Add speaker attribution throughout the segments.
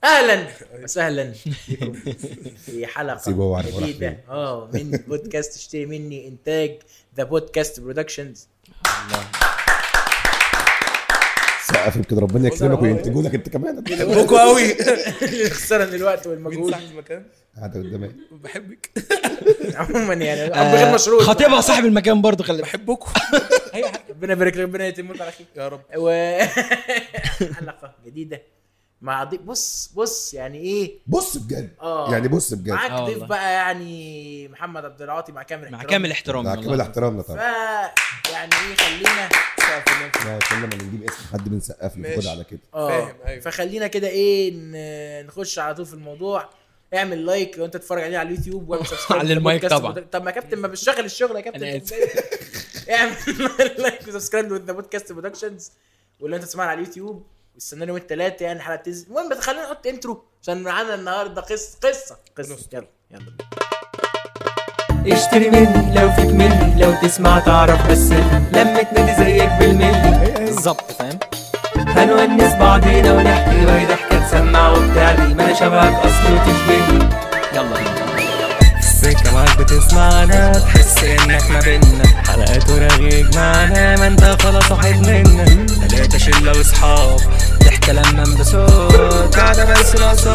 Speaker 1: اهلا وسهلا بكم في حلقه جديده من بودكاست اشتري مني انتاج ذا بودكاست برودكشنز.
Speaker 2: سقف كده ربنا يكرمك وينتجوا لك انت كمان.
Speaker 1: بحبكم قوي خسرنا الوقت والمجهود.
Speaker 3: صاحب المكان
Speaker 2: قاعد قدامي
Speaker 3: بحبك
Speaker 1: عموما يعني بغير مشروط
Speaker 4: خطيبها صاحب المكان برضو خلي
Speaker 3: بحبكم.
Speaker 1: ربنا يبارك لك ربنا يتمك على خير
Speaker 3: يا رب.
Speaker 1: حلقه جديده مع ضيف. بص يعني ايه
Speaker 2: بص بجد يعني بص بجد
Speaker 1: معاك ضيف بقى يعني محمد عبد العاطي مع كامل احترامي
Speaker 2: مع كامل احترامنا طبعا.
Speaker 1: يعني ايه خلينا
Speaker 2: كل ما نجيب اسم حد بنسقف له خد على كده
Speaker 3: فاهم. ايوه
Speaker 1: فخلينا كده ايه نخش على طول في الموضوع. اعمل لايك لو انت تتفرج عليه على اليوتيوب واعمل سبسكرايب
Speaker 4: على المايك طبعا.
Speaker 1: طب ما كابتن ما بتشغل الشغل يا كابتن. اعمل لايك وسبسكرايب لذا بودكاست برودكشنز. ولو انت تسمعنا على اليوتيوب استنى يوم الثلاث يعني حلقه تنزل. المهم بس خلينا نحط انترو عشان معانا النهارده قصه. يلا
Speaker 5: اشتري مني لو فيك مني لو تسمع تعرف بس لمة نادي زيك بالملي
Speaker 4: بالظبط فاهم.
Speaker 5: هنونس بعضينا ونحكي وهي ضحكة تسمع وبتعلي ما انا شبهك اصلي وتشبهني.
Speaker 4: يلا
Speaker 5: السكة معاك بتسمعنا تحس انك ما بينا حلقات ورغيك معنا ما انت خلاص واحد منا. تلاتة شلة واصحاب ضحكة لما انبسوط قاعدة بس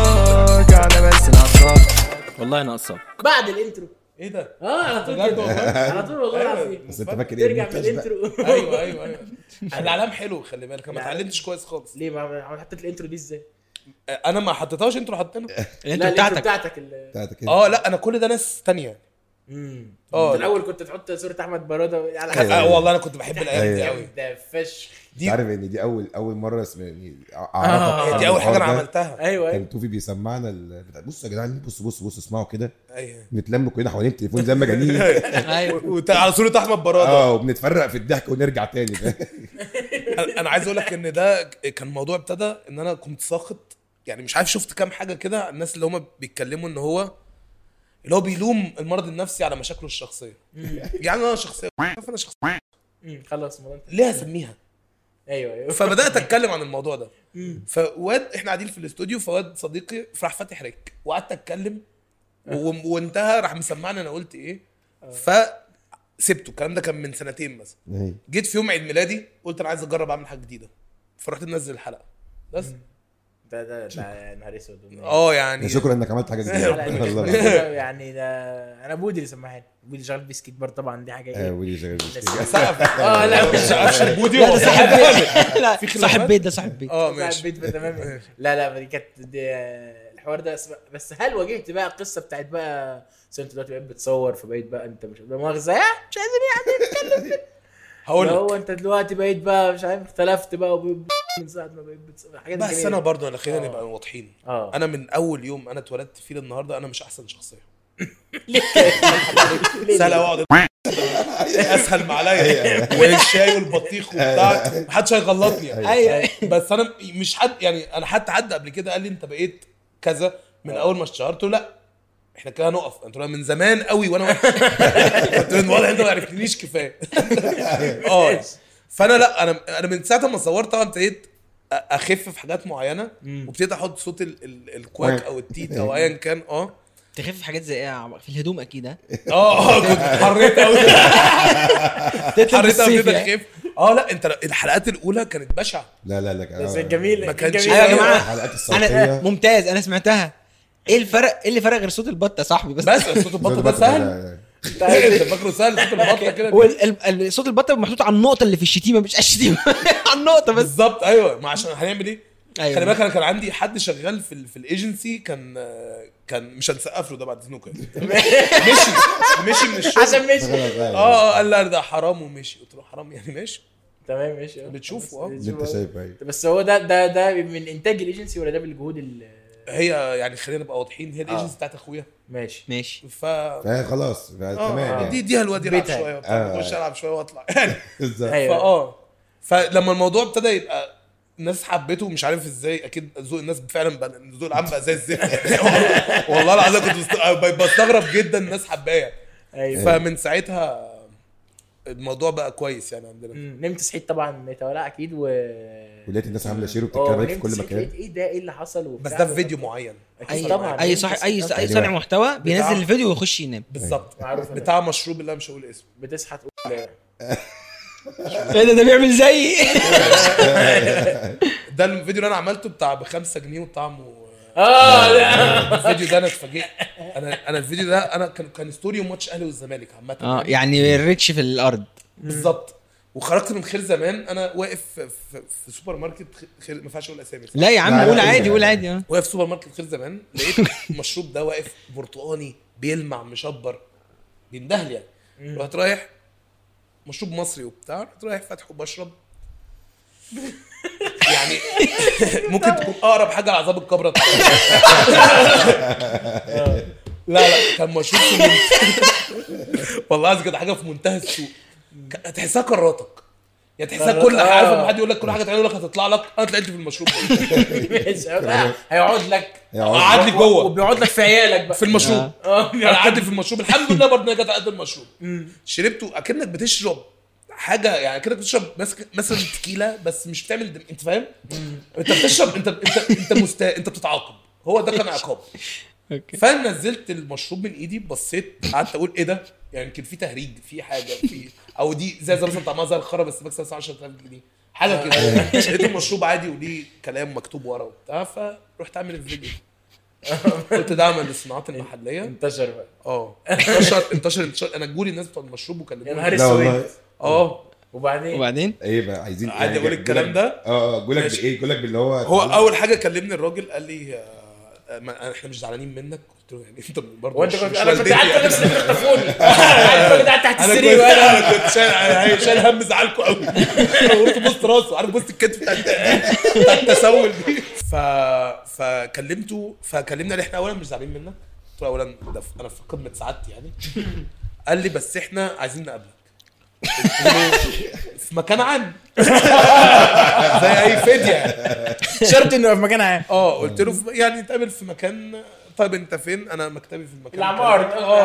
Speaker 5: ناقصاك
Speaker 4: والله ناقصاك.
Speaker 1: بعد الانترو
Speaker 3: ايه ده؟
Speaker 1: على طول كده على طول والله العظيم.
Speaker 2: بس انت فاكر
Speaker 1: ترجع من الانترو.
Speaker 3: ايوه الاعلام حلو خلي بالك ما اتعلمتش كويس خالص.
Speaker 1: ليه ما حطيت الانترو دي ازاي؟
Speaker 3: انا ما حطيتهاش انتوا حطيتها.
Speaker 4: انت بتاعتك
Speaker 3: لا انا كل ده ناس تانية.
Speaker 1: الاول كنت تحط صوره احمد براده على حسب.
Speaker 3: والله انا كنت بحب الايام دي قوي.
Speaker 1: ده فشخ.
Speaker 2: دي عارف ان دي اول مره اسمعني
Speaker 3: دي اول حاجه انا عملتها.
Speaker 1: ايوه
Speaker 2: كان توفي بيسمعنا بصوا يا جدعان بصوا اسمعوا كده.
Speaker 3: ايوه
Speaker 2: نتلم كلنا حوالين التليفون زي مجانين.
Speaker 3: ايوه على صوره احمد براده.
Speaker 2: وبنتفرق في الضحك ونرجع تاني.
Speaker 3: انا عايز اقول لك ان ده كان موضوع ابتدى ان انا كنت ساخط يعني مش عارف شفت كام حاجه كده الناس اللي هم بيتكلموا ان هو اللي هو بيلوم المرض النفسي على مشاكله الشخصيه. يعني انا شخصيه انا شخصيه
Speaker 1: خلاص
Speaker 3: ليه اسميها.
Speaker 1: ايوه
Speaker 3: فبدات اتكلم عن الموضوع ده. فواد احنا قاعدين في الاستوديو فواد صديقي راح فاتح ريك وقعدت اتكلم وانتهى راح مسمعني انا قلت ايه. فسبته. الكلام ده كان من سنتين مثلا. جيت في يوم عيد ميلادي قلت انا عايز اجرب اعمل حاجه جديده فرحت منزل الحلقه بس.
Speaker 1: ده نهار اسود.
Speaker 3: يعني
Speaker 2: شكرا انك عملت حاجه جديده.
Speaker 1: يعني ده انا بودي اللي سمعني. بودي شغال بيسكيت بار طبعا دي حاجه ايه.
Speaker 2: بودي شغال بيسكيت.
Speaker 3: لا مش عارف بودي
Speaker 4: لا صاحب بيت. لا صاحب بيت ده صاحب بيت.
Speaker 1: صاحب بيت تمام. لا دي كانت الحوار ده بس هل واجهت بقى القصه بتاعت بقى انت دلوقتي بقيت بتصور فبقيت بقى انت مش مؤاخذه مش عايزين يعني نتكلم
Speaker 3: هقول
Speaker 1: هو انت دلوقتي بقيت بقى مش عارف اختلفت بقى من ساعه ما بقيت حاجات
Speaker 3: بس
Speaker 1: جميلة.
Speaker 3: انا برضه خلينا نبقى واضحين. انا من اول يوم انا اتولدت فيه النهارده انا مش احسن شخصيه. سهل اقعد اسهل ما عليا والشاي والبطيخ وبتاع محدش هيغلطني.
Speaker 1: ايوه
Speaker 3: بس انا مش حد يعني انا حتى حد قبل كده قال لي انت بقيت كذا من اول ما اشتهرت. لا احنا كده نقف. انتوا من زمان قوي وانا كنت من واضح انت ما عرفتنيش كفايه. فانا لا انا من ساعه ما صورت طبعا ابتديت اخف في حاجات معينه وابتديت احط صوت الكواك او التيت او ايا كان.
Speaker 4: تخف في حاجات زي ايه في الهدوم اكيد.
Speaker 3: كنت حريت قوي كده خف. لا انت الحلقات الاولى كانت بشعه.
Speaker 2: لا
Speaker 1: زي الجميل
Speaker 3: ما كانش
Speaker 4: يا جماعه
Speaker 2: الحلقات الصوتيه
Speaker 4: انا ممتاز انا سمعتها. ايه الفرق اللي فرق غير صوت البط يا صاحبي بس
Speaker 3: صوت البط ده سهل. انت فاكره سهل صوت البط كده.
Speaker 4: صوت البط محطوط على النقطه اللي في الشتيمه مش الشتيمه على النقطه بس
Speaker 3: بالظبط. ايوه ما عشان هنعمل ايه.
Speaker 4: أيوة.
Speaker 3: خلي بالك انا كان عندي حد شغال في الايجنسي كان مش هنسقف له ده بعد اذنك مشي من الشغل
Speaker 1: عشان مشي.
Speaker 3: قال لا ده حرام ومشي. قلت له حرام يعني ماشي
Speaker 1: تمام ماشي
Speaker 3: بتشوفه
Speaker 2: اللي انت شايفه.
Speaker 1: بس هو ده من انتاج الايجنسي ولا ده بالجهود
Speaker 3: هي يعني خلينا نبقى واضحين. هي الايجنسي بتاعت اخويا
Speaker 1: ماشي
Speaker 2: خلاص تمام يعني
Speaker 3: دي الواد يلعب شويه اخش العب شويه واطلع يعني.
Speaker 1: ايوه
Speaker 3: فلما الموضوع ابتدى يبقى الناس حبته ومش عارف ازاي. اكيد ذوق الناس فعلا ذوق العام بقى زي الزفت. والله العظيم كنت بستغرب جدا الناس حباه.
Speaker 1: ايوه
Speaker 3: فمن ساعتها الموضوع بقى كويس يعني عندنا.
Speaker 1: نمت صحيت طبعا تولع اكيد
Speaker 2: ولقيت الناس عامله شير وبتتكلم عليك في كل مكان.
Speaker 1: ايه ده ايه اللي حصل
Speaker 3: بس ده في فيديو معين.
Speaker 1: اكيد طبعا
Speaker 4: اي صح اي صانع محتوى بينزل الفيديو ويخش ينام.
Speaker 3: بالظبط
Speaker 1: معروف
Speaker 3: بتاع مشروب اللي انا مش هقول اسمه.
Speaker 1: بتصحى تقول
Speaker 4: ايه ده بيعمل زي
Speaker 3: ده الفيديو اللي انا عملته بتاع ب5 جنيه وطعمه الفيديو ده انا اتفاجئت. انا الفيديو ده انا كان ستوري ماتش اهلي والزمالك عامه
Speaker 4: يعني الريتش في الارض
Speaker 3: بالظبط. وخرجت من خير زمان انا واقف في سوبر ماركت خير ما ينفعش اقول اسامي
Speaker 4: لا يا عم قول عادي قول عادي
Speaker 3: واقف في سوبر ماركت خير زمان لقيت المشروب ده واقف برتقاني بيلمع مشبر بيندهل يعني. رحت رايح مشروب مصري وبتاع رحت رايح فاتحه وبشرب يعني ممكن تكون اقرب حاجه لعذاب الكبرى لا كان مشروب والله عايز كده حاجه في منتهى السوء. تحسها كراتك يعني تحسها كل حاجه. عارف لما حد يقول لك كل حاجه تعمل لك هتطلع لك انا طلعت في المشروب
Speaker 1: هيقعد لك
Speaker 3: قعد لي جوه
Speaker 1: وبيقعد لك في عيالك بقى
Speaker 3: في المشروب. انا قعدت في المشروب الحمد لله برضه انا جت قد المشروب شربته اكنك بتشرب حاجه يعني كده بتشرب مثلا تكيله بس مش بتعمل انت فاهم. انت بتشرب انت بتتعاقب. هو ده كان عقاب. فانا نزلت المشروب من ايدي بصيت قعدت اقول ايه ده يعني يمكن في تهريج في حاجه في او دي زي مثلا طعمها زي الخرا بس بكسب 10000 جنيه حاجه كده. لقيت المشروب عادي وليه كلام مكتوب ورا وبتاع فرحت اعمل الفيديو. قلت ده عمل الصناعات المحليه
Speaker 1: انتشر بقى
Speaker 3: انتشر انا جولي الناس بتوع المشروب وكلموني
Speaker 1: يا نهار اسود.
Speaker 4: وبعدين
Speaker 2: ايه بقى عايزين
Speaker 3: عادي اقول الكلام ده
Speaker 2: جولك بايه جولك باللي هو
Speaker 3: اول حاجه كلمني الراجل قال لي احنا مش زعلانين منك. قلت له يعني انت برضه
Speaker 1: وانت كنت انا كنت قاعد نفس التليفون انا كنت قاعد تحت السرير
Speaker 3: وانا كنت شايل هم زعلكم قوي. قلت بص راسه عارف بص الكتف بتاع التسول دي. فكلمنا اللي احنا اولا مش زعلانين منك. قلت له اولا انا في قمه سعادتي يعني. قال لي بس احنا عايزين نقابلك في مكان عام زي اي فديه يعني.
Speaker 1: شرط انه في مكان عام.
Speaker 3: قلت له يعني نتقابل في مكان. طيب انت فين؟ انا مكتبي في المكان
Speaker 1: العمارة.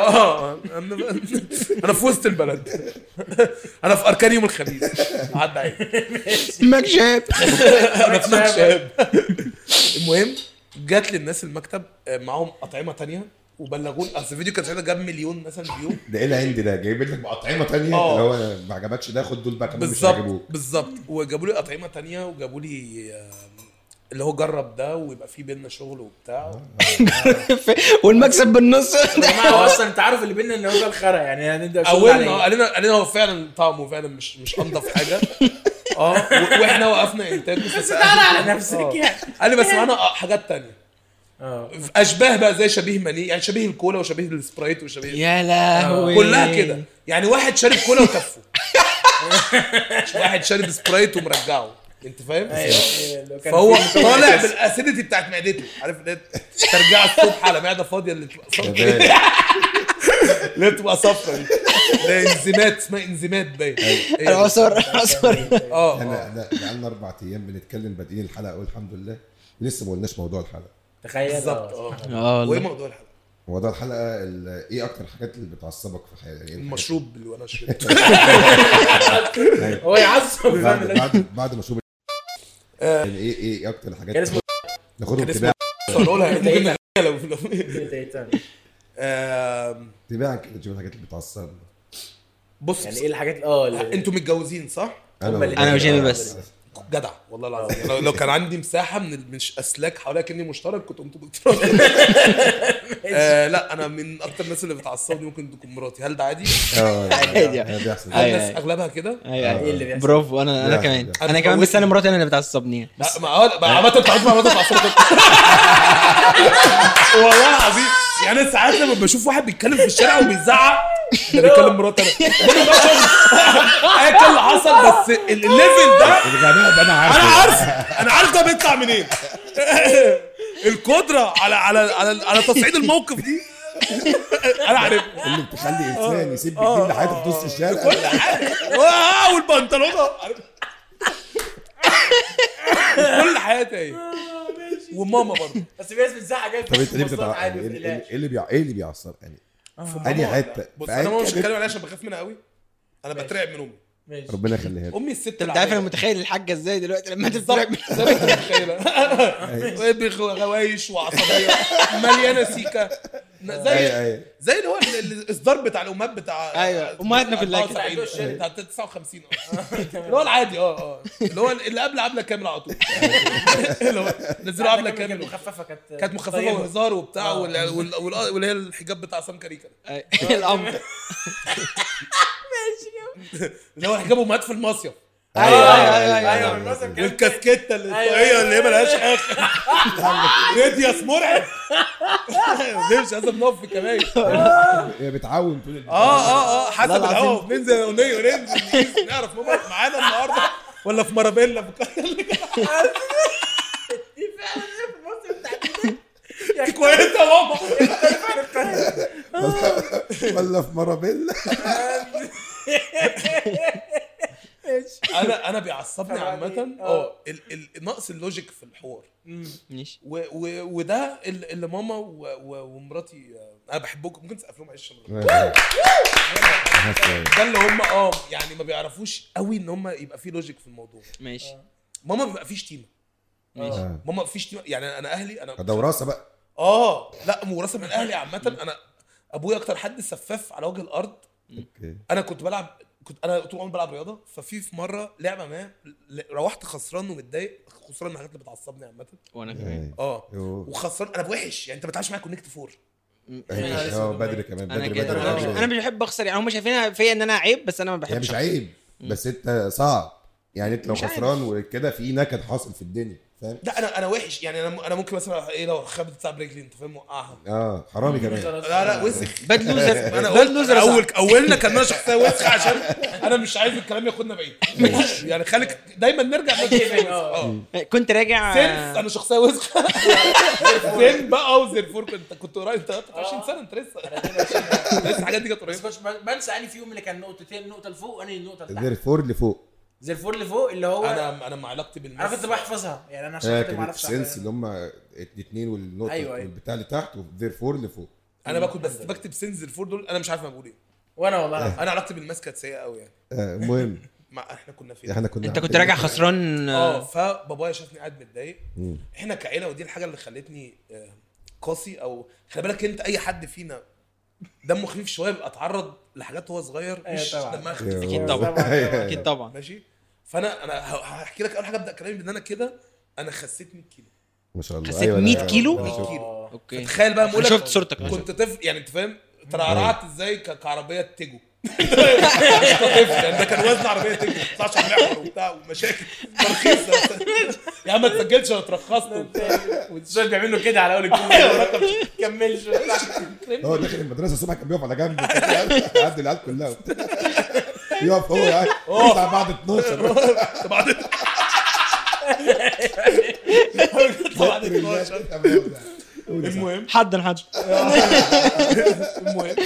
Speaker 3: انا في وسط البلد. انا في اركان يوم الخميس. عدى عليك
Speaker 4: مكشاب.
Speaker 3: انا في مكشاب. المهم جات لي الناس المكتب معاهم اطعمه تانية وبلغوني. اصل الفيديو كان ساعتها جاب مليون مثلا فيو.
Speaker 2: ده ايه العند ده جايب لك باطعمه تانية اللي هو ما عجبكش ده خد دول بقى كمان مش هيعجبوك.
Speaker 3: بالظبط وجابوا لي اطعمه تانية وجابوا لي اللي هو جرب ده ويبقى فيه بينا شغل وبتاع
Speaker 4: والمكسب بالنص.
Speaker 1: يا جماعه اصلا انت عارف اللي بينا ان هو ده الخرا يعني ده
Speaker 3: اولنا قال لنا هو فعلا طعمه فعلا مش انضف حاجه. واحنا وقفنا انتاج
Speaker 1: بس تعالى على نفسك يعني.
Speaker 3: قال لي بس معانا حاجات تانية اشباه بقى زي شبيه مني يعني شبيه الكولا وشبيه السبرايت وشبيه
Speaker 4: يا لهوي
Speaker 3: كلها كده يعني. واحد شارب كولا وكفه. واحد شارب سبرايت ومرجعه انت فاهم. فهو طالع بالاسيديتي بتاعت معدته. عارف اللي ترجع الصبح على معده فاضيه اللي تبقى صفرا اللي بتبقى صفرا دي انزيمات اسمها انزيمات باين
Speaker 4: العصر.
Speaker 2: احنا بقالنا 4 ايام بنتكلم بادئين الحلقه والحمد لله لسه ما قلناش موضوع الحلقه.
Speaker 1: تخيل
Speaker 3: بالظبط. وايه موضوع الحلقه؟
Speaker 2: موضوع الحلقه ايه اكتر الحاجات اللي بتعصبك في حياتك؟
Speaker 3: المشروب اللي وانا شربته.
Speaker 1: هو يعصب
Speaker 2: بعد مشروب ايه اكتر الحاجات ناخدهم تباعا
Speaker 3: نقولها ممكن لو
Speaker 2: تباعا كده نشوف الحاجات اللي بتعصبنا.
Speaker 3: بص
Speaker 1: يعني ايه الحاجات
Speaker 3: انتوا متجوزين صح؟
Speaker 4: انا وجيمي بس.
Speaker 3: جدع والله العظيم. لو كان عندي مساحه من اسلاك حواليا كاني مشترك كنت قمت لا انا من اكتر الناس اللي بتعصبني ممكن تكون مراتي. هل ده عادي؟
Speaker 2: عادي بيحصل.
Speaker 3: الناس اغلبها كده.
Speaker 1: ايه اللي بيحصل؟
Speaker 4: برافو. انا كمان بس انا مراتي انا اللي بتعصبني.
Speaker 3: لا ما انت بتقعد مع مراتك تعصبك والله العظيم. يعني ساعات لما بشوف واحد بيتكلم في الشارع وبيزعق ده بيتكلم مراتي انا كان اللي حصل بس الليفل ده انا عارف ده بيطلع منين. القدره على تصعيد الموقف دي انا عارف
Speaker 2: اللي بتخلي انسان يسيب الدين لحياته في نص الشارع
Speaker 3: والبنطلون كل حياتي ايه وماما برضه.
Speaker 1: بس في ناس بتزعق جاي.
Speaker 2: طب انت ليه بتتعصب؟ ايه اللي بيعصب يعني؟ انهي حته؟
Speaker 3: بص انا مش هتكلم عليها عشان بخاف منها قوي. انا بترعب من امي.
Speaker 1: ماشي
Speaker 2: ربنا يخليها لك.
Speaker 3: امي الست
Speaker 4: انت عارف انا متخيل الحاجه ازاي دلوقتي لما انت
Speaker 3: بالظبط
Speaker 4: بتترعب
Speaker 3: زي ما انت متخيله غوايش وعصبيه مليانه سيكه زي اللي هو الاصدار بتاع الامهات بتاع
Speaker 4: ايوه امهاتنا كلها
Speaker 3: كده بتاع 59 اللي هو العادي اللي هو اللي قبل كامل على طول اللي هو نزلوا قبل كامل
Speaker 1: مخففه
Speaker 3: كانت مخففه وهزار وبتاع واللي هي الحجاب بتاع سام كاريكا
Speaker 4: الامر
Speaker 3: اللي هو حجاب امهات في المصيف
Speaker 1: ايوه
Speaker 3: والكاسكيته الطاقيه اللي هي ملهاش اخر راديوس مرعب مش لازم نقف في الكمائن
Speaker 2: هي بتعوم طول
Speaker 3: حسب الهوا بننزل اغنيه وننزل نعرف ماما معانا النهارده ولا في مرابيلا
Speaker 1: دي فعلا في مصر بتاعتنا
Speaker 3: كويسه ماما
Speaker 2: ولا في مرابيلا.
Speaker 3: انا بيعصبني عامه نقص اللوجيك في الحوار.
Speaker 4: ماشي
Speaker 3: وده اللي ماما ومراتي انا بحبكم ممكن تسقف لهم عيش ده اللي هم يعني ما بيعرفوش قوي ان هم يبقى في لوجيك في الموضوع.
Speaker 4: ماشي
Speaker 3: ماما بيبقى في شتيمه.
Speaker 4: ماشي
Speaker 3: ماما في شتيمه يعني انا اهلي انا
Speaker 2: ده وراثه بقى.
Speaker 3: لا موراثه من اهلي عامه. انا ابويا اكتر حد سفاف على وجه الارض.
Speaker 2: اوكي
Speaker 3: انا كنت انا طول عمري بلعب رياضه. ففي مره لعبه ما روحت خسران ومتضايق. خسران من الحاجات اللي بتعصبني عامه
Speaker 4: وانا كمان
Speaker 3: وخسران انا وحش يعني انت ما بتعرفش معايا كونكت 4
Speaker 2: بدري كمان
Speaker 4: انا كده انا مش بحب اخسر يعني هم شايفينها فيا ان انا عيب بس انا ما بحبش.
Speaker 2: يعني مش عيب بس انت صعب يعني انت لو خسران وكده في نكد حاصل في الدنيا فاهم.
Speaker 3: لا انا وحش يعني انا ممكن مثلا ايه لو خبطت ساعه برجلي انت فاهم موقعها
Speaker 2: حرامي كمان.
Speaker 3: لا وسخ
Speaker 4: باد لوزر
Speaker 3: انا باد لوزر اولنا كان انا شخصيه وسخه عشان انا مش عايز الكلام ياخدنا بعيد يعني خليك دايما نرجع
Speaker 4: كنت راجع
Speaker 3: سينس انا شخصيه وسخه فين بقى وزرفور كنت قريب انت 20 سنه انت لسه الحاجات دي كانت قريبه.
Speaker 1: بنسى اني فيهم اللي كان نقطتين النقطه لفوق وانا النقطه لتحت.
Speaker 2: زرفور لفوق
Speaker 1: زرفور لفوق اللي هو
Speaker 3: انا مع علاقتي بالمس
Speaker 1: انا كنت بحفظها يعني انا عشان ما اعرفش
Speaker 2: السنس اللي هم الاثنين والنقطه والبتاع اللي تحت وزرفور لفوق.
Speaker 3: انا بكتب سنس زرفور دول انا مش عارف انا بقول ايه.
Speaker 1: وانا والله
Speaker 3: انا علاقتي بالمس كانت سيئه قوي يعني.
Speaker 2: المهم
Speaker 3: احنا كنا فين
Speaker 4: انت كنت راجع خسران
Speaker 3: فبابايا شافني قاعد متضايق. احنا كعيله ودي الحاجه اللي خلتني قاسي او خلي بالك انت اي حد فينا دمه خفيف شويه بيبقى اتعرض لحاجات وهو صغير مش دمها خفيف.
Speaker 4: اكيد طبعا
Speaker 3: ماشي. فانا هحكي لك اول حاجه ابدا كلامي بان انا كده انا خسيت 100 كيلو
Speaker 2: ما شاء الله.
Speaker 4: خسيت 100 كيلو.
Speaker 3: 100 كيلو
Speaker 4: اوكي
Speaker 3: تخيل بقى بقول لك
Speaker 4: شفت صورتك
Speaker 3: كنت طفل يعني انت فاهم ترعرعت ازاي كعربيه تيجو يعني ده كان وزن عربيه تيجو 19 محور وبتاع ومشاكل ترخيص يا عم ما تسجلش ولا ترخصت
Speaker 1: والشباب بيعملوا كده على اول الجمله كملش
Speaker 2: هو داخل المدرسه الصبح كان بيقف على جنب يعدي العيال كلها يقف هو يعني يطلع بعد 12
Speaker 3: بعد 12 المهم
Speaker 4: حد
Speaker 3: المهم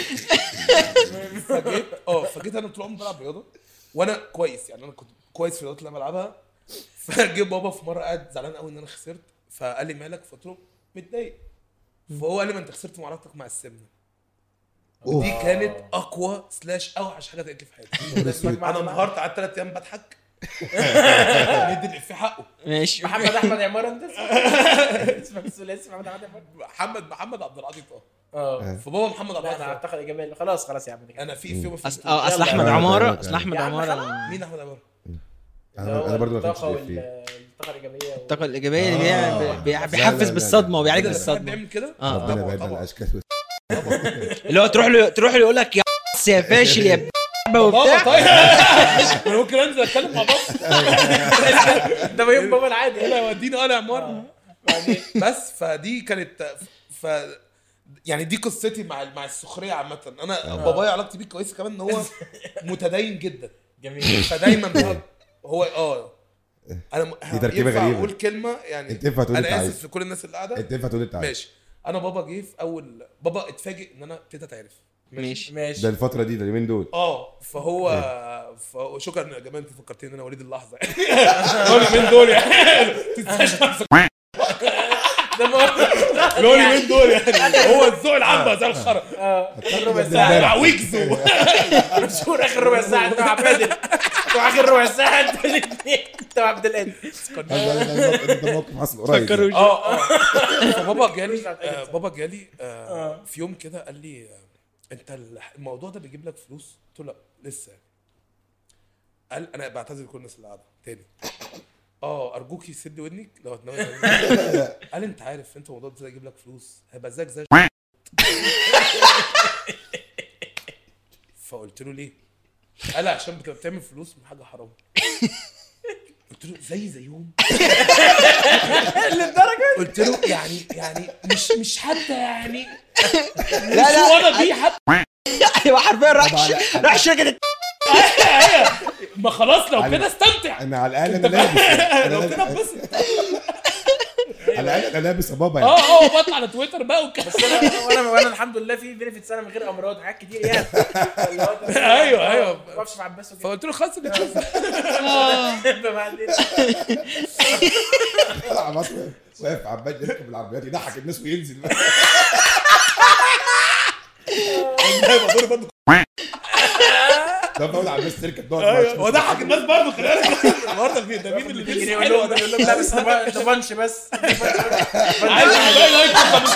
Speaker 3: فجيت انا طول عمري بلعب رياضه وانا كويس يعني انا كنت كويس في الرياضات اللي انا بلعبها. فجه بابا في مره قاعد زعلان قوي ان انا خسرت فقال لي مالك فقلت له متضايق. فهو قال لي ما انت خسرت معركتك مع السمنه. ودي كانت اقوى / اوحش حاجه اتقالت لي في حياتي. انا انهارت قعدت 3 ايام بضحك ندي الافيه حقه.
Speaker 4: ماشي
Speaker 1: محمد احمد عمار انت اسمك الثلاثي
Speaker 3: محمد عبد العزيز فبابا محمد عبد العزيز
Speaker 1: اعتقد اجابه خلاص يا عم
Speaker 3: انا في
Speaker 4: اصل احمد عماره
Speaker 3: مين احمد عماره
Speaker 2: انا برضه ما فهمتش
Speaker 1: الطاقه
Speaker 4: الايجابيه اللي بيحفز بالصدمه وبيعالج بالصدمه
Speaker 3: بيعمل كده
Speaker 2: ربنا يبعدنا الاشكال
Speaker 4: اللي هو تروح له يقول لك يا فاشل يا
Speaker 3: وبتاع. طيب انا ممكن انزل اتكلم مع بابا
Speaker 1: ده بيوم بابا العادي
Speaker 3: لا يوديني يا عمار بس فدي كانت يعني دي قصتي مع السخريه عامه. انا بابايا علاقتي بيه كويسه كمان ان هو متدين جدا
Speaker 1: جميل.
Speaker 3: فدايما هو انا
Speaker 2: دي تركيبه غريبه.
Speaker 3: اقول كلمه يعني
Speaker 2: انت ينفع تقول
Speaker 3: انا اسف لكل الناس اللي قاعده
Speaker 2: انت ينفع تقول انت
Speaker 3: ماشي. انا بابا جه في اول بابا اتفاجئ ان انا ابتديت اتعرف
Speaker 4: ماشي
Speaker 2: ده الفتره دي ده اليومين دول
Speaker 3: فهو شكرا يا جماعه انتوا فكرتني ان انا وليد اللحظه يعني اليومين دول يعني تنساش نفسك لوني من دول يعني هو الذوق العام زي الخرا
Speaker 1: ربع ساعه
Speaker 3: مع ويجز
Speaker 1: مشهور اخر ربع ساعه انت مع بادل واخر ربع ساعه انت الاثنين انت مع عبد القادر
Speaker 2: ده موقف حصل قريب.
Speaker 3: بابا جالي في يوم كده قال لي انت الموضوع ده بيجيب لك فلوس؟ قلت له لا لسه. قال انا بعتذر لكل الناس اللي قاعده تاني ارجوكي سد ودنك لو هتنوي. قال انت عارف انت الموضوع ده يجيب لك فلوس هيبقى زيك زي فقلت له ليه؟ قال عشان بتبقى بتعمل فلوس من حاجه حرام. قلت له زيهم
Speaker 1: للدرجه
Speaker 3: قلت له يعني مش حتى يعني
Speaker 4: لا
Speaker 3: وانا دي حتى
Speaker 4: ايوه حرفيا راح شركه
Speaker 3: ما خلاص لو كده استمتع.
Speaker 2: انا على الاقل انا لابس
Speaker 3: لو كده بس
Speaker 2: على الاقل انا لابس يا بابا يعني.
Speaker 3: بطلع على تويتر بقى وكده.
Speaker 1: بس وانا الحمد لله في بنفيت سنه من غير امراض حاجات كتير يعني.
Speaker 3: ايوه
Speaker 1: ما بعرفش في عباس وكده.
Speaker 3: فقلت له خلاص اللي تشوف.
Speaker 1: فبعدين
Speaker 2: عباس واقف عباس يركب العربيات يضحك الناس وينزل بقى. طب اقول عباس تركب دوت
Speaker 3: وضحك الناس برضه خلي بالك برضه ده مين اللي بيجي
Speaker 1: يقول لهم لا بس ده بانش بس
Speaker 3: عايز لايك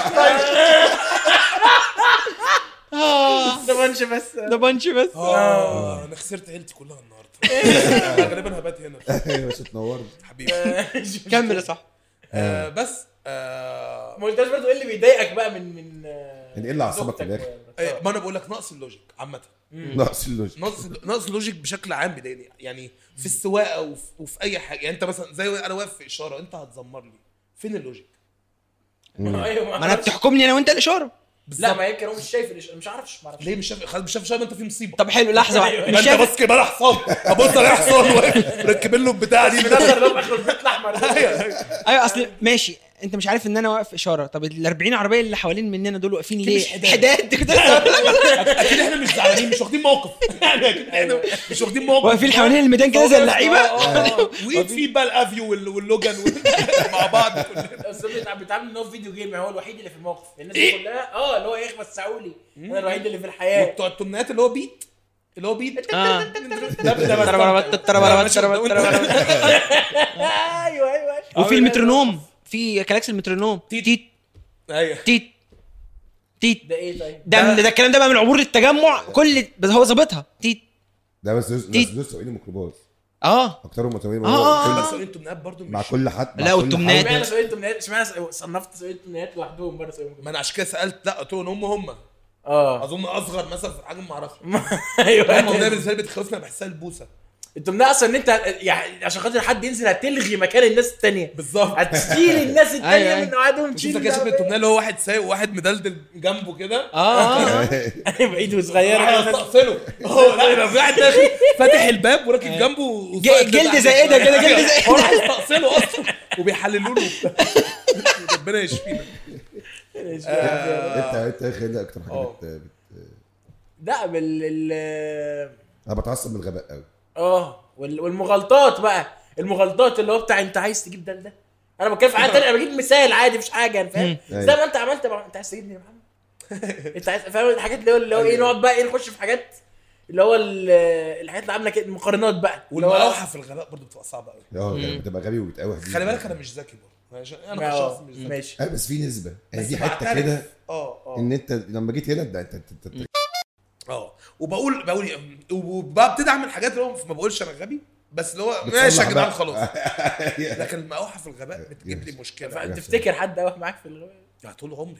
Speaker 1: ده بانش بس
Speaker 4: ده بانش بس.
Speaker 3: انا خسرت عيلتي كلها النهارده غالبا هبات هنا.
Speaker 2: ايوه مش اتنورت
Speaker 3: حبيبي
Speaker 4: كمل يا صح.
Speaker 3: بس
Speaker 1: ما قلتش برضه ايه اللي بيضايقك بقى من
Speaker 2: يعني ايه اللي عصبك في الاخر؟
Speaker 3: ما انا بقول لك نقص اللوجيك عامه.
Speaker 2: نقص اللوجيك
Speaker 3: نقص اللوجيك بشكل عام بيضايقني يعني في السواقه وفي اي حاجه. يعني انت مثلا زي انا واقف في اشاره انت هتزمر لي فين اللوجيك؟
Speaker 1: ايوه
Speaker 4: ما انا بتحكمني انا وانت الاشاره.
Speaker 1: لا ما يمكن هو مش شايف مش عارف
Speaker 3: ليه مش شايف شويه ما انت في مصيبه.
Speaker 4: طب حلو لحظه واحده
Speaker 3: انت بس كده راح حصان ابص على حصان ركب له البتاع دي
Speaker 1: بنظر لهم اخر البيت الاحمر.
Speaker 4: ايوه اصل ماشي انت مش عارف ان انا واقف اشاره. طب ال 40 عربيه اللي حوالين مننا دول واقفين ليه؟ حداد كده.
Speaker 3: اكيد احنا مش زعلانين مش واخدين موقف يعني اكيد احنا مش واخدين موقف
Speaker 4: واقفين حوالين الميدان كده زي اللعيبه.
Speaker 3: وفي بقى الافيو واللوجان مع بعض كلنا.
Speaker 1: بس بيتعامل ان هو في فيديو جيم هو الوحيد اللي في الموقف. الناس كلها اللي هو يخبط سعولي انا الوحيد اللي في الحياه.
Speaker 3: بتوع التمنيات اللي هو بيت
Speaker 1: ايوه
Speaker 4: وفي المترونوم في كلاكس المترونوم تيت
Speaker 3: ايوه
Speaker 4: تيت
Speaker 1: ده ايه طيب
Speaker 4: ده الكلام ده بقى من عبور التجمع كل بس هو ظابطها تيت
Speaker 2: ده بس دول سواقين الميكروباص اكترهم متوين
Speaker 3: بس انتوا من برضه
Speaker 2: مع كل حد.
Speaker 4: لا والتمنات
Speaker 1: اشمعنى سواقين التمنات اشمعنى صنفت سواقين التمنات لوحدهم بره سواقين
Speaker 3: ما انا عشان كده سالت. لا قلت لهم هم اظن اصغر مثلا في الحجم ما اعرفش.
Speaker 1: ايوه
Speaker 3: هم ده بالنسبه لي بتخوفنا بحسها البوسه.
Speaker 1: التمنات اصلا ان انت يعني عشان خاطر حد ينزل هتلغي مكان الناس الثانيه
Speaker 3: بالظبط.
Speaker 1: هتشيل الناس الثانيه من قعدهم
Speaker 3: شوف كده شوف التمنات اللي هو واحد سايق وواحد مدلدل جنبه كده
Speaker 1: بعيد وصغيره
Speaker 3: استقصله. لا في واحد داخل فاتح الباب وراكب جنبه
Speaker 4: جلد زائده كده جلد زائده
Speaker 3: هو راح يستقصله اصلا وبيحللوا له ربنا يشفينا.
Speaker 2: انت خلي اكتر حاجه
Speaker 1: ده
Speaker 2: انا بتعصب من الغباء قوي.
Speaker 1: والمغالطات بقى المغالطات اللي هو بتاع انت عايز تجيب ده انا بتكلم في حاجه ثانيه. انا بجيب مثال عادي مش حاجه انا فاهم زي ما انت عملت انت عايز تجيبني يا محمد انت عايز فاهم الحاجات اللي هو ايه نقعد بقى ايه نخش في حاجات اللي هو الحاجات اللي عامله كده المقارنات بقى
Speaker 3: والملوحه في الغباء برضو بتبقى صعبه قوي.
Speaker 2: بتبقى غبي وبتقاوح.
Speaker 3: خلي بالك انا مش ذكي برضه انا شخص مش ذكي
Speaker 1: ماشي
Speaker 2: بس في نسبه يعني دي حته كده ان انت لما جيت هنا ده انت
Speaker 3: وبقول وببتدي اعمل حاجات اللي هو ما بقولش انا غبي بس اللي هو ماشي يا جدعان خلاص. لكن المقاوحه في الغباء بتجيب لي مشكله.
Speaker 1: تفتكر حد قاوح معاك في الغباء
Speaker 3: طول عمري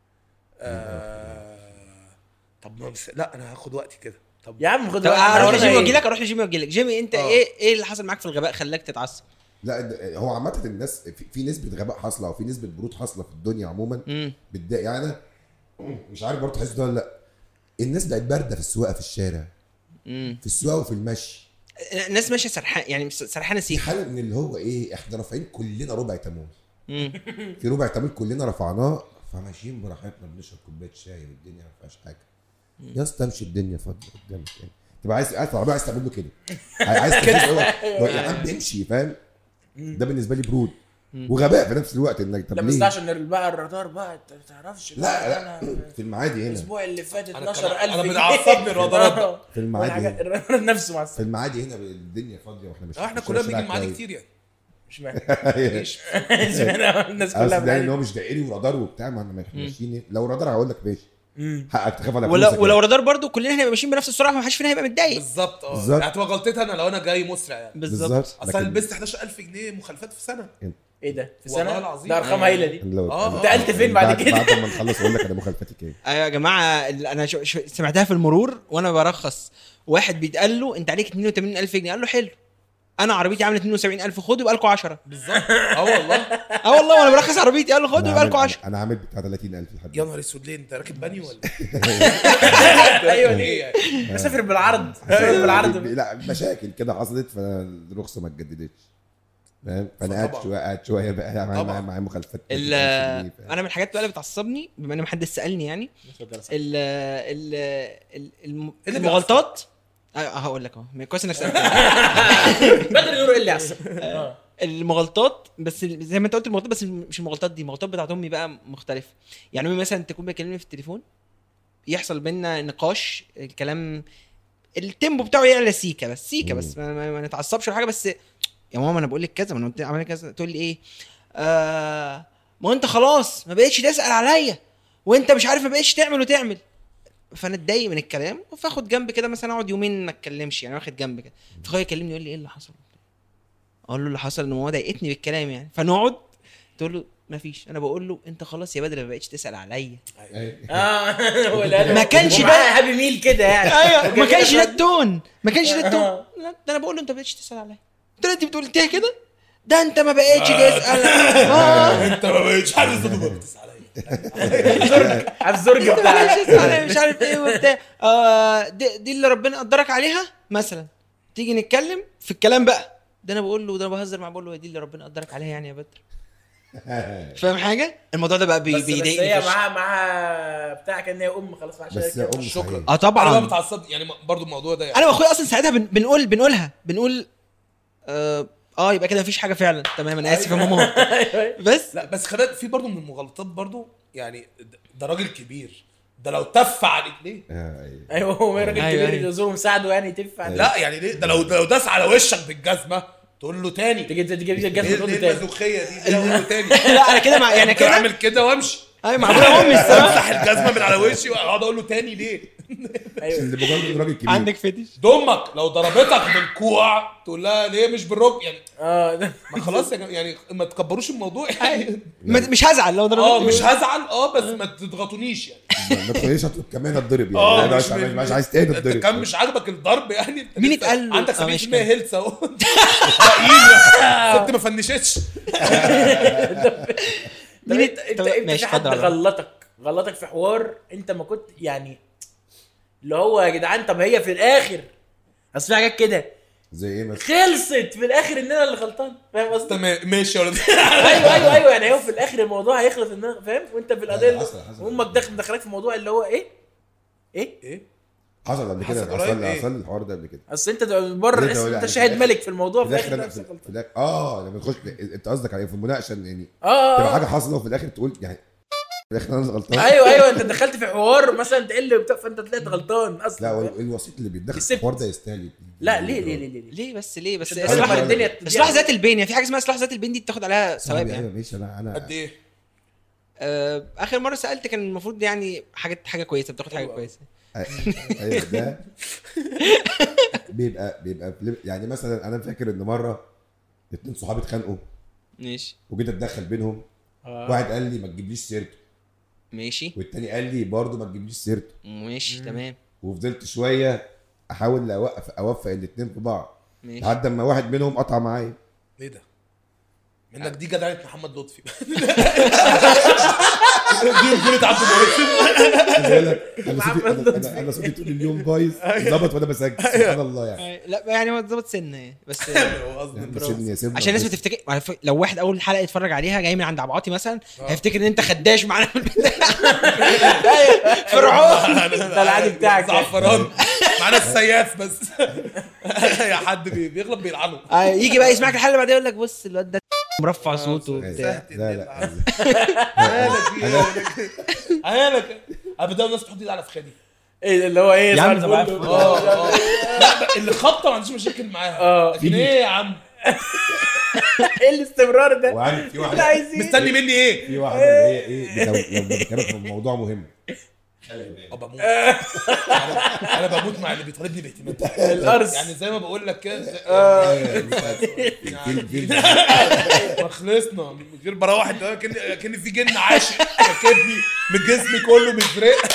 Speaker 3: طب لا انا هاخد وقتي كده. طب
Speaker 1: يا عم خد
Speaker 4: اروح لجيمي واجي لك جيمي انت ايه اللي حصل معاك في الغباء خلاك تتعصب؟
Speaker 2: لا هو عامه الناس في نسبه غباء حاصله وفي نسبه برود حاصله في الدنيا عموما يعني انا مش عارف برضه تحس ده ولا لا. الناس بقت بارده في السواقه في الشارع في السواقه وفي المشي.
Speaker 4: الناس ماشيه سرحان يعني سرحانه سيخ
Speaker 2: حال من اللي هو ايه احنا رافعين كلنا ربع تمويل في ربع تمويل كلنا رفعناه فماشيين براحتنا بنشرب كوبايه شاي والدنيا ما فيهاش حاجه. يا اسطى امشي الدنيا فاضيه قدامك يعني تبقى عايز العربيه عايز تعمل له كده عايز كده هو يا عم امشي فاهم. ده بالنسبه لي برود وغباء في نفس الوقت انك طب
Speaker 1: لا بس
Speaker 2: ليه؟
Speaker 1: ده عشان بقى الرادار بقى انت ما تعرفش
Speaker 2: لا
Speaker 1: أنا
Speaker 2: في المعادي هنا
Speaker 1: الاسبوع اللي فات
Speaker 3: أنا
Speaker 1: 12000
Speaker 3: أنا بتعصبني الرادارات ده.
Speaker 2: في المعادي هنا.
Speaker 1: الرادار نفسه مع
Speaker 2: في المعادي هنا الدنيا فاضيه واحنا مش
Speaker 3: احنا كلنا بنيجي معادي كتير يعني.
Speaker 1: مش معنى
Speaker 3: ماشي.
Speaker 1: الناس كلها
Speaker 2: اصل ده ان
Speaker 1: بتعمل.
Speaker 2: هو مش دائري ورادار وبتاع ما احنا ماشيين لو رادار هقول لك ماشي حقك تخاف على
Speaker 4: ولو رادار برضو كلنا هنبقى ماشيين بنفس السرعه فما حدش فينا هيبقى متضايق.
Speaker 3: بالظبط
Speaker 2: بالظبط.
Speaker 3: يعني هتبقى غلطتها انا لو انا جاي مسرع يعني.
Speaker 4: بالظبط.
Speaker 3: اصل انا لبست 11000 جنيه مخالفات في سنه.
Speaker 1: ايه ده في
Speaker 3: والله
Speaker 1: سنه
Speaker 3: العظيم.
Speaker 1: ده ارقام هايله دي
Speaker 2: انت
Speaker 1: قلت فين بعد كده؟
Speaker 2: بعد ما نخلص اقول لك انا مخالفتي كام.
Speaker 4: ايوه يا جماعه انا سمعتها في المرور وانا برخص. واحد بيتقال له انت عليك 82000 جنيه، قال له حلو انا عربيتي عامله 72000 خدوا يبقى لكم 10.
Speaker 3: بالظبط. والله
Speaker 4: والله وانا برخص عربيتي قال له خدوا يبقى لكم 10.
Speaker 2: انا عامل بتاع 30000 لحد
Speaker 3: يا نهار اسود ليه انت راكب باني ولا
Speaker 1: ايوه دي
Speaker 3: ايه يعني؟
Speaker 1: مسافر بالعرض بالعرض.
Speaker 2: لا مشاكل كده حصلت فالرخصه ما اتجددتش فاهم. فانا قاعد شويه بقى مع مخالفات.
Speaker 4: انا من الحاجات اللي بتعصبني بما ان محدش سالني يعني المغالطات. هقول لك اهو كويس انك سالتني.
Speaker 1: بدري نور اللي احسن.
Speaker 4: المغالطات بس زي ما انت قلت المغالطات، بس مش المغالطات دي، المغالطات بتاعت امي بقى مختلفه. يعني امي مثلا تكون بتكلمني في التليفون يحصل بينا نقاش، الكلام التيمبو بتاعه يعلى سيكه بس ما نتعصبش ولا حاجه. بس يا ماما انا بقول لك كذا، ما انا قلت عملنا كذا، تقول لي ايه ما انت خلاص ما بقتش تسال عليا وانت مش عارف ما بقتش تعمل وتعمل. فانا اتضايق من الكلام فاخد جنب كده مثلا اقعد يومين ما اتكلمش يعني، واخد جنب كده. فاخويا يكلمني يقول لي ايه اللي حصل، اقول له اللي حصل ان ماما ضايقتني بالكلام يعني. فنقعد تقول له ما فيش، انا بقول له انت خلاص يا بدر ما بقتش تسال عليا.
Speaker 1: ما
Speaker 4: كانش ده
Speaker 1: هابي ميل كده يعني.
Speaker 4: ايوه ما كانش ده التون لا ده انا بقول له انت ما بقتش تسال عليا. انت بتقول انت كده ده انت ما بقتش تسال.
Speaker 3: انت ما بقتش عارف تسال عليا.
Speaker 1: الزرق بتاعك
Speaker 4: مش عارف ايه وبتاع. دي اللي ربنا قدرك عليها مثلا. تيجي نتكلم في الكلام بقى ده انا بقول له، ده انا بهزر معاه بقول له دي اللي ربنا قدرك عليها يعني يا بدر. فاهم حاجه؟ الموضوع ده بقى بيضايقني.
Speaker 1: هي معاها بتاع كان هي خلاص عشان
Speaker 2: بس يا
Speaker 3: شكرا.
Speaker 4: طبعا
Speaker 3: انا بتعصب يعني برضو الموضوع ده يعني.
Speaker 4: انا واخويا اصلا ساعتها بنقول يبقى كده مفيش حاجه فعلا. تمام انا اسف يا ماما. بس
Speaker 3: لا بس خلال في برضو من المغالطات برضو يعني ده راجل كبير، ده لو تف عليك ليه؟
Speaker 1: ايوه هو راجل كبير يزوره مساعده يعني تف عليك.
Speaker 3: لا يعني ليه؟ ده لو داس على وشك بالجزمه تقول له تاني
Speaker 1: تجي الجزمه تقول له
Speaker 3: تاني المزوخيه دي تقول له تاني.
Speaker 4: لا انا كده يعني كده
Speaker 3: اعمل كده وامشي.
Speaker 4: ايوه مع ابويا وامي الصراحه
Speaker 3: امسح الجزمه من على وشي واقعد اقول له تاني ليه؟
Speaker 1: ايوه
Speaker 2: اللي بجد راجل كبير.
Speaker 4: عندك فتش
Speaker 3: دمك لو ضربتك بالكوع تقول لها ليه مش بالركب يعني. ما خلاص يعني ما تكبروش الموضوع يعني.
Speaker 4: مش هزعل لو ضربتني.
Speaker 3: مش هزعل بس ما تضغطونيش يعني.
Speaker 2: ما تخليش كمان الضرب يعني. انا مش عايز تهدى الضرب.
Speaker 3: كان مش عاجبك الضرب يعني.
Speaker 4: مين اتقال له؟
Speaker 3: عندك 70% هيلث اهو. كنت ما فنشتش.
Speaker 1: انت في حد غلطك في حوار انت ما كنت يعني اللي هو يا جدعان طب هي في الاخر اصل في حاجات كده
Speaker 2: زي ايه مثلا
Speaker 1: خلصت في الاخر ان انا اللي غلطان. فاهم قصدي؟
Speaker 3: تمام ماشي ولا
Speaker 1: ايوه يعني هو في الاخر الموضوع هيخلص ان انا فاهم وانت في القضيه امك مدخلك في الموضوع اللي هو ايه
Speaker 2: حصل قبل كده. حصل الحوار ده قبل كده.
Speaker 1: اصل انت بره انت شاهد ملك في الموضوع
Speaker 2: في الاخر لما تخش انت قصدك على في المناقشه يعني تبقى حاجه حصلت وفي الاخر تقول يعني في الاخر انا غلطان.
Speaker 1: ايوه انت دخلت في حوار مثلا تقل فانت طلعت غلطان اصلا.
Speaker 2: لا الوسيط اللي بيتدخل في الحوار ده يستاهل.
Speaker 1: لا ليه
Speaker 4: اصلاح الدنيا اصلاح ذات البين يعني. في حاجه اسمها اصلاح ذات البين دي بتاخد عليها ثواب يعني.
Speaker 2: ماشي انا
Speaker 3: قد ايه
Speaker 4: اخر مره سالت كان المفروض يعني حاجه كويسه بتاخد حاجه كويسه.
Speaker 2: ايوه ده بيبقى يعني مثلا انا فاكر ان مره 2 صحابي اتخانقوا
Speaker 4: ماشي
Speaker 2: وجيت اتدخل بينهم. واحد قال لي ما تجيبليش سيرته
Speaker 4: ماشي
Speaker 2: والتاني قال لي برضه ما تجيبليش سيرته
Speaker 4: ماشي تمام.
Speaker 2: وفضلت شويه احاول اوفق الاثنين في بعض لحد ما واحد منهم قطع معايا.
Speaker 3: ايه ده منك دي جدعنه محمد لطفي. دي بقولت عبد
Speaker 2: انا صوتي طول اليوم بايظ ظبط وانا بسجل سبحان الله يعني.
Speaker 4: لا يعني هو ظبط سنه بس
Speaker 2: سيبني
Speaker 4: عشان الناس بتفتكر لو واحد اول حلقه يتفرج عليها جاي من عند عبعاطي مثلا هيفتكر ان انت خداش معانا في البدايه. فرعون
Speaker 1: ده العادي بتاعك
Speaker 3: زعفران. معانا السياف بس. يا حد بيغلب بيلعنه.
Speaker 4: يجي بقى يسمعك الحلقه بعدين يقول لك بص الواد ده مرفع صوته وبتاع.
Speaker 2: لا
Speaker 3: عيالك ابدا الناس تحط ايد على فخادي.
Speaker 1: ايه اللي هو ايه
Speaker 4: يا عم
Speaker 1: صار
Speaker 3: لا اللي خبطه ما عنديش مشاكل معاها. لكن ايه يا عم
Speaker 1: ايه الاستمرار ده؟
Speaker 2: وعارف في
Speaker 1: لا
Speaker 2: واحده
Speaker 1: عايزين
Speaker 3: مستني مني ايه؟
Speaker 2: في واحده اللي هي ايه لو بتتكلم في موضوع مهم
Speaker 3: بموت. انا بموت مع اللي بيطالبني باهتمام
Speaker 1: القرص.
Speaker 3: يعني زي ما بقول لك كده
Speaker 2: في
Speaker 3: ما خلصنا من غير بروح كأن في جن عاشق راكبني من جسمي كله مزرق.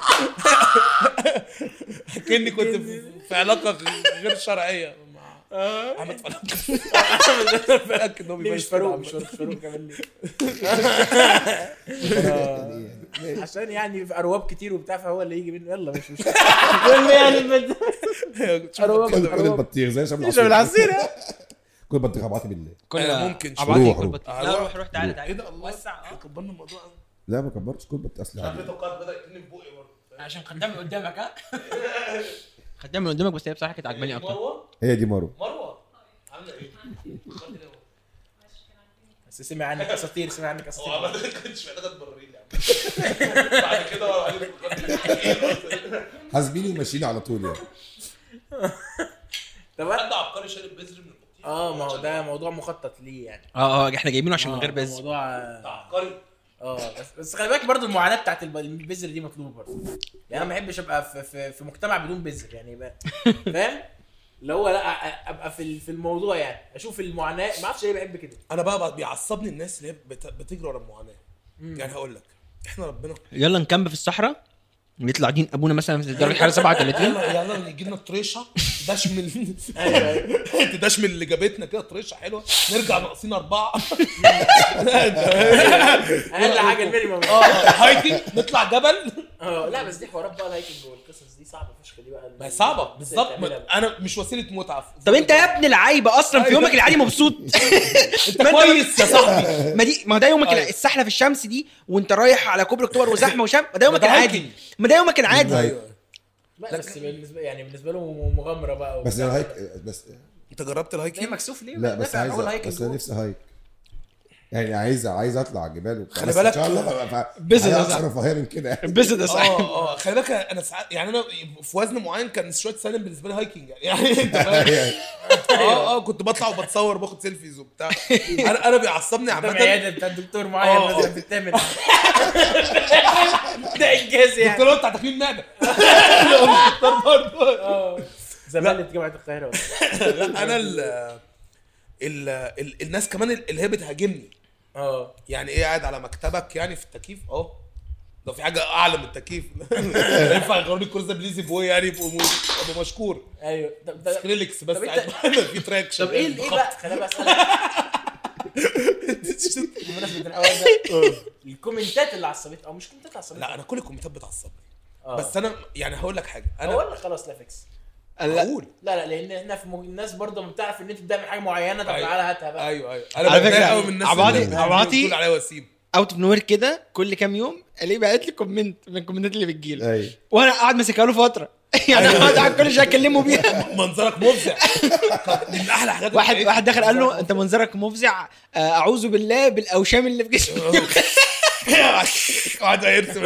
Speaker 3: كأني كنت في علاقه غير شرعيه مع احمد فاروق.
Speaker 1: ليه مش فاروق كمان ليه؟ عشان يعني في ارواب كتير وبتاع فهو اللي يجي منه يلا مش يعني
Speaker 2: كل البطيخ زي شرب
Speaker 1: شرب العصير.
Speaker 2: كل البطيخ ابعتي بالله
Speaker 3: ممكن
Speaker 4: روح تعالى
Speaker 3: ايه ده الله وسع كبرنا الموضوع.
Speaker 2: لا ما كبرتش كل البطيخ اصلا
Speaker 3: عارف توقعت بدا يتني في بوقي برضه
Speaker 4: عشان خدام قدامك. خدام من قدامك بس هي بصراحه كانت عجباني اكتر.
Speaker 2: هي دي مروه
Speaker 3: عامله ايه؟
Speaker 1: بس سمع عنك اساطير ما
Speaker 3: كنتش محتاج تبرري لي يعني بعد كده
Speaker 2: حاسبيني وماشيين على طول يعني.
Speaker 1: طب
Speaker 3: حد عبقري شارب بذر من البطيخ.
Speaker 1: ما هو ده موضوع مخطط ليه يعني.
Speaker 4: احنا جايبينه عشان من غير بس
Speaker 1: موضوع
Speaker 3: عبقري.
Speaker 1: بس خلي بالك برضو المعاناه بتاعت البذر دي مطلوبه برضو. يعني انا ما بحبش ابقى في مجتمع بدون بذر يعني بقى فاهم اللي هو لا ابقى في الموضوع يعني اشوف المعاناه ما اعرفش ليه بحب كده.
Speaker 3: انا بقى بيعصبني الناس اللي هي بتجري ورا المعاناه. يعني هقول لك احنا ربنا
Speaker 4: يلا نكمل في الصحراء نطلع دين ابونا مثلا في درجه حراره 37.
Speaker 3: يلا يجي لنا طريشه دشمل. تدشمل اللي جابتنا كده طريشه حلوه نرجع ناقصين 4.
Speaker 1: اقل حاجه المينيمم.
Speaker 3: هايكنج نطلع جبل.
Speaker 1: لا بس دي حوارات بقى الهايكنج والقصص دي صعبه فشخ دي بقى.
Speaker 3: ما هي صعبه بالظبط. انا مش وسيله متعه.
Speaker 4: طب انت يا ابن العيبه اصلا في يومك العادي مبسوط.
Speaker 3: انت كويس يا صاحبي.
Speaker 4: ما ده يومك السحله في الشمس دي وانت رايح على كوبري اكتوبر وزحمه وشام. ده يومك العادي. ما ده يومك العادي.
Speaker 1: لا بس بالنسبه له مغامره بقى.
Speaker 2: بس الهايك بس
Speaker 3: انت جربت الهايكنج؟
Speaker 1: مكسوف ليه؟
Speaker 2: لا بس عايز بس انا نفسي هايك يعني عايز اطلع جبال وبتاع.
Speaker 3: خلي بالك
Speaker 2: ان شاء الله
Speaker 4: بزنس
Speaker 2: رفاهيه من كده
Speaker 4: بس ده صحيح.
Speaker 3: خلي بالك انا ساعات يعني انا في وزن معين كان شويه سالم بالنسبه لي هايكنج يعني انت فاهم. كنت بطلع وبتصور باخد سيلفيز وبتاع. انا بيعصبني عامه
Speaker 1: العياده بتاع الدكتور معايا مثلا في الثامن ده انجاز يعني.
Speaker 3: قلت له انت تكوين معده برضه
Speaker 1: زمالة جامعه القاهره.
Speaker 3: لا انا الناس كمان اللي هي بتهاجمني. يعني ايه قاعد على مكتبك يعني في التكييف لو في حاجه اعلى من التكييف ينفع يغيروا الكرسي ده بليزي بوي يعني يبقوا مشكور.
Speaker 1: ايوه
Speaker 3: سكريلكس بس في تراك.
Speaker 1: طب ايه بقى خلينا بقى اسالك بمناسبه الاول ده الكومنتات اللي عصبتك او مش كومنتات عصبتك؟
Speaker 3: لا انا كل الكومنتات بتعصبني. بس انا يعني هقول لك حاجه انا
Speaker 1: هقول لك خلاص لا فيكس.
Speaker 3: اقول
Speaker 1: لا لان احنا في الناس برضه بتعرف ان انت بتعمل حاجه معينه. طب تعالى هاتها بقى.
Speaker 3: ايوه انا بتضايق قوي من الناس
Speaker 4: عباطي
Speaker 3: بتقول عليا وسيم
Speaker 4: اوت اوف نوير كده كل كام يوم الاقيه بعت لي كومنت من الكومنتات اللي بتجيلي
Speaker 2: ايوه
Speaker 4: وانا قاعد ماسكها له فتره. يعني انا قاعد كل شويه اكلمه بيها.
Speaker 3: منظرك مفزع. من احلى حاجات
Speaker 4: واحد دخل قال له انت منظرك مفزع اعوذ بالله بالاوشام اللي في جسمك.
Speaker 3: قاعد يرسم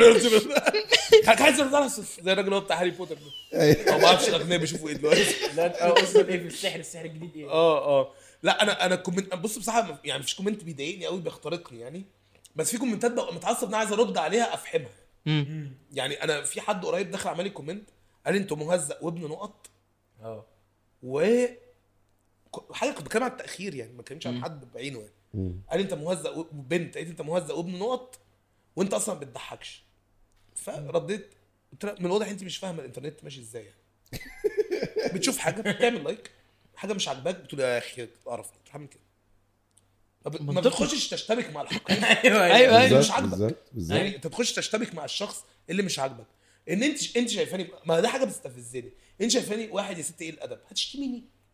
Speaker 3: عايز زي الراجل بتاع هاري بوتر ده. ما اعرفش الاغنياء بيشوفوا ايه دلوقتي.
Speaker 1: لا قصدك ايه في السحر الجديد ايه؟
Speaker 3: لا انا كومنت بص بصراحه يعني مفيش كومنت بيضايقني قوي بيخترقني يعني. بس في كومنتات بقى متعصب انا عايز ارد عليها افهمها. يعني انا في حد قريب دخل عمل لي كومنت قال لي انت مهزأ وابن نقط. و حاجه كنت بتكلم عن التاخير يعني ما كانش عن حد بعينه يعني. قال لي انت مهزأ وبنت قالت انت مهزأ وابن نقط وانت اصلا ما بتضحكش. فرديت من الواضح انت مش فاهمه الانترنت ماشي ازاي يعني. بتشوف حاجه بتعمل لايك حاجه مش عاجباك بتقول يا اخي قرف تعمل كده. ما بتخشش تشتبك مع الحقيقه.
Speaker 4: ايوه
Speaker 3: مش عاجبك
Speaker 2: بالظبط.
Speaker 3: يعني انت تخش تشتبك مع الشخص اللي مش عاجبك. ان انت شايفاني ما ده حاجه بتستفزني. انت شايفاني واحد يا ست ايه الادب هتشتميني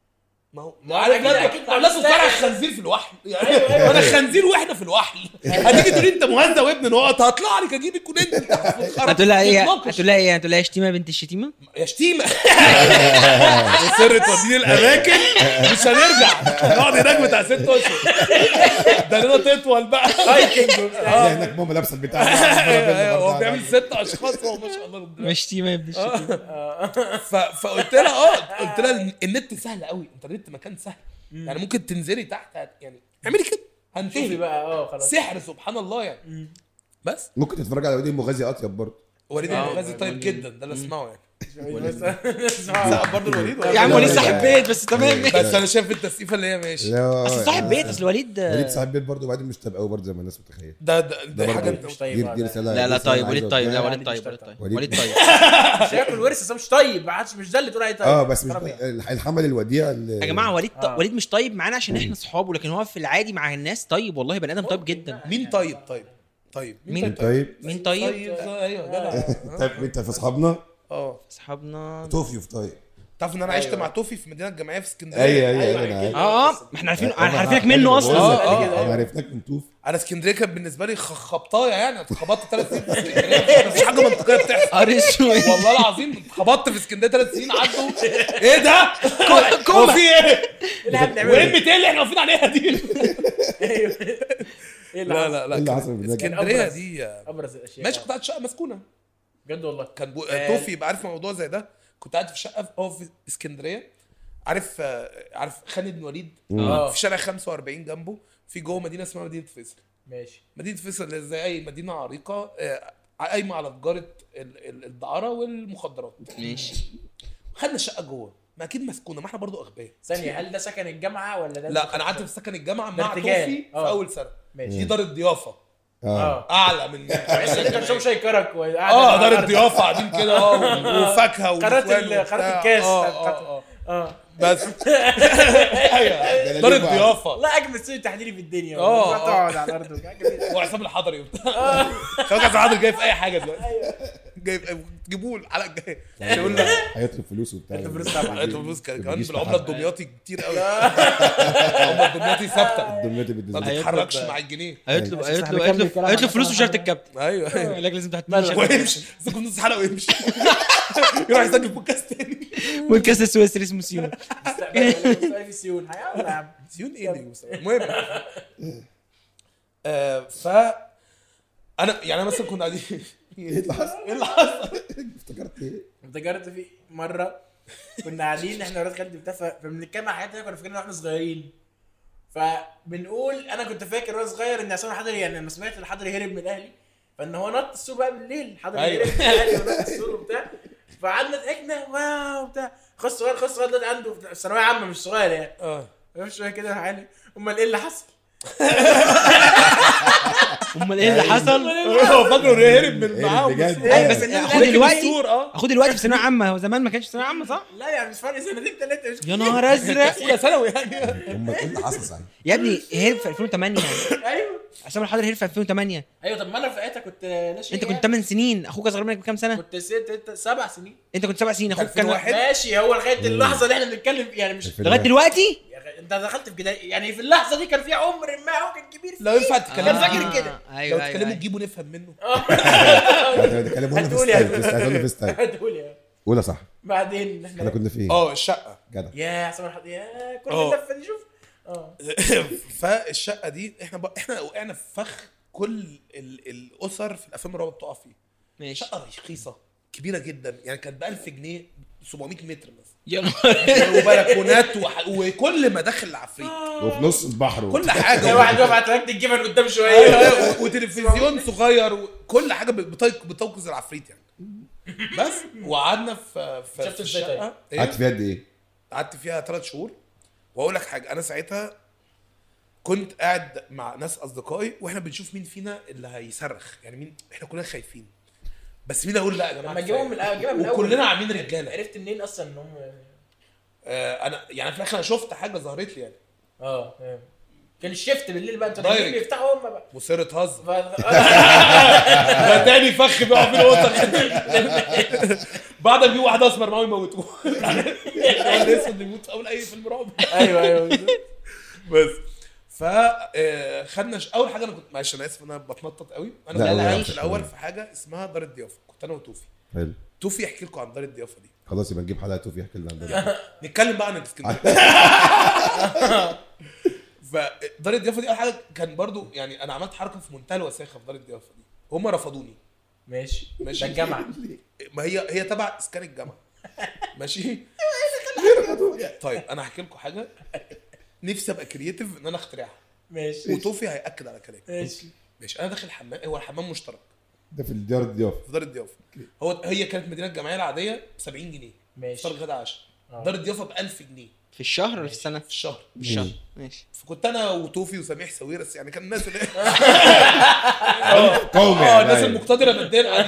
Speaker 3: ما هو
Speaker 1: لا،
Speaker 3: عارف
Speaker 1: أكيد
Speaker 3: لا تصارع الخنزير في الوحل يعني انا خنزير واحنا في الوحل هتيجي تقول انت مهزه وابن نقط هطلع لك اجيبك وننزل
Speaker 4: هتقول لها ايه هتقول لها شتيمه بنت الشتيمه
Speaker 3: يا شتيمه وصرت توديني الاماكن مش هنرجع نقعد هناك بتاع 6 اشهر ده لنا تطول بقى
Speaker 1: هايكنج
Speaker 2: هناك ماما لابسه البتاع
Speaker 3: هو بيعمل 6 اشخاص هو ما شاء الله
Speaker 4: مش شتيمه يا ابن الشتيمه.
Speaker 3: فقلت لها قلت لها النت سهل قوي الانترنت مكان سهل يعني ممكن تنزلي تحت يعني اعملي كده
Speaker 1: شوفي
Speaker 3: هنتهي
Speaker 1: بقى خلاص
Speaker 3: سحر سبحان الله يعني بس
Speaker 2: ممكن تتفرج على وليد المغازي اطيب برضه.
Speaker 3: وليد المغازي طيب جدا ده اللي اسمعه يعني
Speaker 1: لا
Speaker 3: برضه الوليد
Speaker 4: يا عم وليد صاحب بيت بس تمام.
Speaker 3: بس انا شايف التسقيفه اللي هي ماشي
Speaker 4: اصل صاحب بيت اصل وليد
Speaker 2: صاحب بيت برضه وبعدين مش طيب قوي برضه زي ما الناس متخيله.
Speaker 3: ده حاجه
Speaker 2: برضه
Speaker 1: مش طيب.
Speaker 2: دي رساله
Speaker 4: لا طيب
Speaker 2: عايز
Speaker 4: وليد طيب لا
Speaker 2: أوجهها.
Speaker 4: وليد طيب وليد طيب
Speaker 1: مش هياكل ورث بس مش طيب ما عادش مش ده اللي تقول عليه طيب
Speaker 2: بس مش الحمل الوديع
Speaker 4: يا جماعه وليد مش طيب معانا عشان احنا اصحابه لكن هو في العادي مع الناس طيب والله بني ادم طيب جدا.
Speaker 3: مين طيب
Speaker 4: مين
Speaker 2: طيب
Speaker 4: مين طيب
Speaker 3: ايوه جدع
Speaker 2: طيب انت في اصحابنا
Speaker 4: اصحابنا
Speaker 2: توفي في طيب
Speaker 3: تعرف ان انا عشت مع توفي في المدينه الجامعيه في اسكندريه
Speaker 2: ايوه
Speaker 4: ما احنا عارفينك منه اصلا.
Speaker 2: عرفناك من توف.
Speaker 3: انا اسكندريه كانت بالنسبه لي خبطايه يعني اتخبطت 3 سنين في اسكندريه مفيش حاجه منطقيه بتحصل والله العظيم اتخبطت في اسكندريه 3 سنين عدوا ايه ده هو في ايه وايه البتاع اللي احنا واقفين عليها دي لا
Speaker 2: اللي حصل
Speaker 3: اسكندريه دي
Speaker 1: ابرز الاشياء
Speaker 3: ماشي كنت قاعد في شقه مسكونه
Speaker 1: بجد والله
Speaker 3: كان توفي يبقى عارف موضوع زي ده كنت قاعد في شقه في اسكندريه عارف خالد بن وليد في شارع 45 جنبه في جوه مدينه اسمها مدينه فيصل
Speaker 1: ماشي
Speaker 3: مدينه فيصل زي اي مدينه عريقه قايمه على تجاره الدعاره والمخدرات
Speaker 4: ماشي
Speaker 3: خدنا شقه جوه ما اكيد مسكونه ما احنا برضو اغبياء
Speaker 1: ثانيه هل ده سكن الجامعه ولا ده
Speaker 3: لا انا قعدت في سكن الجامعه مع
Speaker 1: ارتجال.
Speaker 3: توفي في اول سنه
Speaker 1: ماشي.
Speaker 3: دي دار الضيافه اعلى من
Speaker 1: بس انت كان شو شاي كرك
Speaker 3: دار الضيافه قاعدين كده وفاكهه
Speaker 1: قرات الكاس
Speaker 3: بس دار الضيافه
Speaker 1: لا اجمل سوق تحليلي في الدنيا تقعد على الارض
Speaker 3: وعصام الحضري خلاص الحضري جاي في اي حاجه دلوقتي جاي جيبوه الحلقه الجايه يقول لك
Speaker 2: هيطلب فلوس وبتاع
Speaker 3: هيطلب فلوس كمان بالعمله الدمياطي كتير قوي العمله الدمياطي ثابته
Speaker 2: الدمياطي
Speaker 3: ما بتتحركش مع الجنيه
Speaker 4: هيطلب فلوس وشرط الكابتن
Speaker 3: ايوه
Speaker 4: لك لازم تحط
Speaker 3: ويمشي يكون نص حلقه ويمشي يروح يسجل بودكاست تاني
Speaker 4: والكاس السويسري اسمه سيون
Speaker 1: في سيون يا عم
Speaker 3: سيون ايه اللي المهم ف انا يعني مثلا كنا قاعدين
Speaker 2: ايه اللي حصل؟
Speaker 1: افتكرت في مره كنا قاعدين احنا ولاد خالتي بتاع فبنتكلم عن حياتنا كنا فاكرين واحنا صغيرين فبنقول انا كنت فاكر وانا صغير ان عصام الحضري يعني لما سمعت الحضري هرب من اهلي فان هو نط السور بقى بالليل الحضري هرب من اهلي ونط السور وبتاع فقعدنا ضحكنا واو بتاع خش صغير ده عنده في ثانويه عامه مش صغير يعني مش شويه كده عالي امال ايه اللي حصل
Speaker 4: امال ايه اللي حصل
Speaker 3: هو فاكره هرب من معاهم
Speaker 4: بس اخد دلوقتي في ثانويه عامه هو زمان ما كانش ثانويه عامه صح
Speaker 1: لا يعني مش فرق 2-3 مش
Speaker 4: يا نهار ازرق
Speaker 3: اولى ثانوي يعني
Speaker 2: هم ايه اللي حصل صحيح
Speaker 4: يا ابني هرب في 2008
Speaker 1: ايوه
Speaker 4: عصام الحضري هرب في 2008
Speaker 1: ايوه طب ما انا في ساعتها كنت ناشئ
Speaker 4: انت كنت 8 سنين اخوك اصغر منك بكام سنه
Speaker 1: كنت 7 سنين
Speaker 4: انت كنت 7 سنين اخوك كان
Speaker 1: ماشي هو لغايه اللحظه اللي احنا بنتكلم يعني مش
Speaker 4: لغايه دلوقتي
Speaker 1: انت دخلت في بدايه يعني في اللحظه دي كان في عمر ما هو كان كبير
Speaker 3: لو ينفع تتكلم
Speaker 1: كان فاكر كده
Speaker 3: لو تكلموا تجيبوا نفهم منه
Speaker 2: هتقولي في ستايل
Speaker 1: هتقولي
Speaker 2: قولها صح
Speaker 3: بعدين
Speaker 2: احنا كنا في ايه
Speaker 3: الشقه
Speaker 2: جدع
Speaker 1: يا عصام الحضري يا كل اللفه دي شوف
Speaker 3: فالشقه دي احنا وقعنا في فخ كل الاسر في الافلام الرعب بتقع فيه
Speaker 4: ماشي
Speaker 3: شقه رخيصه كبيره جدا يعني كانت ب 1000 جنيه 700 متر مثلا
Speaker 4: يا نهار
Speaker 3: وبلكونات وكل مداخل العفريت
Speaker 2: وفي نص البحر
Speaker 3: كل حاجه
Speaker 1: واحد واقف على تراك الجبل قدام شويه
Speaker 3: وتلفزيون صغير وكل حاجه بتوقظ العفريت يعني بس وقعدنا في الشقه
Speaker 2: قعدت فيها قد ايه؟
Speaker 3: قعدت فيها 3 شهور واقول لك حاجه انا ساعتها كنت قاعد مع ناس اصدقائي واحنا بنشوف مين فينا اللي هيصرخ يعني مين احنا كلنا خايفين بس مين اقول لا يا جماعه
Speaker 1: لما جيبهم من الاول
Speaker 3: وكلنا عاملين رجاله
Speaker 1: عرفت منين اصلا ان هم
Speaker 3: انا يعني في الاخر انا شفت حاجه ظهرت لي يعني
Speaker 1: كان الشيفت بالليل بقى انتوا بيفتحوا هم بقى
Speaker 3: مصير تهزر تاني فخ بقى في القطه بعد ما في واحد اسمر معاه يموتوه الاسود اللي يموت في اول اي فيلم رعب.
Speaker 1: ايوه
Speaker 3: بس خدنا اول حاجه. انا كنت معلش انا اسف انا بتنطط قوي. انا
Speaker 2: لا،
Speaker 3: كنت
Speaker 2: عيش.
Speaker 3: في الاول في حاجه اسمها دار الضيافه، كنت انا وتوفي.
Speaker 2: حلو
Speaker 3: توفي يحكي لكم عن دار الضيافه دي.
Speaker 2: خلاص يبقى نجيب حلقه توفي يحكي لنا عن ده.
Speaker 3: نتكلم بقى عن الاسكندريه. فدار الضيافه دي اول حاجه كان برضو يعني انا عملت حركه في منتهى الوساخه في دار الضيافه دي. هم رفضوني.
Speaker 1: ماشي
Speaker 3: ماشي.
Speaker 1: ده الجامعه.
Speaker 3: ما هي تبع اسكان الجامعه. ماشي. طيب انا هحكي لكم حاجه نفسي ابقى كرييتيف ان انا اخترعها،
Speaker 1: ماشي
Speaker 3: وتوفي هياكد على كلامي.
Speaker 1: ماشي
Speaker 3: ماشي. انا داخل الحمام، هو الحمام مشترك
Speaker 2: ده في الدار الضيافه.
Speaker 3: في دار الضيافه. هي كانت مدينه الجمعيه العاديه ب 70 جنيه
Speaker 1: ماشي.
Speaker 3: فطار غدا عشاء. دار الضيافه ب 1000 جنيه
Speaker 4: في الشهر ولا في السنه؟
Speaker 3: في الشهر.
Speaker 4: في الشهر. ماشي.
Speaker 3: فكنت انا وتوفي وسميح ساويرس يعني كان الناس اللي
Speaker 2: قومي يعني.
Speaker 3: الناس المقتدره ماديا.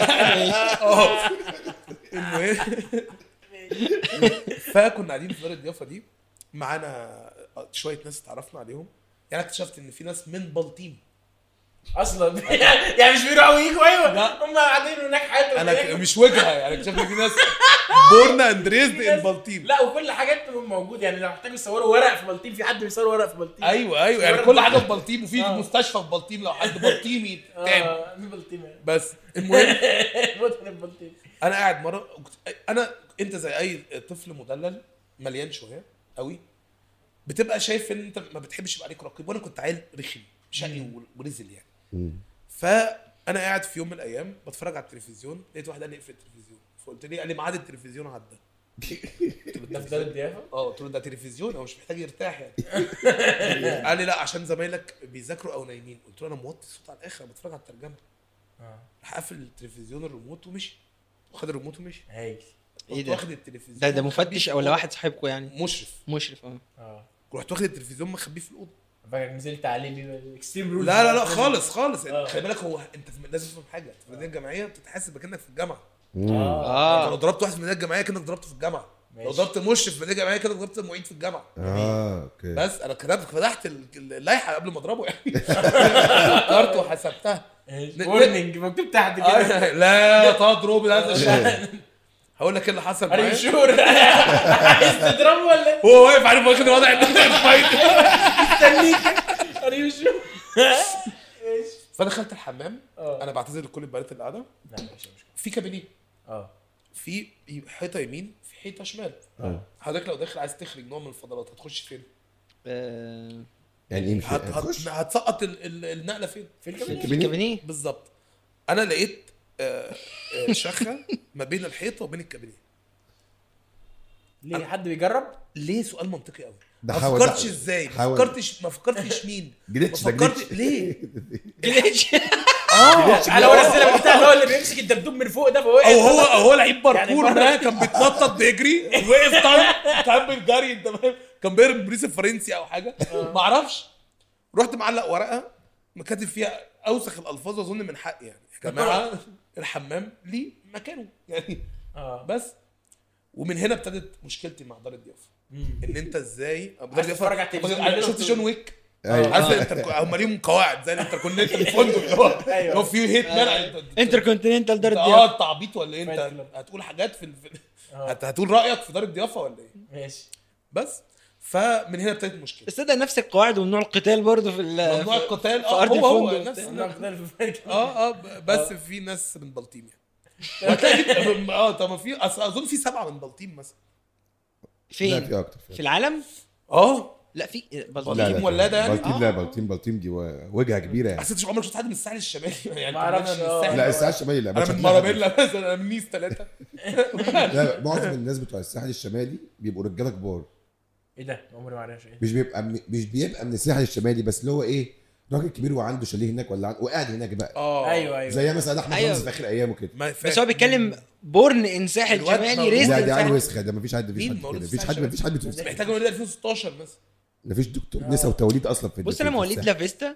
Speaker 3: المهم فكنا قاعدين في دار الضيافه دي معانا شويه ناس اتعرفنا عليهم. يعني اكتشفت ان في ناس من بلطيم
Speaker 1: اصلا يعني مش بيروحوا يجوا. ايوه
Speaker 3: لا.
Speaker 1: هم قاعدين هناك حياتهم.
Speaker 3: انا مش وجهه يعني. اكتشفت ان في ناس بورن اند ريزد ان بلطيم.
Speaker 1: لا وكل حاجاتهم موجود. يعني لو احتاجوا يصوروا ورق في بلطيم في حد بيصور ورق في بلطيم.
Speaker 3: ايوه يعني كل حاجه في بلطيم. وفي مستشفى في بلطيم لو حد بلطيمي تعب.
Speaker 1: من بلطيم.
Speaker 3: بس المهم
Speaker 1: مدن بلطيم.
Speaker 3: انا قاعد مره انت زي اي طفل مدلل مليان شويه قوي بتبقى شايف ان انت ما بتحبش يبقى عليك رقيب. وانا كنت عيل رخم شقي ورزل يعني. فانا قاعد في يوم من الايام بتفرج على التلفزيون لقيت واحد قال لي اقفل التلفزيون. فقلت لي قال لي ميعاد التلفزيون عدى.
Speaker 1: ده في دار الضيافه.
Speaker 3: قلت له ده تلفزيون هو مش محتاج يرتاح يعني. قال لي لا عشان زمايلك بيذاكروا او نايمين. قلت له انا موطي الصوت على الاخر بتفرج على الترجمه. راح قفل التلفزيون الريموت ومشي. خد الريموت ومشي.
Speaker 1: هايل.
Speaker 4: ايه ده؟
Speaker 3: واخد التلفزيون
Speaker 4: ده مفتش او واحد صاحبكم يعني؟
Speaker 3: مشرف. رحت واخد التلفزيون مخبيه في الاوضه.
Speaker 1: فاكر نزلت عليه الاكستريم رول.
Speaker 3: لا خالص خلي بالك. هو انت لازم تفهم حاجه. في المدينه الجامعيه بتتحاسب كأنك في الجامعه. لو ضربت واحد في المدينه الجامعيه كأنك ضربته في الجامعه. لو ضربت مشرف في المدينه الجامعيه كأنك ضربت معيد في الجامعه.
Speaker 2: اوكي.
Speaker 3: بس انا فتحت اللائحه قبل ما اضربه يعني. فكرت وحسبتها.
Speaker 1: وورنينج مكتوب تحت كده.
Speaker 3: لا تضرب هذا الشيء. هقول لك ايه اللي حصل معايا.
Speaker 1: شور عايز تضربه ولا
Speaker 3: هو واقف عارف واخد وضع الفايت
Speaker 1: مستنيك. اريو شور.
Speaker 3: فدخلت الحمام. انا بعتذر لكل البنات اللي قاعده.
Speaker 1: لا مش
Speaker 3: في كابينيه. في حيطه يمين في حيطه شمال. حضرتك لو داخل عايز تخرج نوع من الفضلات هتخش فين؟
Speaker 2: يعني ايه مش
Speaker 3: هتسقط النقله فين؟
Speaker 1: في الكابينيه.
Speaker 4: الكابينيه
Speaker 3: بالظبط. انا لقيت شخه ما بين الحيطه وبين الكابينيه.
Speaker 1: ليه حد بيجرب؟
Speaker 3: ليه؟ سؤال منطقي قوي.
Speaker 2: ده
Speaker 3: ما
Speaker 2: حاول-
Speaker 3: فكرتش ازاي؟
Speaker 2: حاول-
Speaker 3: ما فكرتش مين؟
Speaker 2: جليتش
Speaker 3: ما
Speaker 2: ده
Speaker 3: فكرت
Speaker 2: جليتش.
Speaker 3: ليه؟
Speaker 4: جليتش.
Speaker 1: انا هو نزل بتاع اللي هو اللي بيمسك الدبدوب من فوق ده فوق.
Speaker 3: او هو لعيب باركور
Speaker 1: يعني
Speaker 3: ده كان بيتنطط بيجري وقف كان بالجري. انت فاهم؟ كان بيرم بريس الفرنسي او حاجه ما اعرفش. رحت معلق ورقه كاتب فيها اوسخ الالفاظ اظن من حقي يعني يا جماعه الحمام ليه مكانه يعني. بس ومن هنا ابتدت مشكلتي مع دار الضيافه. ان انت ازاي دار
Speaker 1: تتفرج على التلفزيون
Speaker 3: الضيافه شفت جون ويك؟
Speaker 2: أيوة.
Speaker 3: عارف هم ليهم قواعد زي الانتركونتيننت الفندق اللي هو فيه هيت مان.
Speaker 4: انتركونتيننتال دار الضيافه.
Speaker 3: انت عبيط ولا ايه؟ انت هتقول حاجات في هتقول رايك في دار الضيافه ولا ايه؟
Speaker 1: ماشي.
Speaker 3: بس فمن هنا ابتدت المشكله.
Speaker 4: بس ده نفس القواعد وممنوع القتال برضه في
Speaker 3: ممنوع القتال.
Speaker 4: في ارض
Speaker 3: هو
Speaker 4: الفندق
Speaker 3: نفس
Speaker 1: اه
Speaker 3: بس في ناس من بلطيم يعني. وهتلاقي طب ما في اظن في 7 من بلطيم مثلا.
Speaker 2: لا
Speaker 4: فين؟
Speaker 2: في اكتر
Speaker 4: في العالم؟ لا في
Speaker 3: بلطيم ولاده يعني.
Speaker 2: بلطيم لا بلطيم دي وجهه كبيره يعني.
Speaker 3: حسيتش عمرك شفت حد من الساحل الشمالي يعني.
Speaker 1: ما اعرفش.
Speaker 2: لا الساحل الشمالي لا.
Speaker 3: انا من مارابيلا مثلا. انا من نيس 3.
Speaker 2: لا معظم الناس بتوع الساحل الشمالي بيبقوا رجاله كبار.
Speaker 1: ايه ده؟ عمري ما عرفش ايه.
Speaker 2: مش بيبقى من الساحل الشمالي بس اللي هو ايه راجل كبير وعنده شاليه هناك ولا وقاعد هناك بقى.
Speaker 1: ايوه
Speaker 2: زي مثلا احمد رمزي في اخر ايامه كده.
Speaker 4: بس هو بيتكلم بورن ان ساحل شمالي ريزد.
Speaker 2: لا دي عين وسخه ده مفيش حد كده. مفيش حد
Speaker 3: محتاج من 2016 مثلا.
Speaker 2: مفيش دكتور نسا وتوليد اصلا في
Speaker 4: بص انا مواليد لافيستا.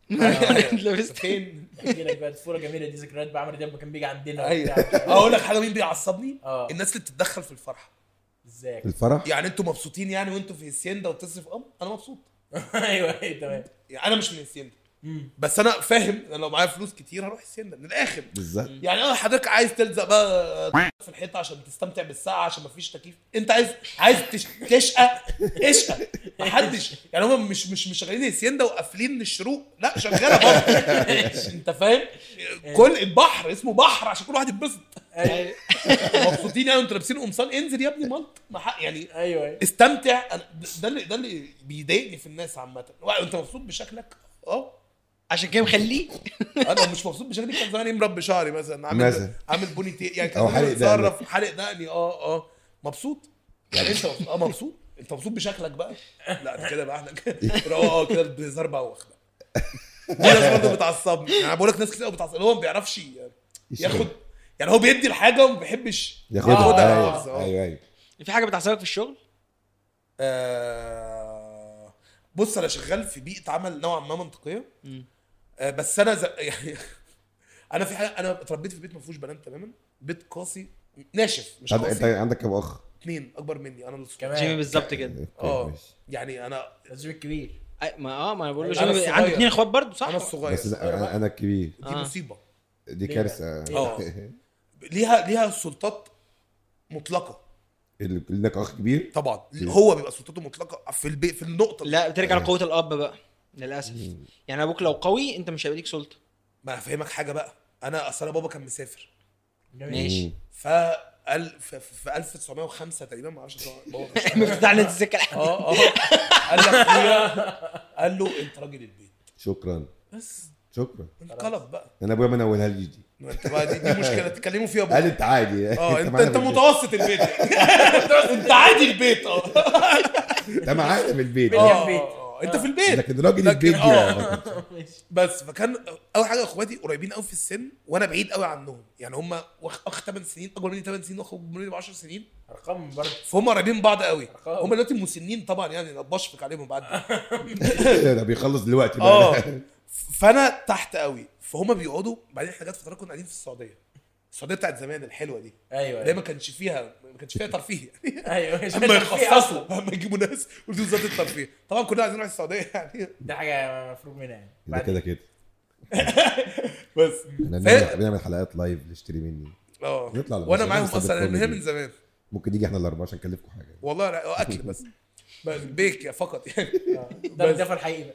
Speaker 3: فين؟
Speaker 1: احكي لك بقى طفوله جميله دي ذكريات بقى. عمرو دياب كان بيجي عندنا.
Speaker 3: ايوه اقول لك حاجه مين بيعصبني؟ الناس اللي بتتدخل في الفرح.
Speaker 1: ازاي؟
Speaker 2: الفرح
Speaker 3: يعني انتوا مبسوطين يعني وانتوا في السيندا وتصرف انا مبسوط.
Speaker 1: ايوه تمام.
Speaker 3: يعني انا مش من السيندا بس انا فاهم انا لو معايا فلوس كتير هروح السينما من الاخر.
Speaker 2: بالظبط.
Speaker 3: يعني انا حضرتك عايز تلزق بقى في الحيطه عشان تستمتع بالساعه عشان مفيش تكييف، انت عايز تشقى اشقى. محدش يعني هم مش شغالين السينما وقافلين الشروق، لا شغاله برضه. انت فاهم؟ كل البحر اسمه بحر عشان كل واحد يتبسط. مبسوطين يعني انتوا لابسين قمصان، انزل يا ابني ملط يعني.
Speaker 1: ايوه
Speaker 3: استمتع. ده اللي بيضايقني في الناس عامه. انت مبسوط بشكلك
Speaker 4: عشان كده مخليه.
Speaker 3: انا مش مبسوط بشكلي، كان زماني مربي شعري مثلا، عامل بوني يعني كان
Speaker 2: حالق
Speaker 3: بتصرف حالق دقني. مبسوط يعني. انت مبسوط انت مبسوط بشكلك بقى؟ لا كده بقى احنا كده بهزار بوخ بقى. دي ناس برضه بتعصبني يعني. بقول لك ناس كتير قوي بتعصبني، هو ما بيعرفش ياخد يعني. هو بيدي الحاجه وما بيحبش
Speaker 2: ياخدها. ايوه
Speaker 4: في حاجه بتعصبك في الشغل؟
Speaker 3: بص انا شغال في بيئه عمل نوعا ما منطقيه. بس انا يعني انا في حاجه، انا اتربيت في بيت ما فيهوش بنات تماما، بيت قاسي ناشف مش قاسي.
Speaker 2: انت عندك كام اخ؟
Speaker 3: 2 اكبر مني. انا
Speaker 4: جيمي بالظبط كده.
Speaker 3: يعني انا
Speaker 1: الزوج الكبير.
Speaker 4: ما انا بقول له جيمي عنده 2 اخوات برضه صح؟
Speaker 3: انا الصغير
Speaker 2: بس انا الكبير.
Speaker 3: دي مصيبه،
Speaker 2: دي كارثه.
Speaker 3: ليها سلطات مطلقه.
Speaker 2: انك اخ كبير
Speaker 3: طبعا هو بيبقى سلطته مطلقه في البيت في النقطه دي.
Speaker 4: لا بترجع لقوه الاب بقى للاسف. يعني ابوك لو قوي انت مش هيبقى ليك سلطه.
Speaker 3: ما افهمك حاجه بقى، انا اصلا بابا كان مسافر
Speaker 4: ماشي.
Speaker 3: في 1905 تقريبا، ما اعرفش بابا
Speaker 4: مفتاح لنا السكه.
Speaker 3: قال لاخويا، قال له انت راجل البيت
Speaker 2: شكرا
Speaker 3: بس
Speaker 2: شكرا.
Speaker 3: انقلب بقى.
Speaker 2: انا ابويا ما نولها لي دي.
Speaker 3: انت بقى دي مشكله تتكلموا فيها
Speaker 2: قال انت عادي.
Speaker 3: انت متوسط البيت. انت عادي البيت.
Speaker 2: انت معايا في البيت.
Speaker 3: انت في البيت
Speaker 2: لكن راجل البيت دي.
Speaker 3: بس فكان اول حاجه اخواتي قريبين قوي في السن وانا بعيد قوي عنهم. يعني هم اخ 8 سنين اكبر مني 8 سنين، واخ اكبر مني ب 10 سنين.
Speaker 1: ارقام برضه.
Speaker 3: فهم قريبين من بعض قوي. هم دلوقتي مسنين طبعا يعني، انا بشفق عليهم بعد
Speaker 2: ده بيخلص دلوقتي بقى.
Speaker 3: فانا تحت قوي، فهم بيقعدوا. بعدين احنا جت فتره كنا قاعدين في السعوديه بتاعت زمان الحلوه دي.
Speaker 1: ايوه
Speaker 3: ليه ما كانش فيها ترفيه يعني.
Speaker 1: ايوه
Speaker 3: اما يخصصوا اما يجيبوا ناس ودي وزاره الترفيه. طبعا كنا عايزين نروح السعوديه يعني.
Speaker 1: دي حاجه مفروغ منها يعني.
Speaker 2: ده كده
Speaker 3: بس
Speaker 2: بنعمل حلقات لايف نشتري مني. نطلع
Speaker 3: وانا معاهم اصلا من زمان.
Speaker 2: ممكن نيجي احنا الاربعه عشان نكلفكم حاجه
Speaker 3: والله. لا اكل بس بيك فقط يعني.
Speaker 1: ده الدفع الحقيقي.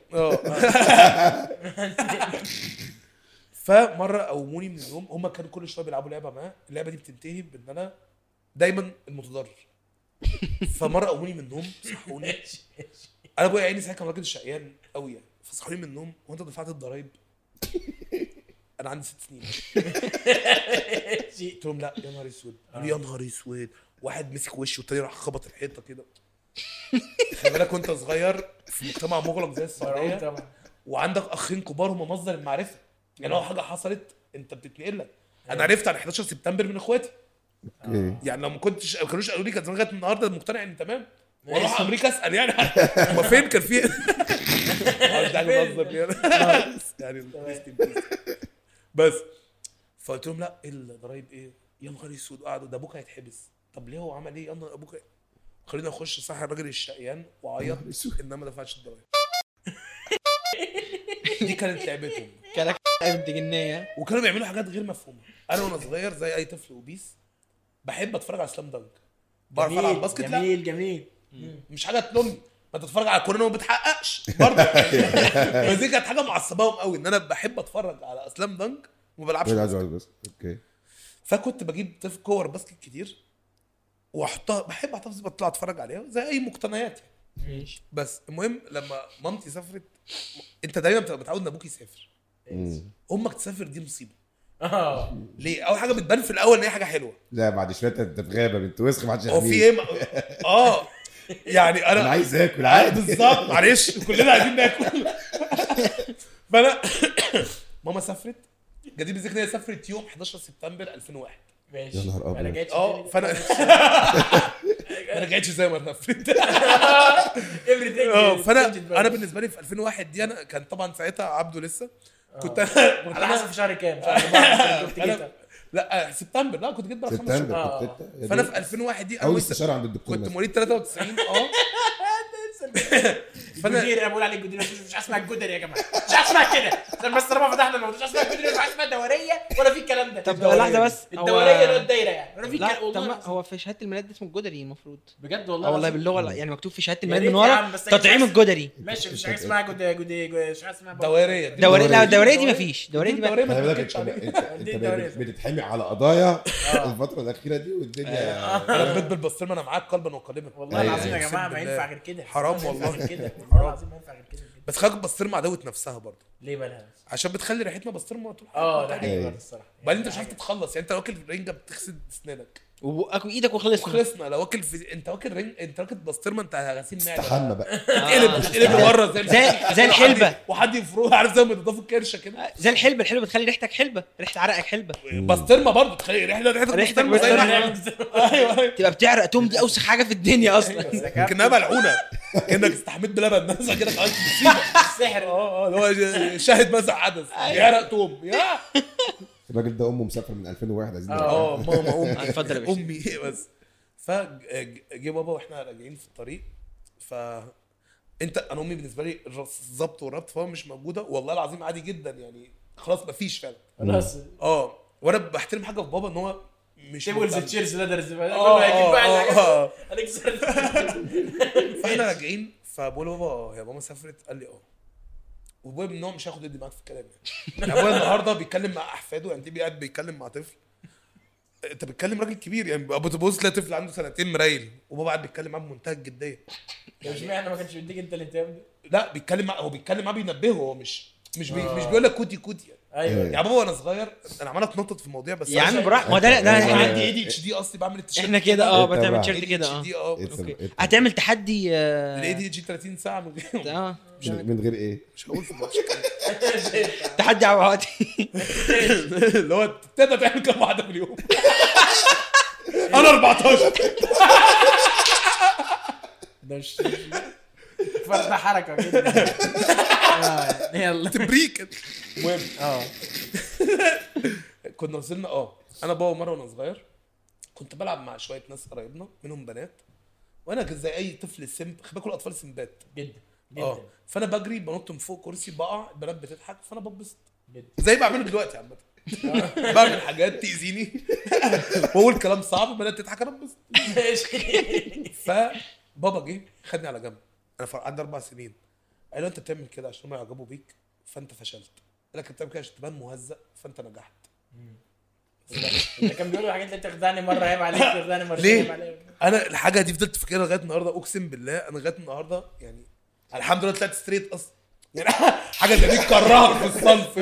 Speaker 3: فمره قوموني من النوم، هم كانوا كل شويه بيلعبوا لعبه معاه. اللعبه دي بتنتهي بان انا دايما المتضرر. فمره قوموني من النوم صحوني. انا ابويا عيني ساعتها كان راجل شقيان قوي يعني. فصحوني من النوم، وانت دفعت الضرايب؟ انا عندي 6 سنين. قلت لهم لا. يا نهار اسود. يا نهار اسود. واحد مسك وشه والتاني راح خبط الحيطه كده. خلي بالك وانت صغير في مجتمع مغلق زي السعوديه وعندك اخين كبار هم مصدر المعرفه. يعني لو حاجه حصلت انت بتتنقل لك. انا عرفت عن 11 سبتمبر من اخواتي. يعني لو ما كانوش قالوا لي كان لغايه النهارده مقتنع ان تمام. واروح امريكا اسال يعني ما فين كان في يعني بس. فقلت لهم لا. الضرايب ايه؟ يا نهار اسود. قعدوا ده ابوك هيتحبس. طب ليه هو عمل ايه؟ يلا ابوك خلينا نخش صح الراجل الشقيان وعيط ان ما دفعش الضرايب. دي كانت لعبتهم.
Speaker 4: كانت بنت جنيه.
Speaker 3: وكانوا بيعملوا حاجات غير مفهومه. انا وانا صغير زي اي طفل وبيس بحب اتفرج على سلام دانك. بعرف العب باسكت.
Speaker 1: جميل
Speaker 3: مش حاجه تلومني. ما تتفرج على كورونا وما بتحققش برضه. بس دي كانت حاجه معصباهم قوي ان انا بحب اتفرج على سلام دانك وما بلعبش
Speaker 2: بس. اوكي.
Speaker 3: فكنت بجيب كور باسكت كتير واحطها. بحب احتفظ بطلع اتفرج عليها زي اي مقتنيات يعني. بس المهم لما مامتي سافرت، انت دايما بتبقى متعود ان ابوك يسافر. امك تسافر دي مصيبه. ليه؟ اول حاجه بتبان في الاول ان هي حاجه حلوه.
Speaker 2: لا بعد شويه انت في غابه بنت وسخ ما حدش
Speaker 3: هو في ايه يعني انا
Speaker 2: عايز اكل عادي.
Speaker 3: بالظبط. معلش كلنا عايزين ناكل. فانا ماما سافرت. جديد بالذكر هي سافرت يوم 11 سبتمبر 2001.
Speaker 1: ماشي.
Speaker 2: يا نهار ابيض.
Speaker 3: فانا ما رجعتش زي ما سافرت. فانا بالنسبه لي في 2001 دي انا كان طبعا ساعتها عبده لسه كنت
Speaker 1: على حسب في شهر كام؟ شهر
Speaker 3: لا سبتمبر. لا كنت جيت بقى 5 شهور. فانا في 2001 دي
Speaker 2: اول استشاره عند الدكتور
Speaker 3: كنت مواليد 93.
Speaker 1: الجدير انا بقول عليه الجدير مش اسمها الجدر يا جماعه مش اسمها كده عشان بس طالما فتحنا الموضوع مش اسمها الجدير مش اسمها دوريه ولا في الكلام ده.
Speaker 4: طب لحظه بس
Speaker 1: الدوريه ولا الدايره يعني ولا في
Speaker 4: لا
Speaker 1: والله
Speaker 4: طب هو في شهاده الميلاد اسمه الجدري المفروض
Speaker 1: بجد والله
Speaker 4: والله باللغه يعني مكتوب في شهاده
Speaker 1: يا
Speaker 4: الميلاد
Speaker 1: ريت
Speaker 4: من
Speaker 1: يا
Speaker 4: ورا
Speaker 1: عم، بس
Speaker 4: تطعيم الجدري.
Speaker 1: ماشي مش حاجه اسمها جدي مش حاجه اسمها
Speaker 3: دوريه
Speaker 4: دوري لا الدوريه دي مفيش دوريه دي
Speaker 3: دوريه
Speaker 2: خلي
Speaker 3: ما
Speaker 2: بالك
Speaker 3: تركزش عليها.
Speaker 2: انت بتتحمي على قضايا الفتره الاخيره دي والدنيا
Speaker 3: ربيت بالبسطرمه انا معاك قلبا وقالبا
Speaker 1: والله
Speaker 2: أيوة.
Speaker 1: العظيم يا جماعه ما
Speaker 3: أقسم
Speaker 1: ينفع
Speaker 3: بالله.
Speaker 1: غير كده
Speaker 3: حرام
Speaker 1: ما ينفع
Speaker 3: والله.
Speaker 1: غير كده والله العظيم ما ينفع غير كده بجد.
Speaker 3: بس خلي البسطرمه عدوه نفسها برضه
Speaker 1: ليه بالها
Speaker 3: عشان بتخلي ريحتنا بسطرمه طول
Speaker 1: ده حقيقي برضه الصراحه
Speaker 3: بعدين انت مش عارف تتخلص يعني انت واكل رنجه بتغسل اسنانك
Speaker 4: وبقك وايدك وخلصنا.
Speaker 3: وخلصنا لو واكل انت واكل رنج انت واكل بسطرمه انت غسيل معده
Speaker 2: تحمى بقى
Speaker 3: تقلب بره
Speaker 4: زي الحلبة.
Speaker 3: وحد يفرقها عارف زي ما بيضافوا الكرشه كده
Speaker 4: زي الحلبة بتخلي ريحتك حلبة ريحه عرقك حلبة
Speaker 3: بسطرمه برضه تخلي ريحتك بسطرمه زي ما احنا ايوه
Speaker 4: تبقى بتعرق توم دي اوسخ حاجه في الدنيا اصلا.
Speaker 3: كانها ملعونه كانك استحميت بلبن مثلا كده خلاص
Speaker 1: السحر
Speaker 3: اللي هو شاهد مسح حدث بيعرق توم يا
Speaker 2: الراجل ده امه مسافر من 2001 عايزين
Speaker 3: ماما امي
Speaker 4: اتفضل يا باشا.
Speaker 3: امي بس فجي بابا واحنا راجعين في الطريق انا امي بالنسبه لي الظبط والربط فهو مش موجوده والله العظيم عادي جدا يعني خلاص مفيش فعلا
Speaker 1: خلاص
Speaker 3: وانا بحترم حاجه في بابا ان هو مش
Speaker 1: تيبلز
Speaker 3: مهتم.
Speaker 1: تشيرز لادرز كله هيجيب بقى هنكسر
Speaker 3: فاحنا راجعين فبقول بابا يا ماما سافرت قال لي وابويا من النوع مش هاخد يدي معاك في الكلام يعني ابويا النهارده بيتكلم مع احفاده يعني انت قاعد بيتكلم مع طفل انت بتتكلم راجل كبير يعني ابو تبص تلاقي طفل عنده سنتين مريل وبابا قاعد بيتكلم معاه بمنتهى الجديه
Speaker 1: مش معنى ما كانش بيديك انت الانتباه ده
Speaker 3: لا بيتكلم معاه بينبهه هو مش بيقول لك كوتي
Speaker 1: ايوه
Speaker 3: يا بابا وانا صغير انا عمال اتنطط في المواضيع بس
Speaker 4: يا عم براحتك ما ده
Speaker 3: انا
Speaker 4: احنا
Speaker 3: عندي ADHD اصلي بعمل التيشيرت
Speaker 4: احنا كده
Speaker 2: انت
Speaker 4: بتعمل
Speaker 2: بقى.
Speaker 4: تيشيرت كده
Speaker 3: ADHD
Speaker 4: اوكي هتعمل تحدي
Speaker 3: ADHD 30 ساعه من غير
Speaker 2: من غير ايه
Speaker 3: مش هقول في
Speaker 4: تحدي عواتي
Speaker 3: اللي هو تقدر تعمل كام واحده في اليوم انا 14
Speaker 1: ده مش فرد حركه كده يلا
Speaker 3: تبريك المهم
Speaker 1: اه
Speaker 3: كنا وصلنا انا بابا مره وانا صغير كنت بلعب مع شويه ناس قرايبنا منهم بنات وانا زي اي طفل سمب باكل اطفال سمبات
Speaker 1: جدا جدا
Speaker 3: فانا بجري بنط من فوق كرسي بقع البنات بتضحك فانا ببسط
Speaker 1: جدا
Speaker 3: زي بعمله دلوقتي عامه بعمل حاجات تاذيني واقول كلام صعب البنات تضحك انا ببسط فبابا جه خدني على جنب انا عندي 4 سنين قال له انت بتعمل كده عشان ما يعجبوا بيك فانت فشلت قال لك انت بتعمل كده عشان تبان مهزأ فانت نجحت
Speaker 1: كان بيقولوا الحاجات اللي تخدعني مره عيب عليك تخدعني مره
Speaker 3: ليه؟
Speaker 1: عيب عليك
Speaker 3: انا الحاجه دي فضلت فاكرها لغايه النهارده اقسم بالله انا لغايه النهارده يعني الحمد لله طلعت ستريت اصلا يعني حاجه زي دي تكررها في الصنف